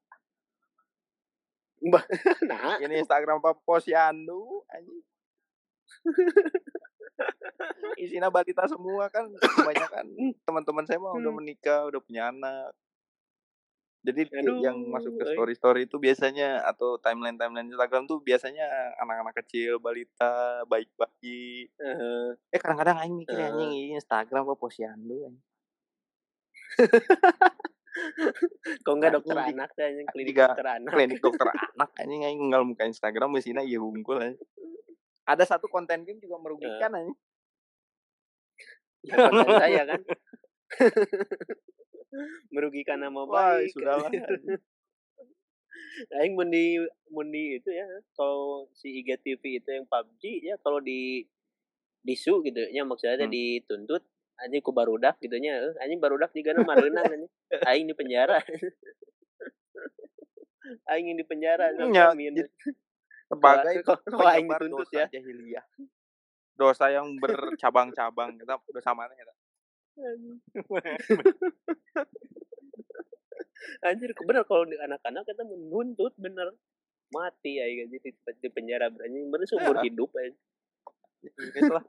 Speaker 2: Nah,
Speaker 1: ini Instagram Pak Posyandu anjing. Isinya balita semua kan, kebanyakan teman-teman saya mah udah menikah, udah punya anak. Jadi Aduh, yang masuk ke story-story itu biasanya atau timeline-timeline Instagram tuh biasanya anak-anak kecil, balita, bayi-bayi. Uh, eh kadang-kadang aing mikir uh, anjing Instagram apa Posyandu anjing.
Speaker 2: Kok enggak dokter anak teh anjing, klinik dokter anak.
Speaker 1: Klinik dokter anak anjing aing nggal muka Instagram meusina ieu hungkul anjing. Ada satu konten game juga merugikan anjing. Uh.
Speaker 2: Ya, konten saya kan. Merugikan nama baik.
Speaker 1: Sudahlah.
Speaker 2: Aing mundi mundi itu ya, kalau si I G T V itu yang P U B G ya, kalau di disu gitu nya maksudnya hmm. dituntut anjing ku barudak gitu nya, anjing barudak juga na mareunang anjing. Aing di penjara. Aing di penjara
Speaker 1: ya, sebagai
Speaker 2: kalau aing dituntut ya
Speaker 1: jahiliyah. Dosa yang bercabang-cabang kita udah samanya kita.
Speaker 2: Anjir, bener kalau di anak-anak kita menuntut bener mati ya gitu di penjara berani bener seumur ya. Hidup aja.
Speaker 1: Itulah.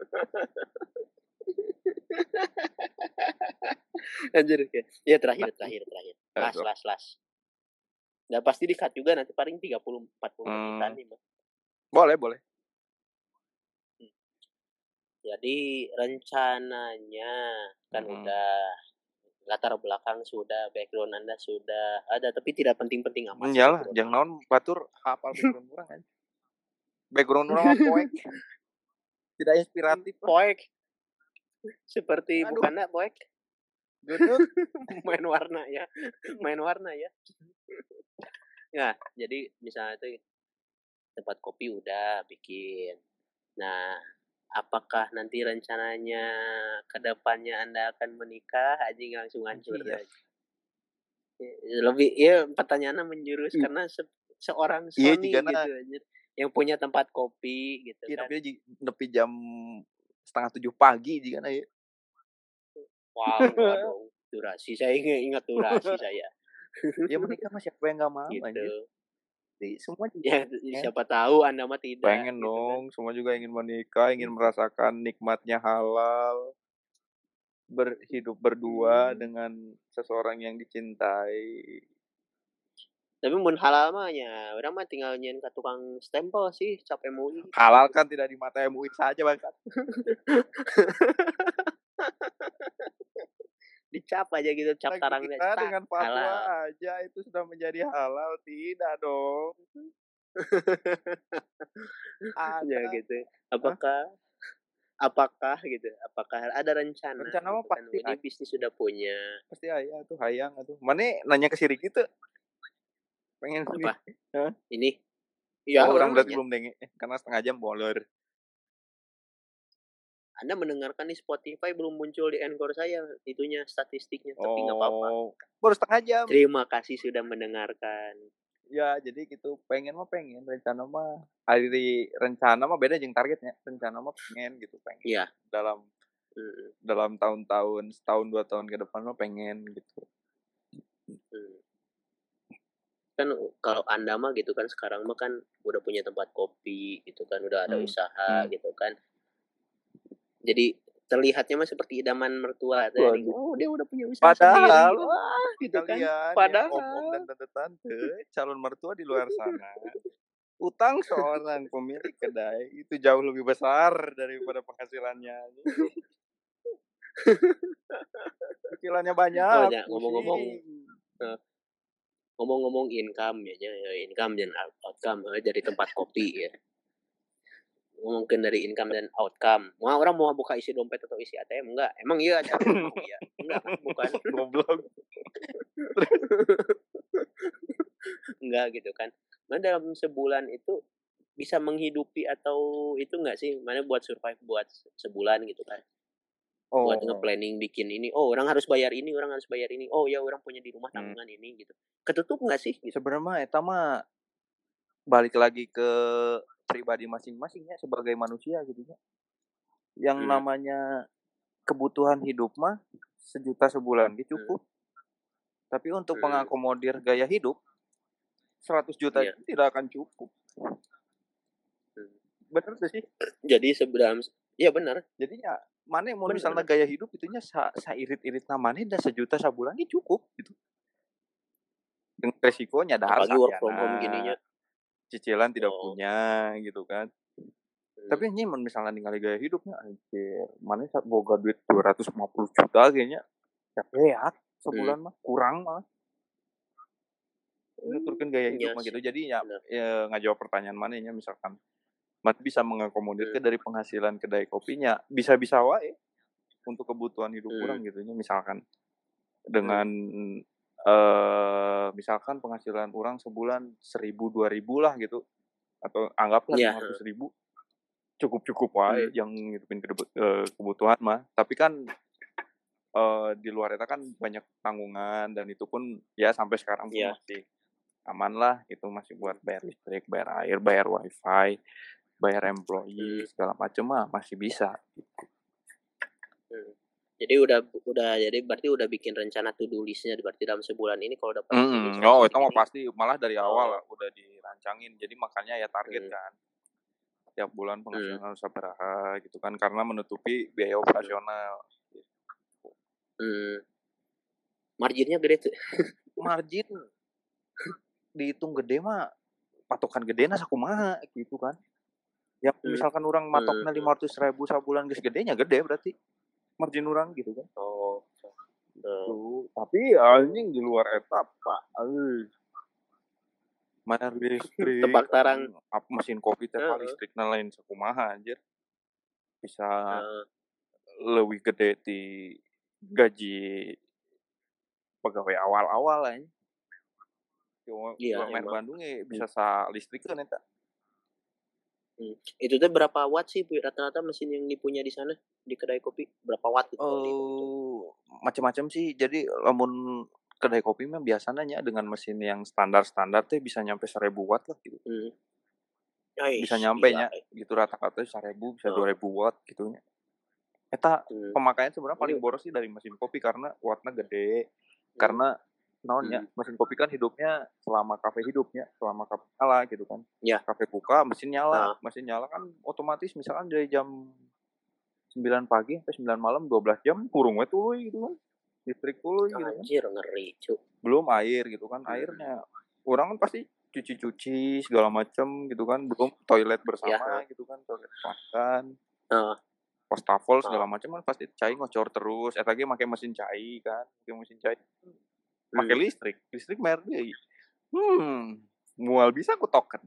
Speaker 2: Anjir ya. Ya terakhir terakhir terakhir. Las las las. Nah pasti di-cut juga nanti paling tiga puluh empat puluh menitan nih, Bang.
Speaker 1: Boleh, boleh.
Speaker 2: Hmm. Jadi rencananya kan hmm. udah latar belakang sudah, background Anda sudah ada, tapi tidak penting-penting amat.
Speaker 1: Iyalah, jangan naon batur hafal background orang kan. Background orang mah poek. Tidak inspiratif.
Speaker 2: Poek. Seperti Aduh. Bukannya poek.
Speaker 1: Duduk
Speaker 2: main warna ya. Main warna ya. Nah, jadi misalnya itu tempat kopi udah bikin. Nah, apakah nanti rencananya ke depannya Anda akan menikah? Anjing langsung hancur ya. Lebih ya pertanyaannya menjurus hmm. karena se- seorang suami iya, gitu anjir yang punya tempat kopi gitu iya, kan.
Speaker 1: Iya, tapi jam setengah tujuh pagi jika na ya.
Speaker 2: Wow, waduh, durasi saya ingat durasi saya.
Speaker 1: Ya menikah mah siapa yang enggak mau
Speaker 2: gitu.
Speaker 1: Anjir. Jadi semua juga
Speaker 2: ya, ya, siapa tahu Anda mah tidak.
Speaker 1: Pengen gitu, dong, kan. Semua juga ingin menikah, ingin merasakan nikmatnya halal, berhidup berdua hmm. dengan seseorang yang dicintai.
Speaker 2: Tapi mun halal mah ya, orang mah tinggal nyen ke tukang stempel sih, cap M U I.
Speaker 1: Halal kan tidak di mata M U I saja, Bang.
Speaker 2: Dicap aja gitu, cap
Speaker 1: nah,
Speaker 2: tarangnya.
Speaker 1: Kita dengan fatwa aja itu sudah menjadi halal, tidak dong.
Speaker 2: Ada ya, gitu. Apakah Hah? apakah gitu? Apakah ada rencana?
Speaker 1: Rencana mah
Speaker 2: gitu,
Speaker 1: pasti
Speaker 2: kan? Ini bisnis sudah punya.
Speaker 1: Pasti aya tuh hayang atuh. Mana nanya ke si Riki tuh? Pengen
Speaker 2: apa?
Speaker 1: Hah?
Speaker 2: Ini.
Speaker 1: Ya, oh, orang berarti belum denge karena setengah jam bolor.
Speaker 2: Anda mendengarkan di Spotify belum muncul di Anchor saya itunya statistiknya, tapi nggak oh, apa-apa.
Speaker 1: Baru setengah jam.
Speaker 2: Terima kasih sudah mendengarkan.
Speaker 1: Ya, jadi gitu pengen mah pengen, rencana mah hari rencana mah beda jeung targetnya. Rencana mah pengen gitu pengen.
Speaker 2: Iya.
Speaker 1: Dalam hmm. dalam tahun-tahun, setahun dua tahun ke depan mah pengen gitu.
Speaker 2: Hmm. Kan kalau Anda mah gitu kan sekarang mah kan udah punya tempat kopi gitu kan, udah ada hmm. usaha hmm. gitu kan. Jadi terlihatnya mah seperti idaman mertua tadi. Oh, dia udah punya usaha
Speaker 1: Padahal,
Speaker 2: sendiri. Wah, gitu
Speaker 1: kalian,
Speaker 2: kan. Padahal
Speaker 1: ya, om-om dan tante-tante, calon mertua di luar sana, utang seorang pemilik kedai itu jauh lebih besar daripada penghasilannya. Cicilannya banyak.
Speaker 2: Oh, ya, ngomong-ngomong uh, ngomong-ngomong income ya, income dan outcome dari tempat kopi ya. Mungkin dari income dan outcome. Mau orang mau buka isi dompet atau isi A T M enggak? Emang iya ada mau iya. Enggak, bukan.
Speaker 1: Goblok.
Speaker 2: Enggak gitu kan. Mana dalam sebulan itu bisa menghidupi atau itu enggak sih? Mana buat survive buat sebulan gitu kan. Oh. Buat nge-planning bikin ini, oh orang harus bayar ini, orang harus bayar ini. Oh ya orang punya di rumah tanggungan hmm. ini gitu. Ketutup nggak sih? Gitu?
Speaker 1: Sebenarnya eta mah balik lagi ke pribadi masing-masing ya sebagai manusia gitu ya. Yang hmm. namanya kebutuhan hidup mah sejuta sebulan gitu cukup. Hmm. Tapi untuk hmm. mengakomodir gaya hidup seratus juta yeah. tidak akan cukup. Hmm. Bener sih.
Speaker 2: Jadi sebenarnya iya benar.
Speaker 1: Jadinya mana mau misalnya gaya hidup itunya sa, sa irit-irit namanya dah sejuta sebulan ini cukup gitu. Dengan resikonya dah
Speaker 2: harus work from home gininya.
Speaker 1: Cicilan tidak oh. punya gitu kan. Hmm. Tapi ini misalnya ningali gaya hidupnya anjir, mana boga duit dua ratus lima puluh juta kayaknya. Ya sebulan hmm. mah kurang mah. Nuturkeun gaya hidup mah gitu. Jadi ya, ya ngajawab pertanyaan mananya misalkan mana bisa mengakomodir ke dari penghasilan kedai kopinya bisa-bisa wae untuk kebutuhan hidup hmm. orang gitu nya misalkan dengan hmm. uh, misalkan penghasilan orang sebulan seribu dua ribu lah gitu atau anggaplah lima ratus ribu cukup-cukup wae hmm. yang ngidupin kebutuhan mah tapi kan uh, di luar itu kan banyak tanggungan dan itu pun ya sampai sekarang pun yeah. masih aman lah itu masih buat bayar listrik, bayar air, bayar wifi, bayar employee hmm. segala macam mah masih bisa gitu.
Speaker 2: Hmm. Jadi udah udah jadi berarti udah bikin rencana to-do list-nya berarti dalam sebulan ini kalau dapat
Speaker 1: hmm. oh itu mah pasti malah dari awal oh. udah dirancangin jadi makanya ya target hmm. kan tiap bulan penghasilan harus hmm. berapa gitu kan karena menutupi biaya operasional.
Speaker 2: Hmm. Marginnya gede tuh.
Speaker 1: Margin dihitung gede mah patokan gede nah sakumaha gitu kan. Ya misalkan hmm. orang matoknya lima ratus ribu sebulan geus gedenya gede berarti margin orang gitu kan.
Speaker 2: Oh.
Speaker 1: Tuh, tapi anjing di luar etap Pak. Euy. Bayar listrik.
Speaker 2: Tepak tarang
Speaker 1: Up mesin kopi teh uh-huh. listrikna lain sakumaha anjir. Bisa uh. leuwih gede ti gaji pegawai awal-awal aja. Cuma iya, U M R Bandung ya bisa sa listrikeun eta.
Speaker 2: Hmm. Itu tuh berapa watt sih rata-rata mesin yang dipunya di sana di kedai kopi berapa watt gitu?
Speaker 1: Oh, macam-macam sih. Jadi lamun kedai kopi mah biasanya dengan mesin yang standar-standar tuh bisa nyampe seribu watt lah gitu. Hmm. Aish, bisa nyampe nya gitu rata-rata seribu bisa dua ribu watt gitu nya. Eta hmm. pemakaian sebenarnya paling boros sih dari mesin kopi karena wattnya gede. Hmm. Karena naonnya hmm. mesin kopi kan hidupnya selama kafe hidupnya selama kafe nyala gitu kan ya. Kafe buka mesin nyala nah. mesin nyala kan otomatis misalkan dari jam sembilan pagi sampai sembilan malam dua belas jam kurung we tuluy gitu kan listrik tuluy gitu kan
Speaker 2: anjir ngeri cu
Speaker 1: belum air gitu kan hmm. airnya orang kan pasti cuci-cuci segala macam gitu kan belum toilet bersama ya. Gitu kan toilet makan uh. wastafel segala uh. macam kan pasti cai ngocor terus eta ge make mesin cai kan make mesin cai pakai hmm. listrik, listrik bayar deui. Hmm, mual bisa aku token.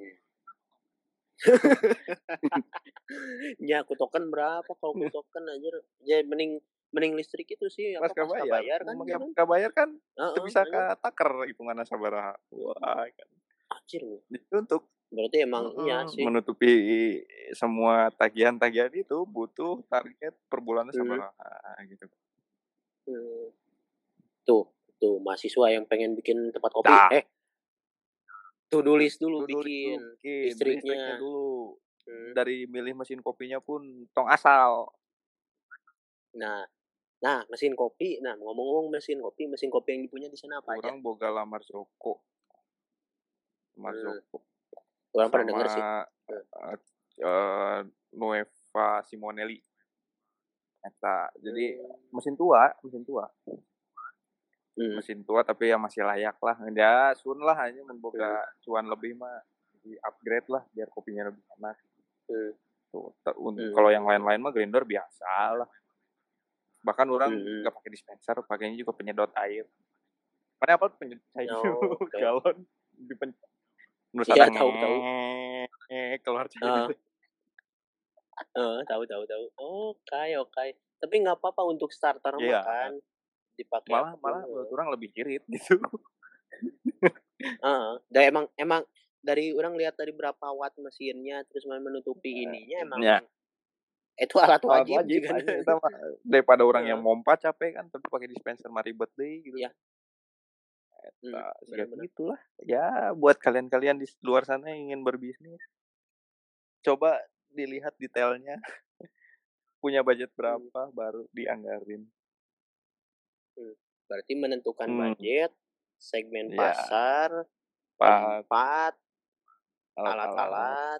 Speaker 2: Ya aku token berapa kalau aku token aja. Ya mending mending listrik itu sih
Speaker 1: apa pas bayar kan. Pas bayar kan uh-uh, bisa ke taker hitungan sabaraha. Wah kan.
Speaker 2: Anjir.
Speaker 1: Itu untuk
Speaker 2: berarti emang hmm, iya sih
Speaker 1: menutupi semua tagihan-tagihan itu butuh target per bulannya hmm. sabaraha gitu.
Speaker 2: Hmm. Tuh tuh mahasiswa yang pengen bikin tempat kopi nah. eh to-do list dulu to-do bikin
Speaker 1: list listriknya dulu hmm. dari milih mesin kopinya pun tong asal
Speaker 2: nah nah mesin kopi nah ngomong-ngomong mesin kopi mesin kopi yang dipunya di sana apa
Speaker 1: orang
Speaker 2: aja?
Speaker 1: Boga Lamar Zoko Lamar Zoko
Speaker 2: hmm. orang pernah dengar sih
Speaker 1: uh, uh, Nueva Simonelli eta jadi hmm. mesin tua mesin tua Hmm. mesin tua tapi yang masih layak lah ya sun lah hanya membuka hmm. cuan lebih mah di upgrade lah biar kopinya lebih enak hmm. tuh hmm. kalau yang lain-lain mah grinder biasa lah bahkan orang nggak hmm. pakai dispenser pakainya juga penyedot air mana apa penyedot air oh, okay. galon dipen
Speaker 2: ya tahu tahu
Speaker 1: eh keluar
Speaker 2: uh. uh, tahu tahu tahu oke okay, oke okay. Tapi nggak apa-apa untuk starter yeah. makan dipakai
Speaker 1: malah malah menurut orang lebih irit gitu.
Speaker 2: uh, dari emang emang dari orang lihat dari berapa watt mesinnya terus menutupi ininya emang
Speaker 1: ya.
Speaker 2: Itu alat
Speaker 1: Alat
Speaker 2: wajib,
Speaker 1: wajib
Speaker 2: kan.
Speaker 1: aja eta mah daripada orang yang mompa capek kan tapi pakai dispenser mah ribet deui gitu.
Speaker 2: Iya.
Speaker 1: Eta
Speaker 2: Hmm,
Speaker 1: ya
Speaker 2: benar-benar.
Speaker 1: gitulah. Ya buat kalian-kalian di luar sana yang ingin berbisnis. Coba dilihat detailnya. Punya budget berapa hmm. baru dianggarin.
Speaker 2: Hmm. Berarti menentukan
Speaker 1: hmm.
Speaker 2: budget, segmen
Speaker 1: ya.
Speaker 2: pasar,
Speaker 1: Pat.
Speaker 2: tempat,
Speaker 1: alat-alat,
Speaker 2: alat-alat,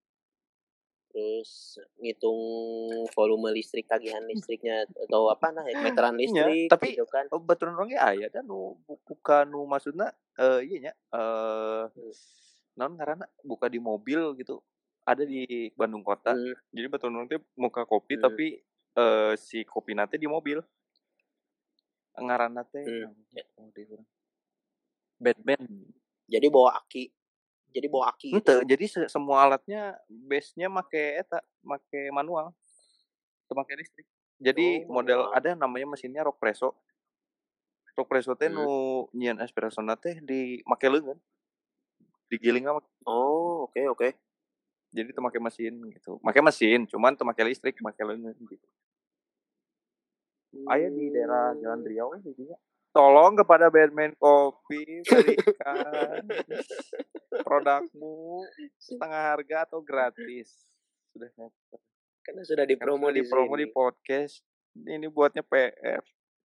Speaker 2: terus ngitung volume listrik, tagihan listriknya atau apa nah meteran listrik,
Speaker 1: ya, tapi
Speaker 2: gitu kan.
Speaker 1: Baturan orangnya aya dan nu buka nu maksudna eh iya nya eh hmm. naon ngaranna buka di mobil gitu. Ada di Bandung Kota. Hmm. Jadi Baturan orang teh muka kopi hmm. tapi eh si kopi nate di mobil. Ngaranna teh hmm. oh deh urang. Batman. Jadi
Speaker 2: bawa aki. Jadi bawa aki
Speaker 1: gitu. Jadi se- semua alatnya base-nya make eta, make manual. Atau make listrik. Jadi oh, model wow. ada namanya mesinnya Rockpresso. Rockpresso teh hmm. nu nyieun espresso na teh di make leungeun. Digiling mah.
Speaker 2: Oh, oke okay, oke. Okay.
Speaker 1: Jadi teu make mesin gitu. Make mesin, cuman teu make listrik, make leungeun gitu. Hmm. Aya di daerah Jalan Riau we dinya. Tolong kepada Batman Kopi berikan produkmu setengah harga atau gratis. Sudah
Speaker 2: karena sudah dipromo
Speaker 1: di promo di podcast. Ini buatnya P R.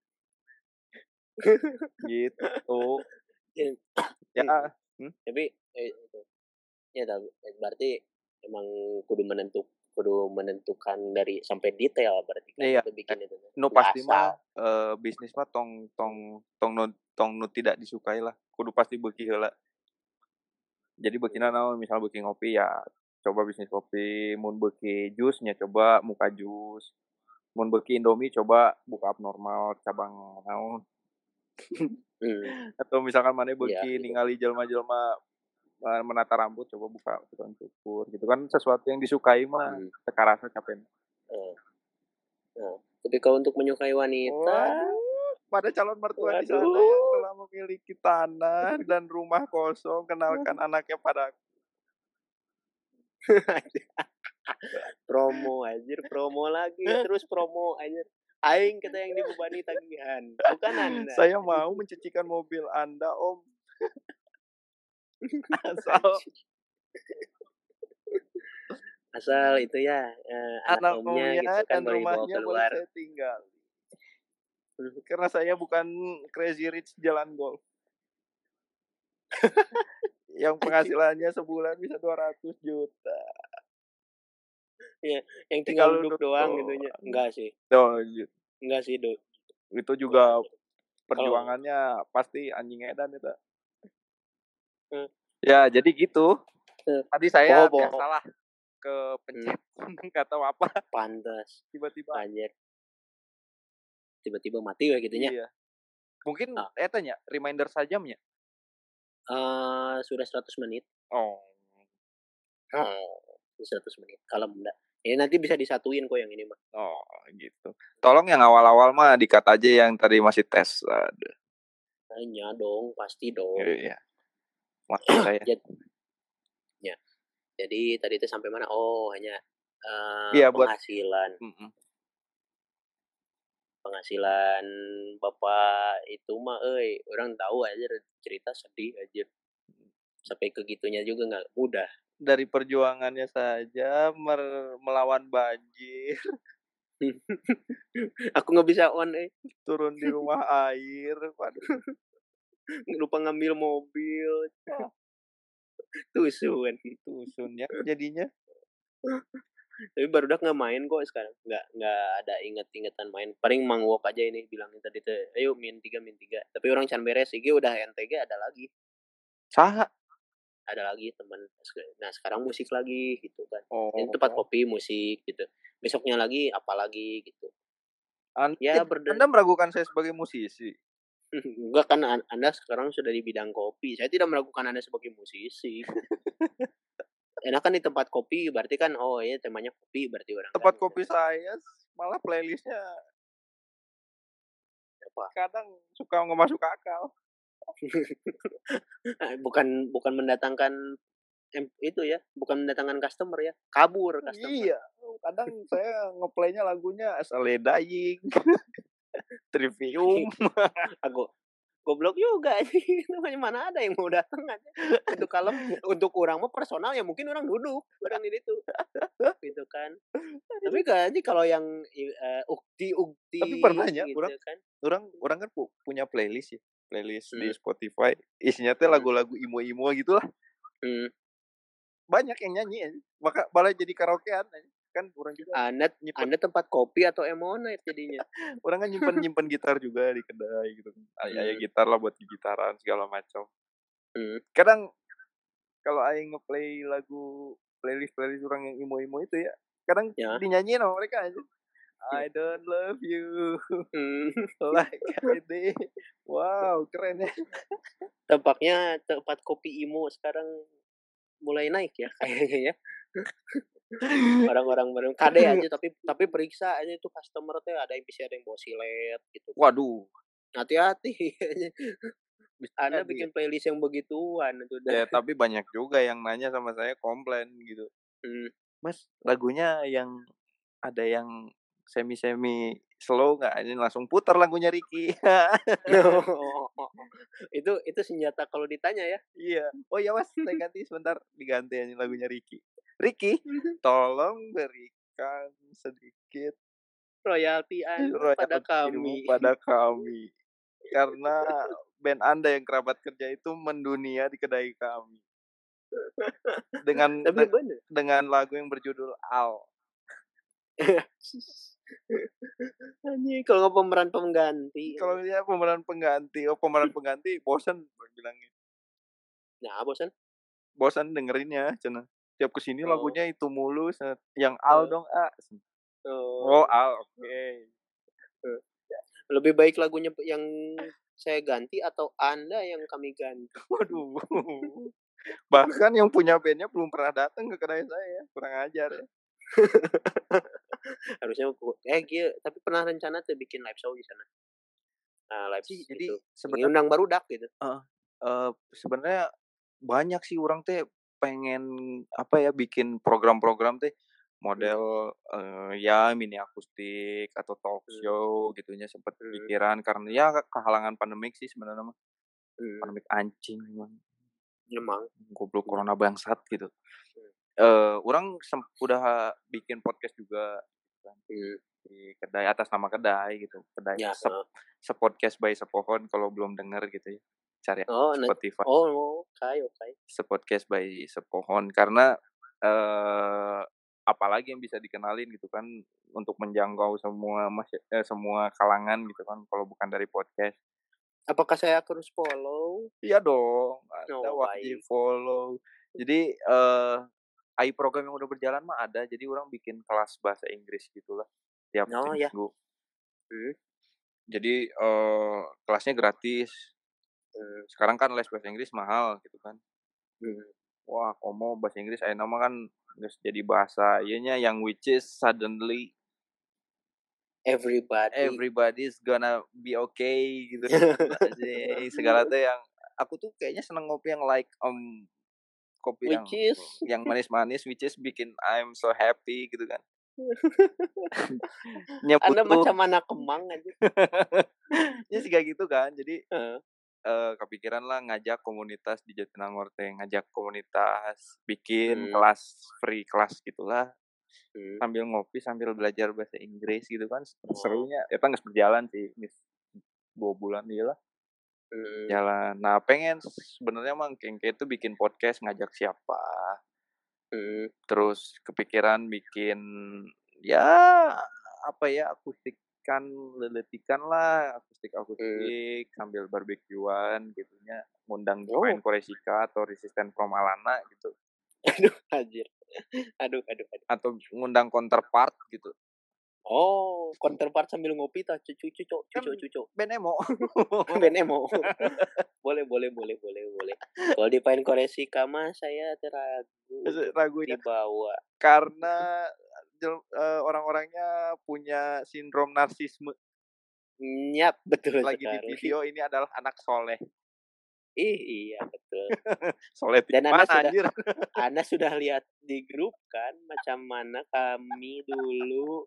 Speaker 1: Gitu. Ya.
Speaker 2: Hmm? Tapi eh, itu. Ya tapi berarti emang kudu menentuk kudu menentukan dari sampai detail berarti kan
Speaker 1: iya.
Speaker 2: Itu bikin itu.
Speaker 1: No pasti mah uh, bisnis mah tong tong tong no, tong nu tidak disukai lah. Kudu pasti beuki heula. Jadi beukina naon misal beuki ngopi ya coba bisnis kopi, mun beuki jus nya coba muka jus. Mun beuki Indomie coba buka abnormal cabang naon. hmm. Atau misalkan mana beuki ya, gitu. Ningali jelema-jelema menata rambut coba buka tukang cukur gitu kan sesuatu yang disukai mah hmm. tekarasa capek. Oh.
Speaker 2: Nah, tapi kalau untuk menyukai wanita,
Speaker 1: waduh, pada calon mertua waduh. Di sana yang telah memiliki tanah dan rumah kosong, kenalkan anaknya padaku.
Speaker 2: Promo anjir, promo lagi, terus promo anjir. Aing kita yang dibebani tagihan, bukan Anda.
Speaker 1: Saya mau mencucikan mobil Anda, Om. Asal
Speaker 2: asal itu ya eh, anak, anak omnya gitu kan
Speaker 1: dan rumahnya boleh saya tinggal karena saya bukan crazy rich jalan golf yang penghasilannya sebulan bisa dua ratus juta
Speaker 2: ya yang tinggal duduk doang gitu nya enggak sih
Speaker 1: oh,
Speaker 2: enggak sih do
Speaker 1: itu juga perjuangannya Kalo... pasti anjing edan itu hmm. Ya jadi gitu hmm. Tadi saya oh, oh. salah ke pencet nggak hmm. tahu apa
Speaker 2: pantas
Speaker 1: tiba-tiba
Speaker 2: anjir tiba-tiba mati ya gitunya
Speaker 1: iya. Mungkin ah. etanya reminder saja nya
Speaker 2: uh, sudah seratus menit
Speaker 1: oh
Speaker 2: oh seratus menit kalau enggak ini nanti bisa disatuin kok yang ini mah
Speaker 1: oh gitu tolong yang awal-awal mah dikat aja yang tadi masih tes aduh
Speaker 2: hanya dong pasti dong
Speaker 1: iya waktu saya
Speaker 2: ya jadi tadi itu sampai mana oh hanya uh, ya, penghasilan buat... penghasilan bapak itu mah euy orang tahu aja cerita sedih aja sampai ke gitunya juga nggak mudah
Speaker 1: dari perjuangannya saja mer- melawan banjir
Speaker 2: aku nggak bisa on eh
Speaker 1: turun di rumah air
Speaker 2: lupa ngambil mobil tusun
Speaker 1: tusun ya jadinya
Speaker 2: tapi barudak nggak main kok sekarang nggak nggak ada inget-ingetan main paling mangwok aja ini bilangin tadi tuh ayo min tiga min tiga tapi orang can beres sih udah N T G ada lagi
Speaker 1: sah
Speaker 2: ada lagi teman nah sekarang musik lagi gitu kan
Speaker 1: oh,
Speaker 2: ini tempat kopi musik gitu besoknya lagi apa lagi gitu
Speaker 1: Anda, ya berde- Anda meragukan saya sebagai musisi
Speaker 2: enggak kan Anda sekarang sudah di bidang kopi saya tidak meragukan Anda sebagai musisi enak kan di tempat kopi berarti kan oh ya temanya kopi berarti orang
Speaker 1: tempat
Speaker 2: kan,
Speaker 1: kopi gitu. Saya malah playlistnya
Speaker 2: apa
Speaker 1: kadang suka nggak masuk akal
Speaker 2: bukan bukan mendatangkan itu ya bukan mendatangkan customer ya kabur customer
Speaker 1: iya kadang saya ngeplaynya lagunya Asale Dying, Trivium.
Speaker 2: Aku goblok juga anjing, namanya mana ada yang mau datang aja. Untuk kalem, untuk orang mah personal ya mungkin orang duduk, orang di situ. Gitu kan. Tapi kan kalau yang uh, ukti-ukti
Speaker 1: Tapi pernah ya,
Speaker 2: gitu
Speaker 1: orang,
Speaker 2: kan.
Speaker 1: orang orang kan punya playlist ya, playlist hmm. di Spotify. Isinya tuh lagu-lagu emo-emo gitu lah.
Speaker 2: Hmm.
Speaker 1: Banyak yang nyanyi ya. Maka malah jadi karaokean kan orang juga.
Speaker 2: Anda nyimpen. Anda tempat kopi atau emo night jadinya.
Speaker 1: Orang kan nyimpen-nyimpen gitar juga di kedai gitu. Ayah hmm. gitar lah buat gitaran segala macam. Hmm. Kadang kalau aing ngeplay lagu playlist-playlist orang yang emo-emo itu ya, kadang ya. Dinyanyiin sama mereka aja. I don't love you hmm. like I did. Wow, keren ya.
Speaker 2: Tampaknya tempat kopi emo sekarang mulai naik ya kayaknya ya. Orang-orang bareng K D aja tapi tapi periksa aja itu customer teh ada yang bisa ada yang bawa silet gitu.
Speaker 1: Waduh,
Speaker 2: hati-hati. Anda bikin playlist yang begituan itu
Speaker 1: ya, tapi banyak juga yang nanya sama saya komplain gitu. Hmm. Mas, lagunya yang ada yang semi-semi slow nggak? Ini langsung putar lagunya Ricky.
Speaker 2: itu itu senjata kalau ditanya ya.
Speaker 1: Iya. Oh ya mas, saya ganti sebentar, diganti aja lagunya Ricky. Ricky, tolong berikan sedikit
Speaker 2: royalti Anda pada kami.
Speaker 1: Pada kami. Karena band Anda yang kerabat kerja itu mendunia di kedai kami. Dengan de- dengan lagu yang berjudul Al.
Speaker 2: Anjing, kalau nggak pemeran pengganti.
Speaker 1: Kalau dia pemeran pengganti, oh pemeran pengganti, bosan bilangnya.
Speaker 2: Nah, bosan?
Speaker 1: Bosan dengerinnya, cina. Tiap kesini oh. lagunya itu mulu, yang Al oh. dong, ah. Oh, oh Al, oke. Okay.
Speaker 2: Lebih baik lagunya yang saya ganti atau Anda yang kami ganti?
Speaker 1: Waduh. Bahkan yang punya bandnya belum pernah datang ke kedai saya, kurang ajar ya.
Speaker 2: Harusnya eh gitu, tapi pernah rencana tuh bikin live show di sana. Nah, live
Speaker 1: sih,
Speaker 2: gitu.
Speaker 1: Jadi sebenarnya
Speaker 2: undang barudak gitu.
Speaker 1: Uh, uh, sebenarnya banyak sih orang teh pengen apa ya bikin program-program teh model hmm. uh, ya mini akustik atau talk show hmm. gitunya sempat hmm. pikiran karena ya kehalangan pandemik sih sebenarnya mah. Hmm. Pandemik anjing memang.
Speaker 2: Emang
Speaker 1: goblok corona bangsat gitu. Eh uh, orang sem- udah bikin podcast juga kan. Hmm. Di kedai atas nama kedai gitu. Kedai ya, sep, uh. sepodcast by Sepohon kalau belum denger gitu ya. Cari
Speaker 2: oh,
Speaker 1: Spotify.
Speaker 2: Oh, oke, okay, oke. Okay.
Speaker 1: Sepodcast by Sepohon karena eh apalagi yang bisa dikenalin gitu kan untuk menjangkau semua masy- eh, semua kalangan gitu kan kalau bukan dari podcast.
Speaker 2: Apakah saya harus follow?
Speaker 1: Iya dong, Anda oh, wajib baik. Follow. Jadi eh A I program yang udah berjalan mah ada, jadi orang bikin kelas bahasa Inggris gitulah tiap oh, minggu. Ya. Hmm. Jadi eh kelasnya gratis. Hmm. Sekarang kan les bahasa Inggris mahal gitu kan. Hmm. Wah, komo bahasa Inggris aya nama kan geus jadi bahasa ieunya yang which is suddenly
Speaker 2: everybody
Speaker 1: everybody's gonna be okay gitu. Segala tuh yang aku tuh kayaknya seneng ngopi yang like um kopi
Speaker 2: which
Speaker 1: yang
Speaker 2: is
Speaker 1: yang manis-manis which is bikin I'm so happy gitu kan.
Speaker 2: Anda macam anak kemang aja.
Speaker 1: Ya sih kayak gitu kan. Jadi uh. Uh, kepikiran lah ngajak komunitas di Jatinangor teh, ngajak komunitas bikin hmm. kelas free kelas gitulah. Hmm. Sambil ngopi sambil belajar bahasa Inggris gitu kan. Oh. Serunya eta geus berjalan sih dua bulan ieu lah. Hmm. Jalan. Nah, pengen sebenarnya mah kayak itu bikin podcast ngajak siapa. Hmm. Terus kepikiran bikin ya apa ya akustik kan leletikan lah akustik akustik hmm. sambil barbekyuan gitunya ngundang oh. pemain Koresika atau Resisten Promalana gitu.
Speaker 2: Aduh anjir. Aduh aduh aduh.
Speaker 1: Atau ngundang counterpart gitu.
Speaker 2: Oh, counterpart sambil ngopi tah cucu cucu cucu cucu.
Speaker 1: Ben emo.
Speaker 2: Ben emo. Boleh boleh boleh boleh boleh. Kalau di pemain Koresika mah saya teragu
Speaker 1: ragunya
Speaker 2: dibawa
Speaker 1: karena uh, orang-orangnya punya sindrom narsisme.
Speaker 2: Nyap, betul
Speaker 1: lagi
Speaker 2: sekali.
Speaker 1: Di video ini adalah anak soleh.
Speaker 2: Ih, iya betul.
Speaker 1: Soleh
Speaker 2: Dan Anda
Speaker 1: mana
Speaker 2: sudah
Speaker 1: anjir?
Speaker 2: Anda sudah lihat di grup kan macam mana kami dulu.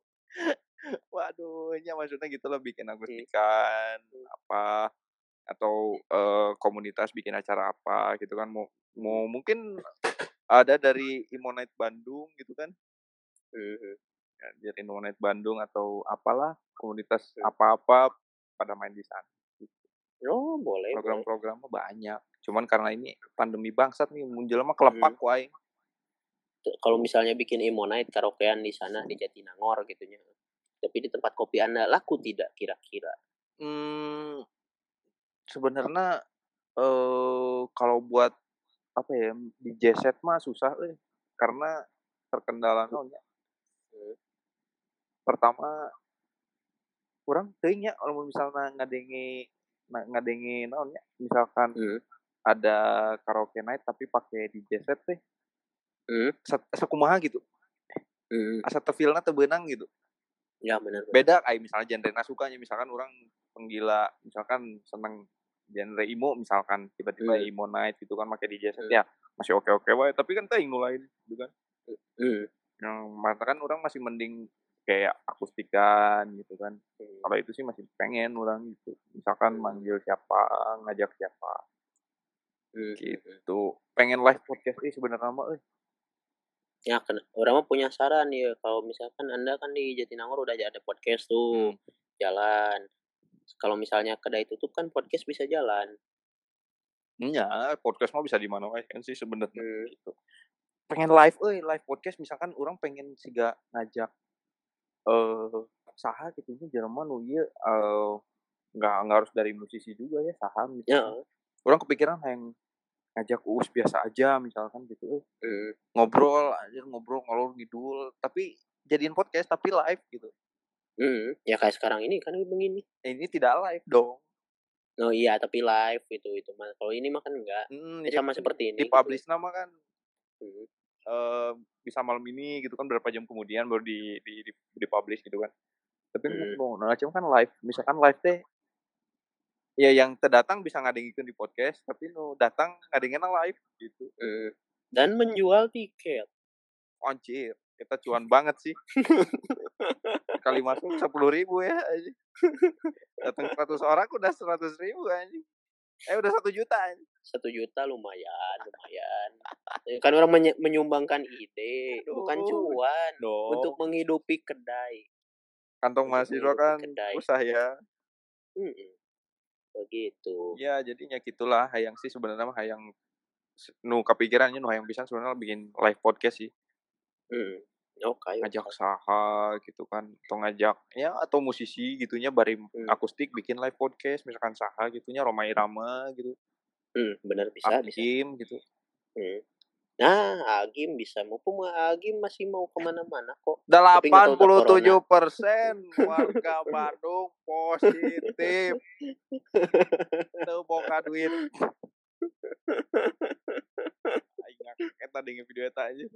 Speaker 1: Waduh, ya maksudnya gitu loh bikin
Speaker 2: Ih.
Speaker 1: akustikan apa atau uh, komunitas bikin acara apa gitu kan mau mau mungkin ada dari Imonite Bandung gitu kan.
Speaker 2: Mhm.
Speaker 1: Ya, dari Imonite Bandung atau apalah komunitas
Speaker 2: Mhm.
Speaker 1: apa-apa pada main di sana.
Speaker 2: Oh, boleh, boleh.
Speaker 1: Program-programnya banyak. Cuman karena ini pandemi bangsat nih, mun jelema
Speaker 2: Mhm.
Speaker 1: kelepak ku aing.
Speaker 2: T- Kalau misalnya bikin Imonite karaokean di sana di Jatinangor gitunya. Tapi di tempat kopi Anda laku tidak kira-kira?
Speaker 1: Hmm, sebenarnya eh kalau buat apa ya di J set mah susah euy. Karena terkendala naon ya.
Speaker 2: Hmm.
Speaker 1: Pertama kurang teuing nya kalau misalnya ngadengi ngadengi naon ya, misalkan
Speaker 2: Hmm.
Speaker 1: ada karaoke night tapi pakai D J set teh.
Speaker 2: Hmm.
Speaker 1: Sakumaha gitu.
Speaker 2: Hmm.
Speaker 1: Asa teu feel-na teu beunang gitu.
Speaker 2: Ya benar.
Speaker 1: Beda kayak misalnya genre sukanya misalkan orang penggila misalkan seneng genre emo misalkan tiba-tiba
Speaker 2: Hmm.
Speaker 1: emo night gitu kan pakai D J set
Speaker 2: Hmm.
Speaker 1: ya masih oke-oke wae tapi kan teuing nu lain gitu kan.
Speaker 2: Hmm.
Speaker 1: Yang mata kan orang masih mending kayak akustikan gitu kan.
Speaker 2: Hmm.
Speaker 1: Kalau itu sih masih pengen orang gitu. Misalkan
Speaker 2: Hmm.
Speaker 1: manggil siapa, ngajak siapa.
Speaker 2: Hmm.
Speaker 1: Gitu. Pengen live podcast sih sebenarnya mah euy.
Speaker 2: Ya kan orang mah punya saran ya kalau misalkan Anda kan di Jatinangor udah ada podcast tuh
Speaker 1: Hmm.
Speaker 2: jalan. Kalau misalnya kedai tutup kan podcast bisa jalan.
Speaker 1: Iya, podcast mah bisa di mana wae kan sih sebenarnya
Speaker 2: Hmm.
Speaker 1: gitu. Pengen live euy, live podcast misalkan orang pengen siga ngajak eh saha gitu nya jelema nu ieu eh enggak enggak harus dari musisi juga ya, saha misalkan.
Speaker 2: Ya.
Speaker 1: Orang kepikiran hayang ngajak Uus biasa aja misalkan gitu euy.
Speaker 2: Hmm.
Speaker 1: Ngobrol anjir ngobrol ngalor ngidul tapi jadiin podcast tapi live gitu.
Speaker 2: Hmm. Ya kayak sekarang ini kan begini.
Speaker 1: Ini tidak live dong.
Speaker 2: Oh iya, tapi live itu itu mah. Kalau ini mah kan enggak.
Speaker 1: Hmm,
Speaker 2: Ya
Speaker 1: ini
Speaker 2: sama
Speaker 1: kan
Speaker 2: seperti ini gitu.
Speaker 1: dipublish nama kan
Speaker 2: Hmm.
Speaker 1: eh bisa malam ini gitu kan berapa jam kemudian baru di di di, dipublish gitu kan. Tapi
Speaker 2: Hmm.
Speaker 1: mau ngacem kan live, misalkan live teh ya yang terdatang bisa ngadengikeun di podcast, tapi nu datang ngadengina live gitu.
Speaker 2: Hmm. Dan menjual tiket.
Speaker 1: Anjir, kita cuan banget sih. Sekali masuk sepuluh ribu ya anjing. Datang seratus orang udah seratus ribu anjing. Eh udah satu juta anjing.
Speaker 2: Satu juta lumayan, lumayan. Kan orang menye- menyumbangkan ide,
Speaker 1: Aduh,
Speaker 2: bukan cuan, untuk
Speaker 1: dong.
Speaker 2: menghidupi kedai.
Speaker 1: Kantong
Speaker 2: Untuk
Speaker 1: mahasiswa
Speaker 2: menghidupi
Speaker 1: kan
Speaker 2: kedai.
Speaker 1: susah ya.
Speaker 2: Hmm. Begitu.
Speaker 1: Ya jadinya gitulah hayang sih sebenarnya mah hayang nu kepikirannya nu hayang bisa sebenarnya bikin live podcast sih.
Speaker 2: Hmm. Oke,
Speaker 1: Ngajak
Speaker 2: oke.
Speaker 1: saha gitu kan atau ngajak ya atau musisi gitunya bari
Speaker 2: Hmm.
Speaker 1: akustik bikin live podcast misalkan saha gitunya Rhoma Irama gitu.
Speaker 2: Hmm, benar bisa, bisa.
Speaker 1: Agim gitu.
Speaker 2: Hmm. Nah, Agim bisa. Mumpung Agim masih mau kemana-mana kok. Tapi nggak tahu
Speaker 1: delapan
Speaker 2: tak
Speaker 1: puluh
Speaker 2: corona.
Speaker 1: tujuh persen warga Bandung positif. Teu boga duit. Aing ngaget tadi video eta aja.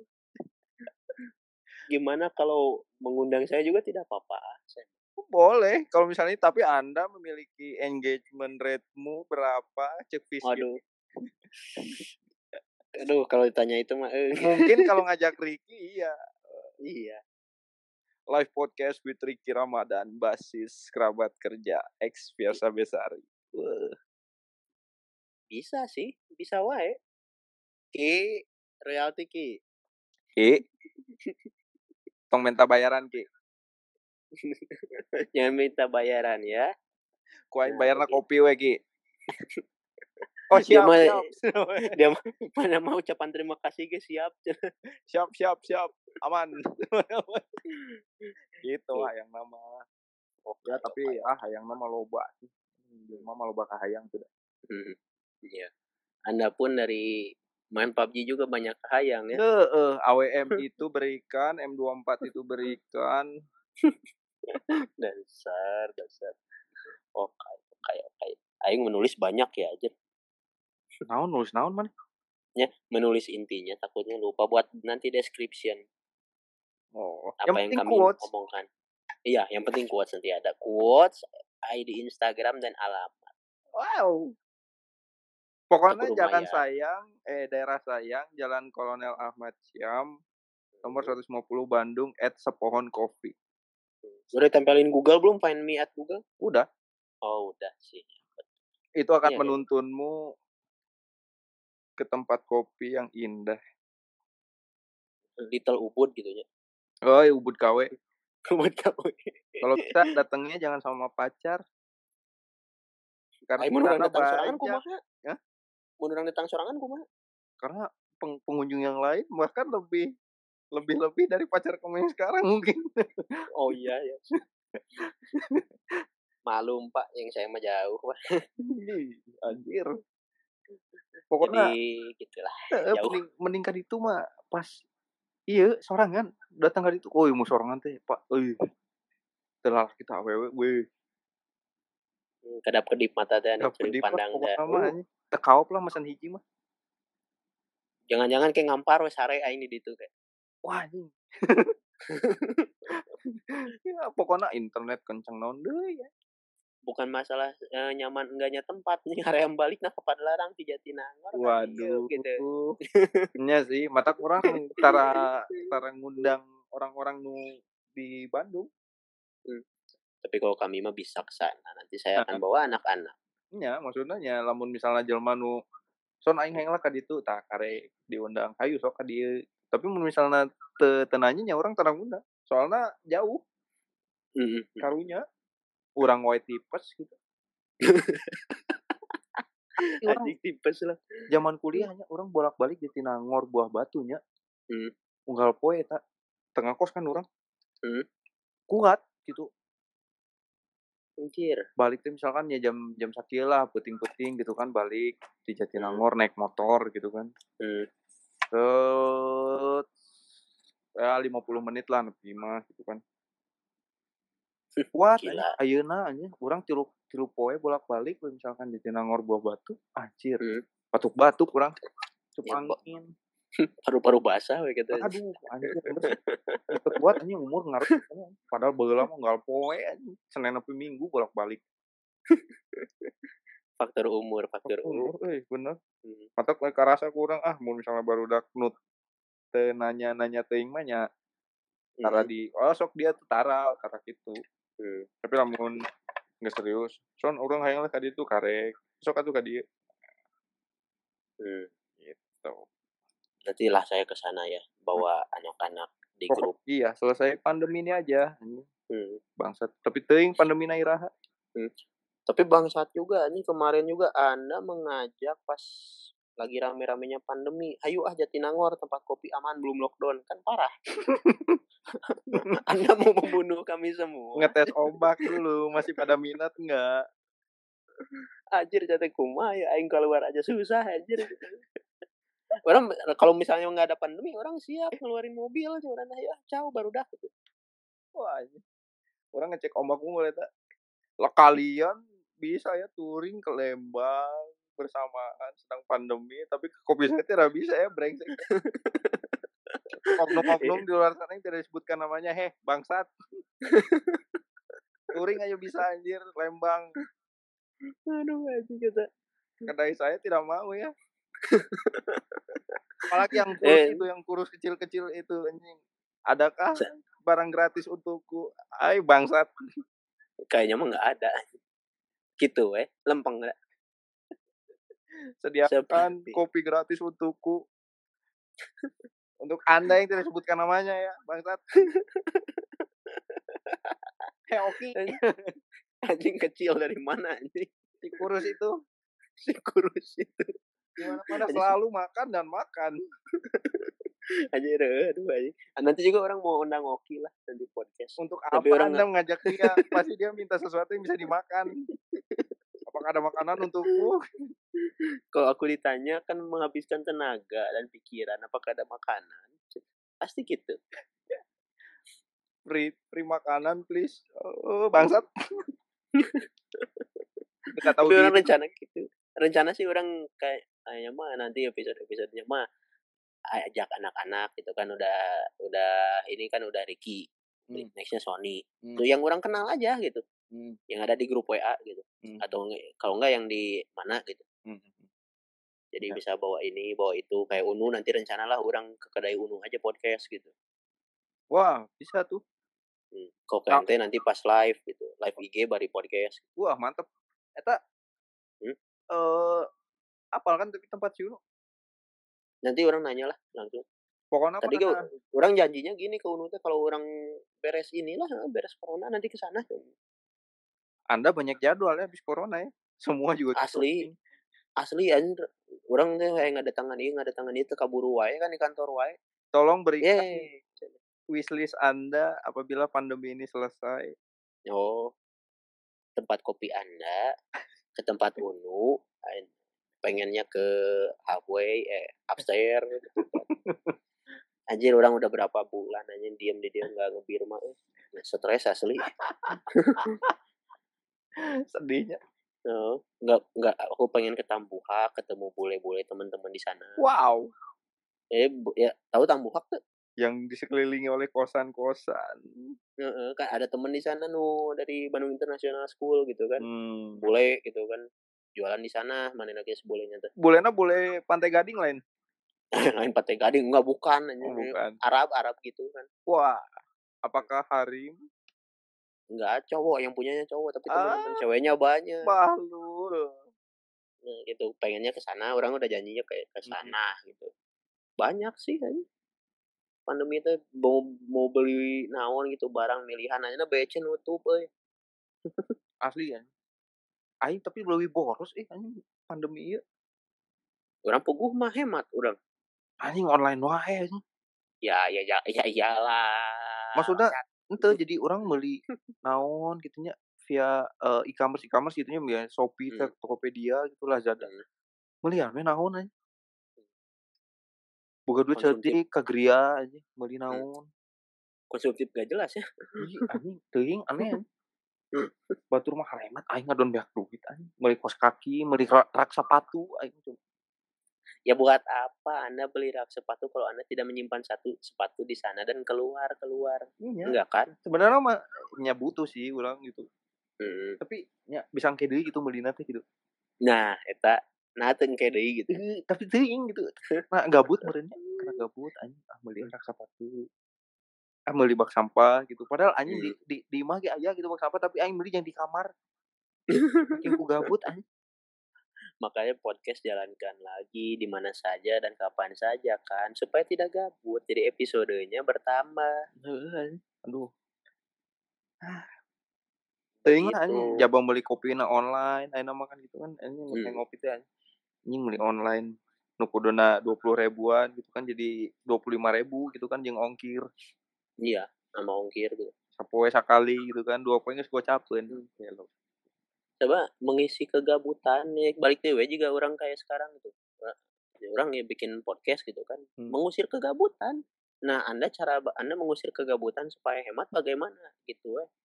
Speaker 2: Gimana kalau mengundang saya juga tidak apa-apa. Saya
Speaker 1: Boleh, kalau misalnya tapi Anda memiliki engagement rate-mu berapa? Cek visi.
Speaker 2: Aduh. Aduh, kalau ditanya itu mah eh.
Speaker 1: Mungkin kalau ngajak Ricky iya.
Speaker 2: Iya.
Speaker 1: Live podcast with Ricky Ramadan, basis kerabat kerja, ex biasa besari. Wah.
Speaker 2: Bisa sih, bisa wae. Ki, royalti Ki.
Speaker 1: Ki, tong minta bayaran Ki.
Speaker 2: Jangan minta bayaran ya.
Speaker 1: Ku aing
Speaker 2: Nah,
Speaker 1: bayarna
Speaker 2: begitu.
Speaker 1: kopi we Ki. Oh
Speaker 2: Dia
Speaker 1: siap,
Speaker 2: mah,
Speaker 1: siap.
Speaker 2: dia mah mana mau ucapan terima kasih ge siap.
Speaker 1: Siap, siap, siap. Aman. Gitu hayang nama.
Speaker 2: Oke,
Speaker 1: Ya tapi
Speaker 2: oke.
Speaker 1: ah hayang nama loba sih. Mama loba kahayang sudah.
Speaker 2: Hmm. Iya. Anda pun dari main P U B G juga banyak hayang ya.
Speaker 1: Heeh, A W M itu berikan, M dua puluh empat itu berikan.
Speaker 2: Dasar, dasar. Oke, oke, oke. Aing menulis banyak ya aja.
Speaker 1: Naon nulis naon man?
Speaker 2: Ya, menulis intinya takutnya lupa buat nanti description.
Speaker 1: Oh,
Speaker 2: Apa
Speaker 1: yang
Speaker 2: yang,
Speaker 1: penting
Speaker 2: kami
Speaker 1: quotes.
Speaker 2: omongkan. Iya, yang penting quotes nanti ada quotes, I D Instagram dan alamat.
Speaker 1: Wow. Pokoknya Jalan Sayang, eh daerah Sayang, Jalan Kolonel Ahmad Syam, nomor seratus lima puluh Bandung, at Sepohon Coffee.
Speaker 2: Udah tempelin Google belum? Find me at Google?
Speaker 1: Udah.
Speaker 2: Oh, udah sih.
Speaker 1: Itu akan iya, menuntunmu ke tempat kopi yang indah.
Speaker 2: Little Ubud gitu ya.
Speaker 1: Oh, ya, Ubud K W.
Speaker 2: Ubud K W.
Speaker 1: Kalau kita datangnya jangan sama pacar.
Speaker 2: Karena Ay, karena datang sorangan kumaha? Ya? Mun datang sorangan kumaha?
Speaker 1: Karena peng- pengunjung yang lain bahkan lebih lebih-lebih dari pacar kamu yang sekarang mungkin.
Speaker 2: Oh iya ya. Malum Pak, yang saya mah jauh Pak.
Speaker 1: Anjir. Pokoknya
Speaker 2: jadi gitulah.
Speaker 1: Eh, mending, mending itu mah pas iya sorangan datang kali itu. Oh, mau sorangan teh, Pak. Euy. Telah kita awewe we.
Speaker 2: Kedap-kedip mata teh anu pandang teh.
Speaker 1: Oh, tekaop lah mesan hiji mah.
Speaker 2: Jangan-jangan kayak ngampar we sare aing di ditu teh.
Speaker 1: Wah, anjing. Ya, pokoknya internet kenceng naon deui ya.
Speaker 2: Bukan masalah e, nyaman enggaknya tempat nih, haream balik nah ke Padalarang di Jatinangor.
Speaker 1: Waduh, gitu. Nya sih, mata kurang tara tara ngundang orang-orang nu di Bandung.
Speaker 2: Hmm. Tapi kalau kami mah bisa ke sana. Nanti saya akan bawa anak-anak.
Speaker 1: Nya, maksudnya nya lamun misalnya jelema nu son aing hayang lah ka ditu tah kare diundang hayu sok ka dieu. Tapi mun misalnya teu teu nanya nya urang tara ngundang. Soalnya jauh. Heeh. Mm-hmm. Karunya urang wae tipes gitu.
Speaker 2: Orang tipes lah.
Speaker 1: Zaman kuliahnya orang bolak-balik Jatinangor Buah Batunya. Hmm. Unggal poe eta. Tengah kos kan orang. Hmm. Kuat gitu.
Speaker 2: Anjir.
Speaker 1: Balik tuh misalkan ya jam jam sakieu lah puting-puting gitu kan balik di Jatinangor hmm. naik motor gitu kan. Hmm. Terus ya lima puluh menit lah nepi mah gitu kan. Kuat ayeuna anya urang tilu tilu poe bolak-balik misalkan di Jatinangor Buah Batu anjir. Hmm. Batuk-batuk urang. Cupangin.
Speaker 2: Paru-paru basah we gitu.
Speaker 1: Aduh, anjir bener. Cepet buat anjing umur ngarep. Padahal baheula mah nggal poe anjing. Senin sampai Minggu bolak-balik.
Speaker 2: Faktor umur, faktor
Speaker 1: umur. Eh, bener. Hmm. Matak we karasa kurang ah mun misalnya barudak nu teu nanya-nanya teuing mah nya tara di oh sok dia tuh tara tara kitu. Hmm. Tapi lamun geus serius, son urang hayang lah ka ditu karek. Sok atuh ka dieu.
Speaker 2: Hmm, gitu. Nantilah saya ke sana ya, bawa hmm. anak-anak di grup.
Speaker 1: Oh, iya, selesai pandemi ini aja. Hmm. Bangsat. Tapi teuing pandemi na iraha.
Speaker 2: Hmm. Tapi bangsat juga nih kemarin juga Anda mengajak pas lagi rame-ramenya pandemi. Ayo ah Jatinangor tempat kopi aman belum lockdown kan parah. Anda mau membunuh kami semua.
Speaker 1: Ngetes ombak dulu, masih pada minat enggak?
Speaker 2: Anjir jatuh kumaha ya aing keluar aja susah anjir. Orang kalau misalnya enggak ada pandemi orang siap ngeluarin mobil cuman ya caw baru dah gitu.
Speaker 1: Wah, orang ngecek ombak unggul eta. Lah kalian bisa ya touring ke Lembang bersamaan sedang pandemi tapi ke kopi saya tidak bisa ya brengsek. Oknum-oknum di luar sana yang tidak disebutkan namanya heh bangsat. Touring aja bisa anjir Lembang.
Speaker 2: Aduh anjing kata.
Speaker 1: Kedai saya tidak mau ya. Apalagi yang kurus eh. itu yang kurus kecil-kecil itu anjing. Adakah barang gratis untukku? Ay bangsat.
Speaker 2: Kayaknya mah enggak ada. Gitu eh, lempeng enggak?
Speaker 1: Sediakan Seperti. Kopi gratis untukku. Untuk Anda yang tidak sebutkan namanya ya, bangsat. Hei Oki.
Speaker 2: Anjing kecil dari mana anjing?
Speaker 1: Si kurus itu.
Speaker 2: Si kurus itu.
Speaker 1: Gimana-mana selalu makan dan makan.
Speaker 2: Anjir, aduh anjing. Nanti juga orang mau undang Oki lah di podcast.
Speaker 1: Untuk apa orang Anda mengajak dia? Pasti dia minta sesuatu yang bisa dimakan. Apakah ada makanan untukku?
Speaker 2: Kalau aku ditanya kan menghabiskan tenaga dan pikiran, apakah ada makanan? Pasti gitu.
Speaker 1: Free, free makanan please. Oh, bangsat.
Speaker 2: Kita tahu orang rencana gitu. Rencana sih orang kayak kayaknya mah nanti episode-episodenya mah ajak anak-anak gitu kan udah udah ini kan udah Ricky. Hmm. Nextnya Sony. Hmm. Tuh yang orang kenal aja gitu. Hmm. Yang ada di grup W A gitu. Hmm. Atau kalau enggak yang di mana gitu. Hmm. Jadi ya. Bisa bawa ini, bawa itu. Kayak Unu nanti rencana lah orang ke kedai Unu aja podcast gitu.
Speaker 1: Wah, bisa tuh.
Speaker 2: Hmm. Kok K N T nanti pas live gitu. Live I G bari podcast.
Speaker 1: Wah, mantep. Eta hmm? uh, apal kan tapi tempat sih Unu?
Speaker 2: Nanti orang nanya lah langsung.
Speaker 1: Pokoknya
Speaker 2: tadi kan orang janjinya gini ke Unu teh kalau orang beres inilah, beres corona nanti ke sana.
Speaker 1: Anda banyak jadwal ya habis corona ya. Semua juga
Speaker 2: asli. Asli anjir. Orang teh kayak enggak datangan ieu, enggak datangan itu kaburu wae kan di kantor wae.
Speaker 1: Tolong berikan yeah. wishlist Anda apabila pandemi ini selesai.
Speaker 2: Oh. Tempat kopi Anda ke tempat Unu, pengennya ke halfway eh upstairs. Anjir orang udah berapa bulan anjing diam di dia enggak ngebir mah. Stres asli.
Speaker 1: Sedihnya.
Speaker 2: Oh, enggak enggak aku pengen ke Tambuhak, ketemu bule-bule teman-teman di sana.
Speaker 1: Wow.
Speaker 2: Eh ya, tahu Tambuhak tuh?
Speaker 1: Yang disekelilingi oleh kosan-kosan.
Speaker 2: Heeh, kan ada teman di sana nu dari Bandung International School gitu kan. Hmm. Bule gitu kan. Jualan di sana, mana lagi sebulenya tuh.
Speaker 1: Bulena boleh Pantai Gading lain.
Speaker 2: Lain Pantai Gading enggak bukan,
Speaker 1: oh, bukan.
Speaker 2: Arab Arab gitu kan.
Speaker 1: Wah, apakah harim?
Speaker 2: Enggak, cowok yang punyanya cowok tapi teman-teman ah, ceweknya banyak.
Speaker 1: Bahlul.
Speaker 2: Nah, gitu pengennya ke sana, orang udah janjinya kayak ke sana hmm. gitu. Banyak sih kan. Pandemi itu mau mau beli naon gitu barang milihan aja becen nutup euy.
Speaker 1: Asli ya. Aing tapi lebih boros eh anjing pandemi ieu.
Speaker 2: Orang puguh mah hemat urang.
Speaker 1: Anjing online wae anjing.
Speaker 2: Ya ya ya ya iyalah.
Speaker 1: Maksudnya ente jadi orang beli naon gitunya via uh, e-commerce e-commerce gitunya via Shopee, hmm. Tokopedia gitu Lazada. Hmm. Melihat we naon aja. Boga duit setik ka Gria aja beli naon.
Speaker 2: Konsumtif gak jelas ya.
Speaker 1: Ih anjing teuing aneh. Batur mah hemat aing ngadon beak duit anjing. Beli kos kaki, beli rak sepatu aing coba.
Speaker 2: Ya buat apa Anda beli rak sepatu kalau Anda tidak menyimpan satu sepatu di sana dan keluar keluar? Iya. Enggak kan?
Speaker 1: Sebenarnya mah nya butuh sih ulang gitu. Hmm. Tapi nya bisa engke deui gitu meulina teh gitu.
Speaker 2: Nah, eta nah teu engke deui gitu.
Speaker 1: E, tapi teuing gitu. Nah, gabut meureunnya karena gabut anjing ah meuli rak sepatu. Ah meuli bak sampah gitu. Padahal anjing hmm. di di di imah ge aya gitu bak sampah tapi aing meuli yang di kamar. Saking ku gabut anjing.
Speaker 2: Makanya podcast jalankan lagi di mana saja dan kapan saja kan supaya tidak gabut jadi episodenya bertambah.
Speaker 1: Aduh. Teuing lah anjing jabang beli kopina online ayeuna mah kan gitu kan anjing hmm. ngopi teh anjing beli online nu kuduna dua puluh ribuan gitu kan jadi dua puluh lima ribu gitu kan jeung ongkir.
Speaker 2: Iya, sama ongkir gitu.
Speaker 1: Sapoe sakali gitu kan dua poe geus gocapeun. Hmm.
Speaker 2: Coba mengisi kegabutan ya balik dewe juga orang kayak sekarang gitu. Ya, orang ya bikin podcast gitu kan, hmm. mengusir kegabutan. Nah, Anda cara Anda mengusir kegabutan supaya hemat bagaimana gitu eh.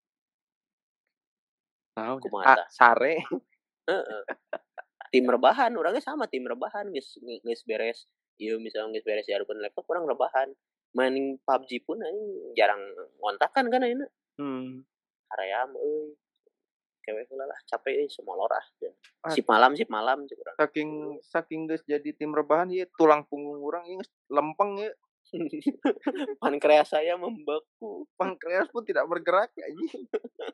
Speaker 1: Tahu ah, sare.
Speaker 2: Heeh. Tim rebahan, orangnya sama tim rebahan geus geus beres. Ieu misalnya geus beres dihareupeun laptop orang rebahan. Main P U B G pun anjing jarang ngontakan kan ayeuna. Hmm. Haream euy. Kewek heula lah capek euy semolor ah. Sip malam sip malam cik urang.
Speaker 1: Saking saking geus jadi tim rebahan ieu tulang punggung urang ieu lempeng ieu.
Speaker 2: Pankreas saya membeku.
Speaker 1: Pankreas pun tidak bergerak anjing.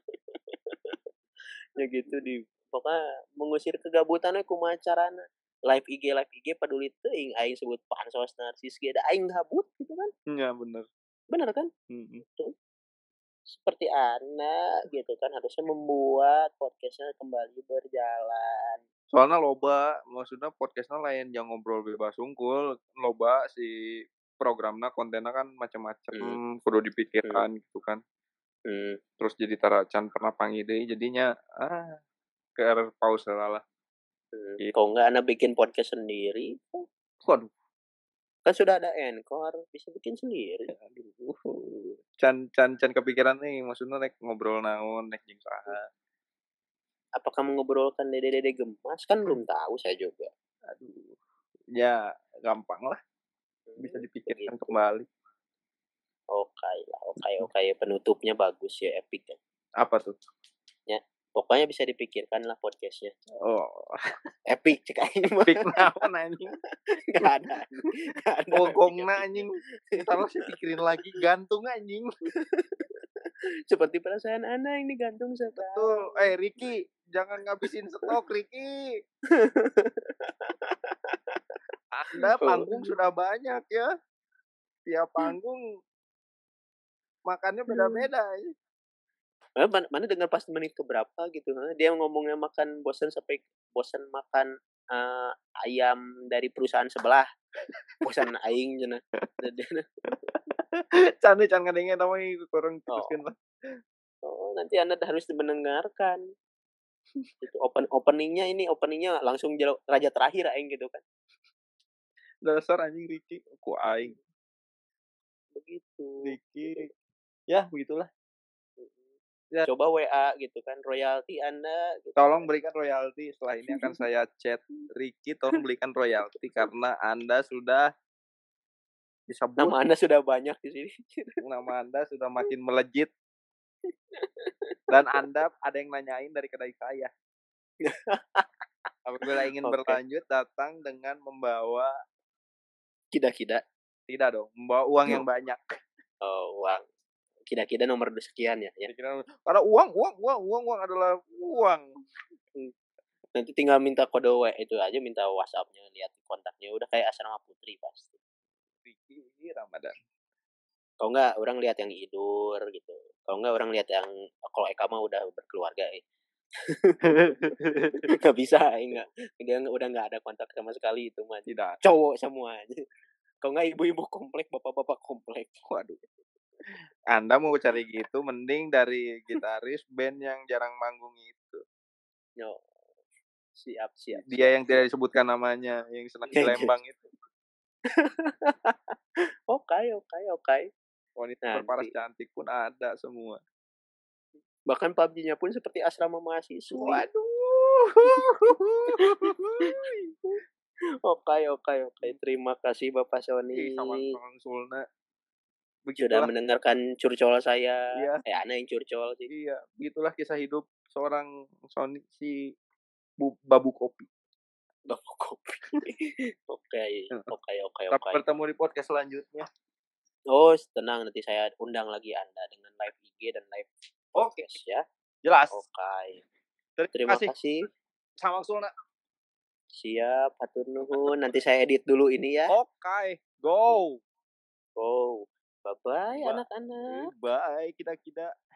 Speaker 2: Ya gitu di pokoknya mengusir kegabutan we kumaha carana. Live I G live I G peduli teuing aing sebut pansos narsis ge da aing gabut gitu kan.
Speaker 1: Iya bener.
Speaker 2: Bener kan?
Speaker 1: Mm-hmm.
Speaker 2: Seperti Anda gitu kan harusnya membuat podcastnya kembali berjalan.
Speaker 1: Soalnya loba, maksudnya podcastnya lain yang ngobrol bebas unggul, loba si programnya kontennya kan macam-macam, hmm. kudu dipikirkan hmm. gitu kan. Hmm. Terus jadi taracan pernah pangide jadinya ah ke pause lah.
Speaker 2: Hmm. Gitu. Kok enggak Anda bikin podcast sendiri?
Speaker 1: Waduh.
Speaker 2: Kan sudah ada Anchor, bisa bikin sendiri.
Speaker 1: Aduh. Can can can kepikiran nih maksudnya nek ngobrol naon nek jeung saha.
Speaker 2: Apakah mengobrolkan dede-dede gemas kan belum tahu saya juga.
Speaker 1: Aduh. Ya gampang lah. Bisa dipikirkan begitu. Kembali.
Speaker 2: Oke lah, oke oke penutupnya bagus ya epic kan.
Speaker 1: Apa tuh?
Speaker 2: Ya, Pokoknya bisa dipikirkan lah podcastnya.
Speaker 1: Oh.
Speaker 2: Epic cek aing mah.
Speaker 1: Epic naon anjing?
Speaker 2: Enggak ada. Enggak ada.
Speaker 1: Pokoknya anjing. Entar lah saya pikirin lagi gantung anjing.
Speaker 2: Seperti perasaan Ana ini gantung sekali.
Speaker 1: Betul. Eh Ricky, jangan ngabisin stok Ricky. Anda panggung sudah banyak ya. Tiap panggung makannya beda-beda ya.
Speaker 2: Mana, mana dengar pas menit keberapa gitu. Dia ngomongnya makan bosan sampai bosan makan uh, ayam dari perusahaan sebelah. Bosan aing cenah.
Speaker 1: Can can ngadenge tama kurang teruskeun lah.
Speaker 2: Oh, nanti Anda harus mendengarkan. Itu open openingnya ini openingnya langsung raja terakhir aing gitu kan.
Speaker 1: Dasar anjing Ricky, ku aing.
Speaker 2: Begitu.
Speaker 1: Ricky. Ya, begitulah.
Speaker 2: Ya. Coba W A gitu kan, royalti Anda gitu.
Speaker 1: Tolong berikan royalti. Setelah ini akan saya chat Ricky, tolong berikan royalti karena Anda sudah disebut.
Speaker 2: Nama Anda sudah banyak di sini.
Speaker 1: Nama Anda sudah makin melejit. Dan Anda ada yang nanyain dari kedai saya. Apabila ingin okay. berlanjut, datang dengan membawa
Speaker 2: kida-kida.
Speaker 1: Tidak dong, membawa uang yang banyak.
Speaker 2: Oh, uang. Kida-kida nomor sekian ya. ya.
Speaker 1: Karena uang, uang, uang, uang, uang adalah uang.
Speaker 2: Nanti tinggal minta kode W itu aja, minta WhatsApp-nya, lihat kontaknya. Udah kayak asrama putri pasti.
Speaker 1: Ricky Ramadan.
Speaker 2: Kalau enggak, orang lihat yang Idur gitu. Kalau enggak, orang lihat yang kalau Eka mah udah berkeluarga eh. Gak bisa, enggak. Dia udah nggak ada kontak sama sekali itu mah.
Speaker 1: Tidak.
Speaker 2: Cowok semua. Kalau nggak ibu-ibu komplek, bapak-bapak komplek.
Speaker 1: Waduh. Anda mau cari gitu, mending dari gitaris band yang jarang manggung itu.
Speaker 2: Yo, siap, siap.
Speaker 1: Dia
Speaker 2: siap.
Speaker 1: yang tidak disebutkan namanya, yang senang di Lembang itu.
Speaker 2: Oke, oke, oke.
Speaker 1: Wanita berparas cantik pun ada semua.
Speaker 2: Bahkan P U B G-nya pun seperti asrama mahasiswa.
Speaker 1: Waduh.
Speaker 2: Oke, oke, oke. Terima kasih Bapak Sony.
Speaker 1: Sama Bang Sulna.
Speaker 2: Begitulah. Sudah mendengarkan curcol saya.
Speaker 1: Iya.
Speaker 2: Eh, Ana yang curcol sih.
Speaker 1: Iya, begitulah kisah hidup seorang Sony si bu, babu kopi.
Speaker 2: Babu kopi. Oke, oke, oke, oke.
Speaker 1: Sampai bertemu di podcast selanjutnya.
Speaker 2: Oh, tenang, nanti saya undang lagi Anda dengan live I G dan live podcast
Speaker 1: okay.
Speaker 2: ya.
Speaker 1: Jelas.
Speaker 2: Oke. Okay.
Speaker 1: Terima,
Speaker 2: Terima
Speaker 1: kasih.
Speaker 2: kasih.
Speaker 1: Sama Sulna.
Speaker 2: Siap, hatur nuhun. Nanti saya edit dulu ini ya.
Speaker 1: Oke, okay. Go.
Speaker 2: Go. Bye-bye, Bye. anak-anak.
Speaker 1: Bye, kita-kita.